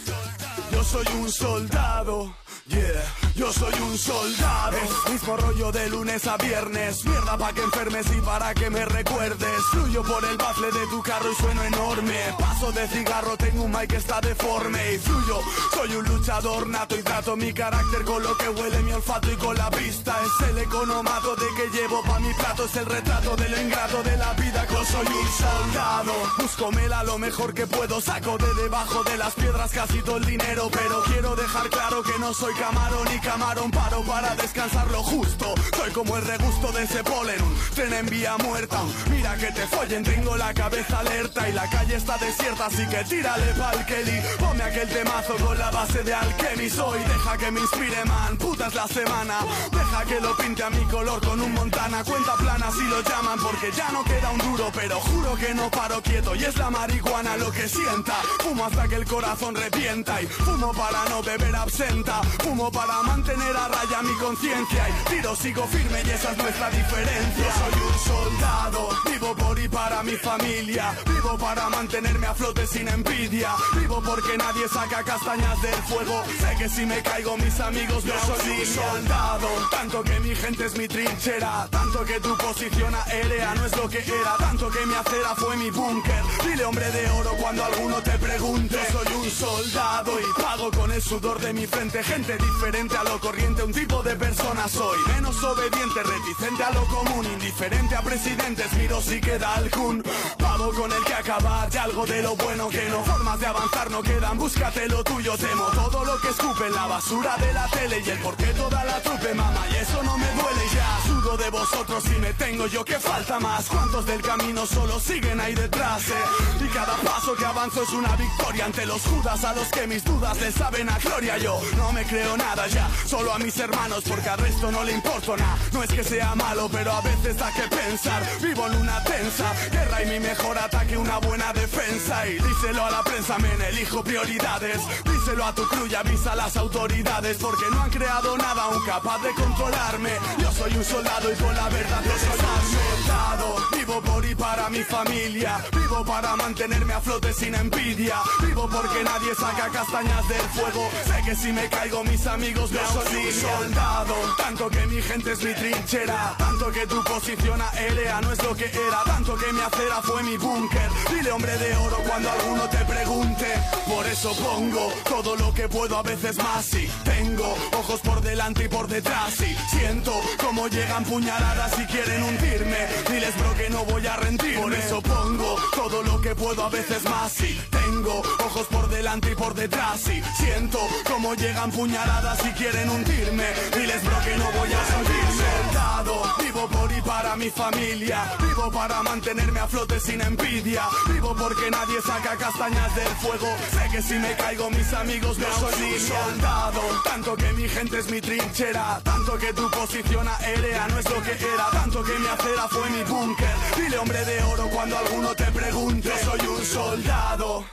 yo soy un soldado. Yeah, yo soy un soldado. Es mismo rollo de lunes a viernes. Mierda pa' que enfermes y para que me recuerdes. Fluyo por el bafle de tu carro y sueno enorme. Paso de cigarro, tengo un mic que está deforme. Y fluyo, soy un luchador nato y trato mi carácter con lo que huele mi olfato y con la vista. Es el economato de que llevo pa' mi plato. Es el retrato de lo ingrato de la vida. Yo soy un soldado. Buscomela lo mejor que puedo. Saco de debajo de las piedras casi todo el dinero. Pero quiero dejar claro que no soy camarón y camarón, paro para descansar lo justo. Soy como el regusto de ese polen, un tren en vía muerta. Mira que te follen, tengo la cabeza alerta y la calle está desierta, así que tírale pa'l Kelly. Ponme aquel temazo con la base de Alchemist hoy. Deja que me inspire, man, puta es la semana. Deja que lo pinte a mi color con un Montana. Cuenta plana si lo llaman porque ya no queda un duro, pero juro que no paro quieto y es la marihuana lo que sienta. Fumo hasta que el corazón revienta y fumo para no beber absenta. Fumo para mantener a raya mi conciencia y tiro, sigo firme y esa es nuestra diferencia. Yo soy un soldado, vivo por y para mi familia. Vivo para mantenerme a flote sin envidia. Vivo porque nadie saca castañas del fuego. Sé que si me caigo mis amigos me soy un soldado. Tanto que mi gente es mi trinchera. Tanto que tu posición aérea no es lo que era. Tanto que mi acera fue mi búnker. Dile hombre de oro cuando alguno te pregunte. Yo soy un soldado y pago con el sudor de mi frente. Gente diferente a lo corriente, un tipo de persona soy. Menos obediente, reticente a lo común. Indiferente a presidentes, miro si queda algún pavo con el que acabar. Y algo de lo bueno que no. Formas de avanzar no quedan, búscate lo tuyo. Temo todo lo que escupe en la basura de la tele. Y el por qué toda la trupe, mamá, y eso no me duele ya. Sudo de vosotros y me tengo yo, que falta más. ¿Cuántos del camino solo siguen ahí detrás, eh? Y cada paso que avanzo es una victoria ante los judas a los que mis dudas les saben a gloria. Yo no me creo nada ya, solo a mis hermanos porque al resto no le importo nada. No es que sea malo, pero a veces da que pensar. Vivo en una tensa guerra y mi mejor ataque una buena defensa. Y díselo a la prensa, men, elijo prioridades. Díselo a tu crew y avisa a las autoridades, porque no han creado nada aún capaz de controlarme. Yo soy un soldado y con la verdad yo soy un soldado. Vivo por y para mi familia. Vivo para mantenerme a flote sin envidia. Vivo porque nadie saca castañas del fuego. Sé que si me caigo mis amigos me soy un soldado. Tanto que mi gente es mi trinchera. Tanto que tu posición aérea no es lo que era. Tanto que mi acera fue mi búnker. Dile hombre de oro cuando alguno te pregunte. Por eso pongo todo lo que puedo, a veces más. Y tengo ojos por delante y por detrás. Y siento como llegan puñaladas y quieren hundirme. Diles bro que no voy a rendirme. Por eso pongo todo lo que puedo, a veces más. Y tengo ojos por delante y por detrás. Y siento como llegan puñaladas y quieren hundirme. Diles bro que no voy a rendirme. Soldado, vivo por y para mi familia. Vivo para mantenerme a flote sin envidia. Vivo porque nadie saca castañas del fuego. Sé que si me caigo mis amigos me soy un soldado. Tanto que mi gente es mi trinchera. Tanto que tu posición aérea no es lo que era. Tanto que mi acera fue mi búnker. Dile hombre de oro cuando alguno te pregunte. Yo soy un soldado.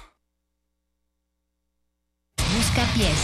Buscapiés.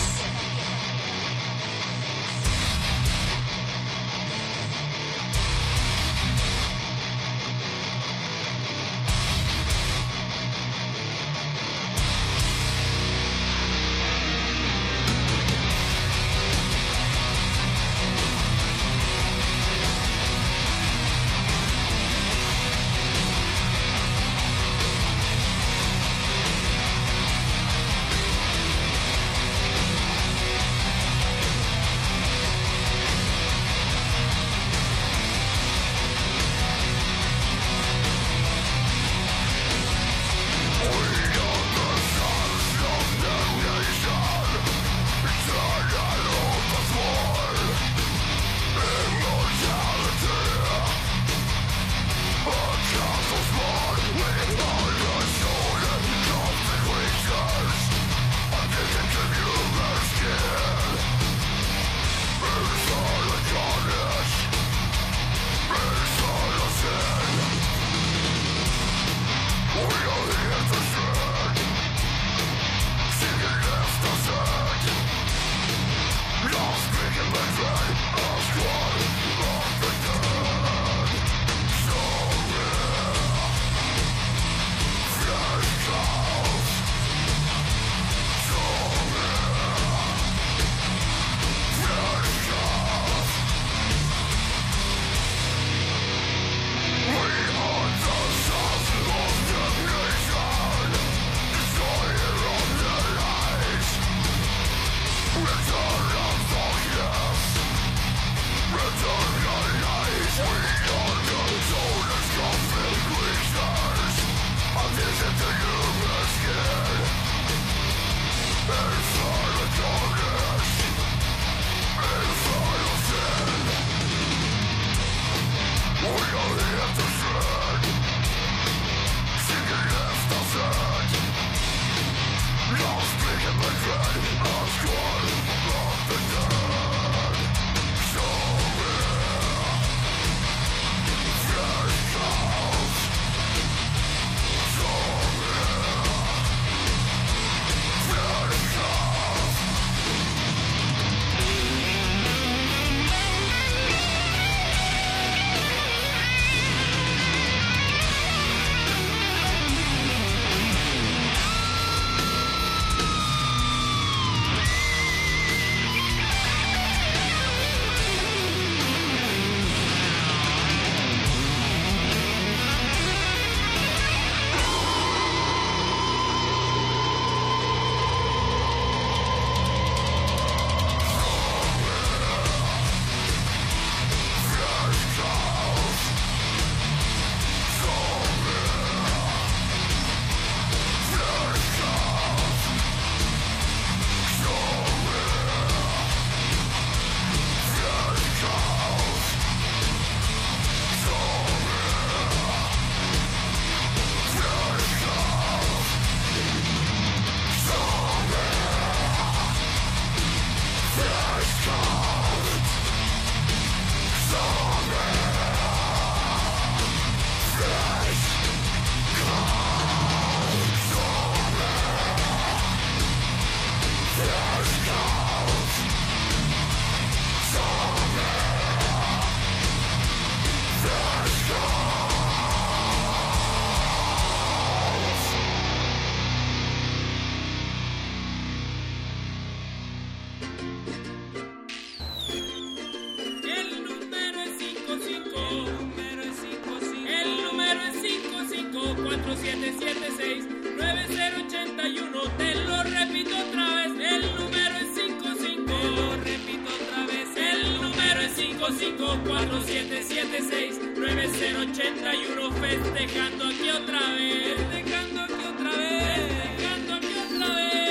cuatro siete siete seis nueve cero ocho uno. Te lo repito otra vez, el número es cinco cinco. Te lo repito otra vez, el número es cinco cinco cuatro siete siete seis nueve cero ocho uno. Festejando aquí otra vez, festejando aquí otra vez, festejando aquí otra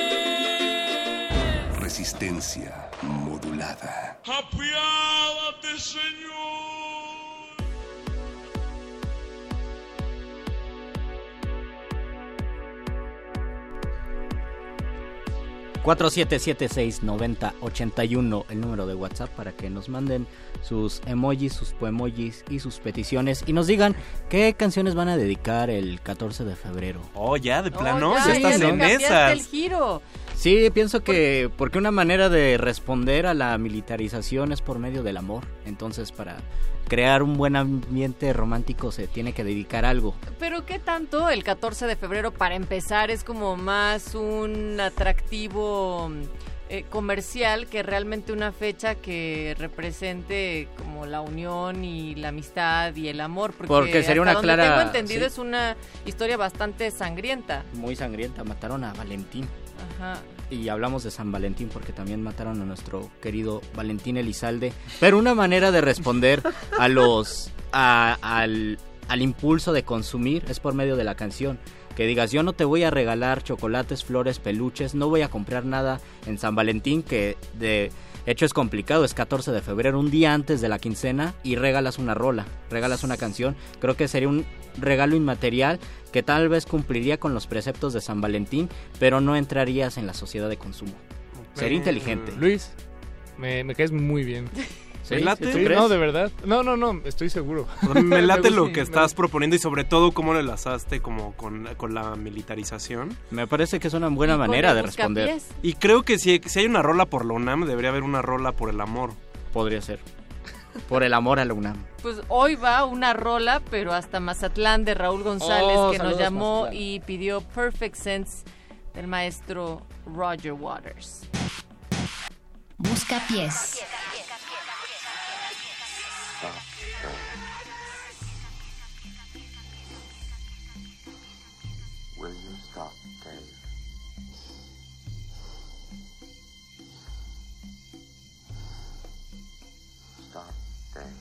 vez. Resistencia modulada. Apiádate, Señor. cuatro siete siete seis nueve cero ocho uno, el número de WhatsApp para que nos manden sus emojis, sus poemojis y sus peticiones y nos digan qué canciones van a dedicar el catorce de febrero. Oh, ya, de plano, oh, ya, ya estás ya en esas. el giro. Sí, pienso que porque una manera de responder a la militarización es por medio del amor. Entonces, para crear un buen ambiente romántico se tiene que dedicar algo. Pero ¿qué tanto el catorce de febrero para empezar es como más un atractivo eh, comercial que realmente una fecha que represente como la unión y la amistad y el amor? Porque, porque sería una hasta clara... donde tengo entendido sí. Es una historia bastante sangrienta. Muy sangrienta, mataron a Valentín. Ajá. Y hablamos de San Valentín porque también mataron a nuestro querido Valentín Elizalde. Pero una manera de responder a los a, al, al impulso de consumir es por medio de la canción. Que digas, yo no te voy a regalar chocolates, flores, peluches, no voy a comprar nada en San Valentín, que de hecho es complicado, es catorce de febrero, un día antes de la quincena, y regalas una rola, regalas una canción. Creo que sería un regalo inmaterial que tal vez cumpliría con los preceptos de San Valentín, pero no entrarías en la sociedad de consumo. Sería eh, inteligente. Luis, me, me caes muy bien. ¿Sí? ¿Me late? Sí, no, de verdad. No, no, no, estoy seguro. Me late me lo gusta, que estás proponiendo y sobre todo cómo lo enlazaste como con, con la militarización. Me parece que es una buena manera de responder. Y creo que si, si hay una rola por la UNAM, debería haber una rola por el amor. Podría ser. Por el amor a la UNAM. Pues hoy va una rola, pero hasta Mazatlán, de Raúl González, oh, que nos llamó Mazatlán. y pidió Perfect Sense del maestro Roger Waters. Buscapiés. Will you stop, Dave? Stop, Dave.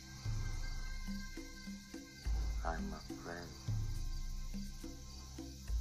I'm afraid.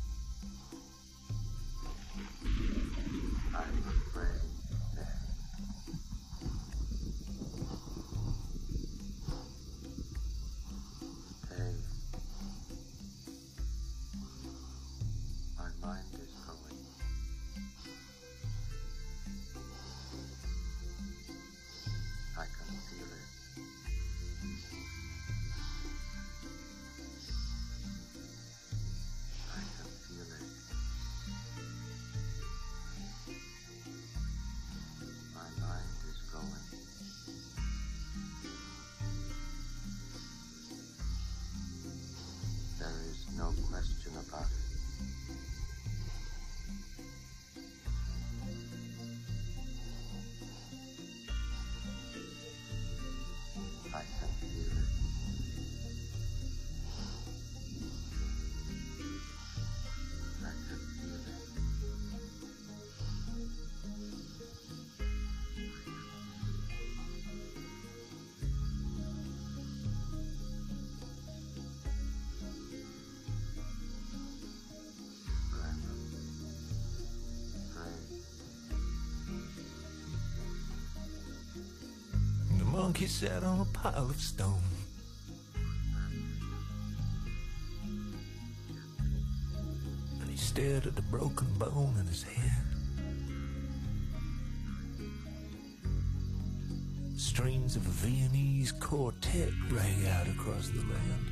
monkey sat on a pile of stone. And he stared at the broken bone in his hand. Strains of a Viennese quartet rang out across the land.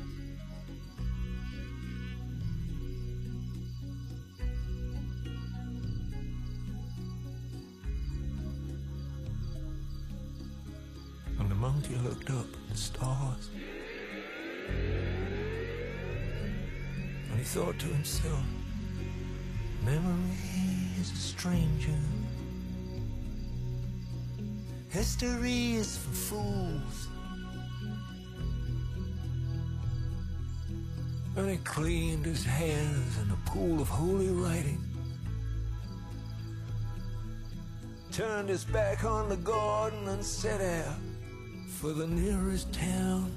And the monkey looked up at the stars. And he thought to himself, memory is a stranger. History is for fools. And he cleaned his hands in a pool of holy writing, turned his back on the garden and set out for the nearest town.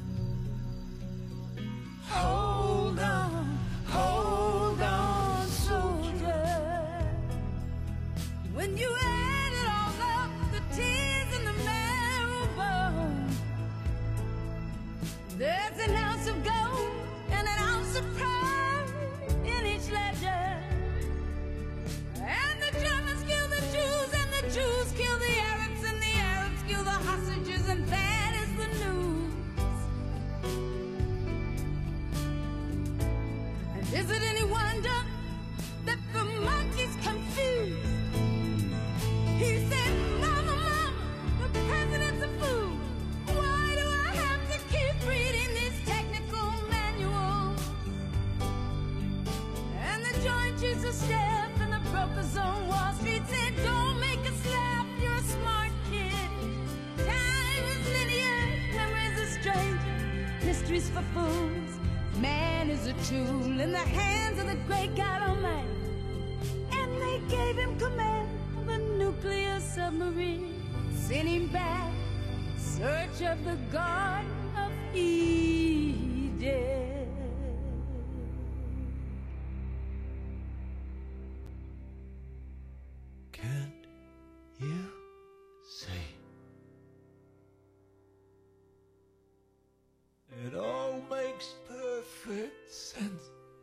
Hold on, hold on, soldier. When you add it all up, the tears and the marrow bone, there's an ounce of gold and an ounce of pride in each ledger. And the Germans kill the Jews, and the Jews kill the Arabs, and the Arabs kill the hostages, and that is the news. And is it any wonder that the monkey's confused? He said, Mama, Mama, the president's a fool. Why do I have to keep reading these technical manuals? And the Joint Chiefs of Staff and the brokers on Wall Street said, don't make us laugh, you're a smart kid. Time is linear, memory's a stranger, history's for fools. Man is a tool in the hands of the great God Almighty. And they gave him command of a nuclear submarine. Sent him back, search of the Garden of Eden. Can't you see? It all makes perfect sense,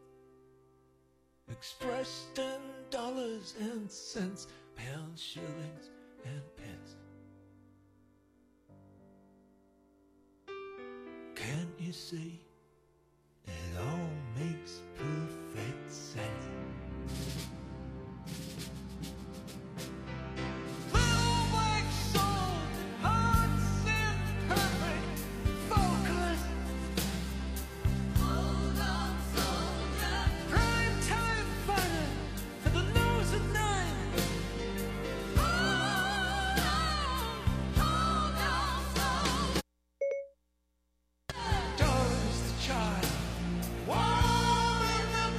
expressed in dollars and cents, pounds, shillings, and pence. Can't you see? It all makes perfect sense. Child, warm in the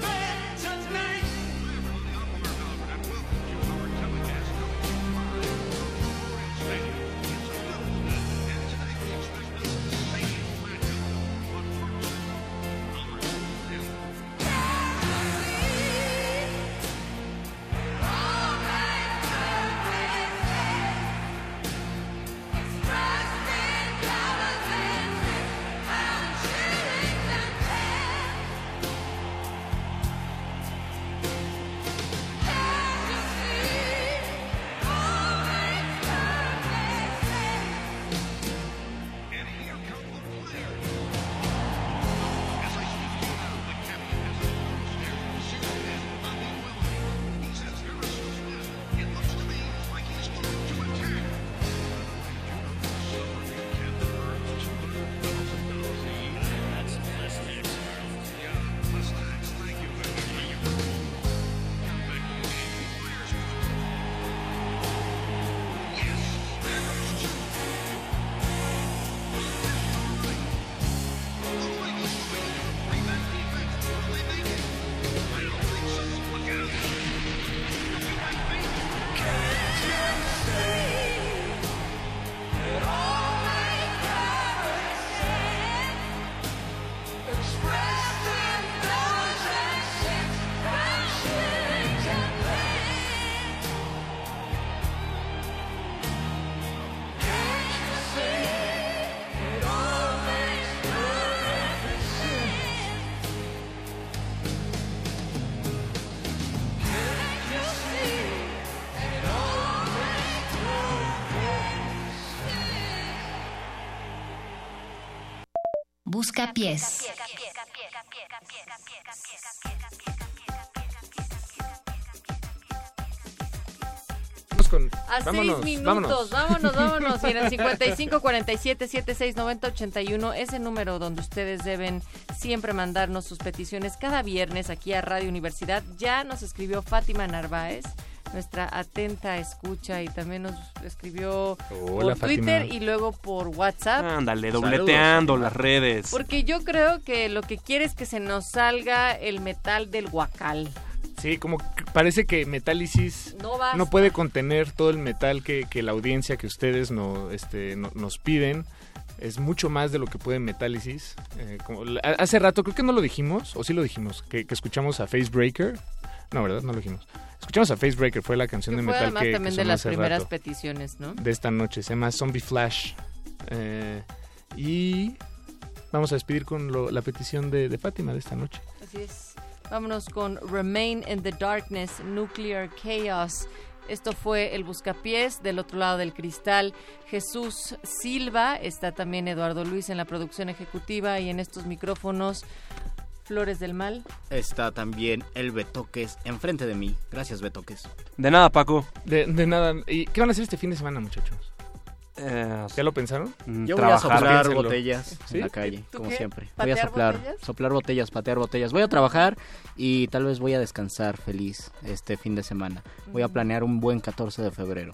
Buscapiés. Con, a vámonos, seis minutos, vámonos, vámonos, vámonos. Y en el cincuenta y cinco cuarenta y siete setenta y seis noventa ochenta y uno, ese número donde ustedes deben siempre mandarnos sus peticiones cada viernes aquí a Radio Universidad. Ya nos escribió Fátima Narváez, nuestra atenta escucha, y también nos escribió Hola, por Twitter Fátima. Y luego por WhatsApp. Ándale, dobleteando Saludos. Las redes. Porque yo creo que lo que quiere es que se nos salga el metal del guacal. Sí, como que parece que Metálisis No basta. no puede contener todo el metal que, que la audiencia que ustedes no, este, no- nos piden. Es mucho más de lo que puede Metálisis. Eh, como la- hace rato, creo que no lo dijimos, o sí lo dijimos, que, que escuchamos a Facebreaker. No, ¿verdad? No lo dijimos. Escuchamos a Facebreaker, fue la canción de Fue metal además que, que también de sonó las hace primeras rato, peticiones, ¿no? de esta noche. Se llama Zombie Flash. Eh, y vamos a despedir con lo- la petición de, de Fátima de esta noche. Así es. Vámonos con Remain in the Darkness, Nuclear Chaos. Esto fue el Buscapiés. Del otro lado del cristal, Jesús Silva. Está también Eduardo Luis en la producción ejecutiva, y en estos micrófonos, Flores del Mal. Está también el Betoques enfrente de mí. Gracias, Betoques. De nada, Paco. De, de nada. ¿Y qué van a hacer este fin de semana, muchachos? Eh, ¿Ya lo pensaron? Yo voy a soplar Piénsenlo. botellas ¿Sí? en la calle, ¿Tú como qué? siempre. Voy ¿Patear a soplar, botellas? soplar botellas, patear botellas. Voy a trabajar y tal vez voy a descansar feliz este fin de semana. Voy a planear un buen catorce de febrero.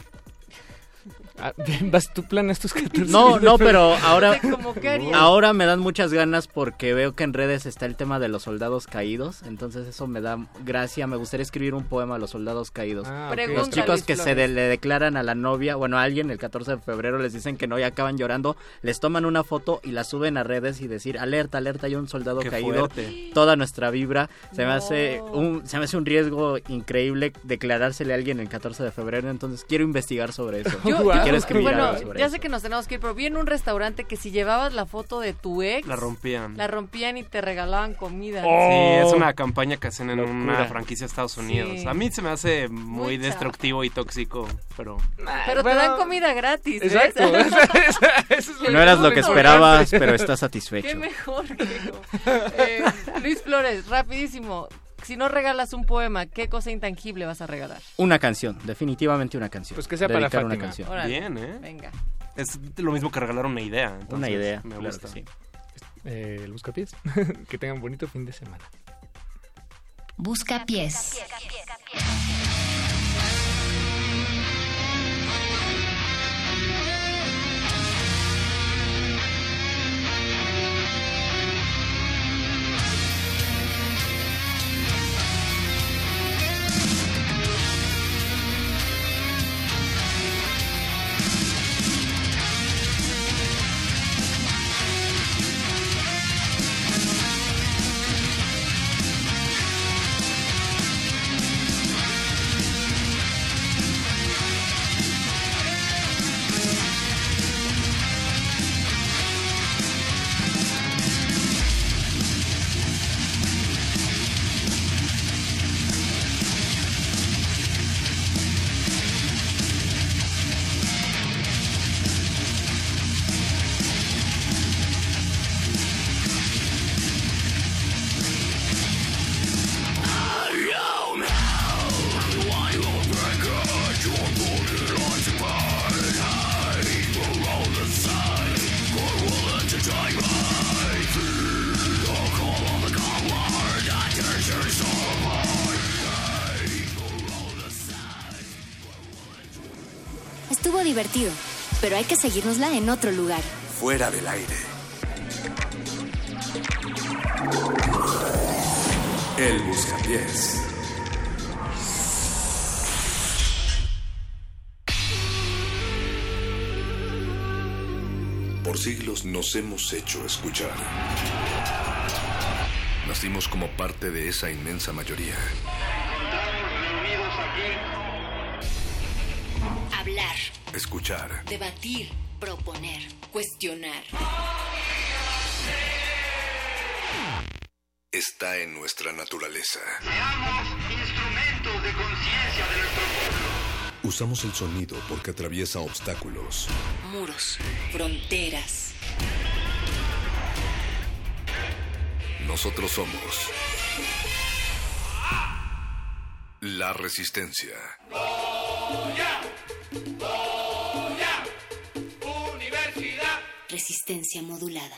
Ah, ¿vas, ¿Tú planeas tus catorce? No, no, pero ahora, ¿Cómo qué harías? ahora me dan muchas ganas porque veo que en redes está el tema de los soldados caídos. Entonces eso me da gracia. Me gustaría escribir un poema a los soldados caídos. Ah, ok. Pregunta, Los chicos Luis que se Flores. de- le declaran a la novia, bueno, a alguien el catorce de febrero, les dicen que no y acaban llorando, les toman una foto y la suben a redes y decir, alerta, alerta, hay un soldado Qué caído. fuerte. Toda nuestra vibra. Se me No. hace un se me hace un riesgo increíble declarársele a alguien el catorce de febrero, entonces quiero investigar sobre eso. Yo, Guau. yo- Quiero escribir bueno, algo sobre ya eso. sé que nos tenemos que ir, pero vi en un restaurante que si llevabas la foto de tu ex, La rompían. la rompían y te regalaban comida. Oh. Sí, es una campaña que hacen en Locura. una franquicia de Estados Unidos. Sí. A mí se me hace muy, Muy destructivo y tóxico, pero... Pero Bueno, te dan comida gratis, ¿ves? Exacto. Eso es No eras lo que Qué esperabas, pero estás Qué satisfecho. mejor. Diego. Eh, Luis Flores, rapidísimo. Si no regalas un poema, ¿qué cosa intangible vas a regalar? Una canción, definitivamente una canción. Pues que sea para Dedicar una Fátima. canción. Órale, Bien, ¿eh? Venga. Es lo mismo que regalar una idea. entonces Una idea, Me claro gusta. que sí. Eh, el Buscapiés. Que tengan bonito fin de semana. Buscapiés. Estuvo divertido, pero hay que seguírnosla en otro lugar. Fuera del aire. El Buscapiés. Por siglos nos hemos hecho escuchar. Nacimos como parte de esa inmensa mayoría. Hablar, Escuchar. debatir, proponer, cuestionar. Está en nuestra naturaleza. Seamos instrumentos de conciencia de nuestro pueblo. Usamos el sonido porque atraviesa obstáculos. Muros, fronteras. nosotros somos la Resistencia. Goya, Goya, Universidad. Resistencia modulada.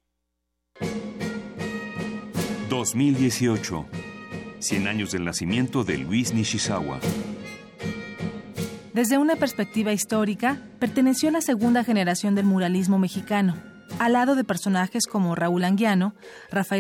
dos mil dieciocho. cien años del nacimiento de Luis Nishizawa. Desde una perspectiva histórica, perteneció a la segunda generación del muralismo mexicano, al lado de personajes como Raúl Anguiano, Rafael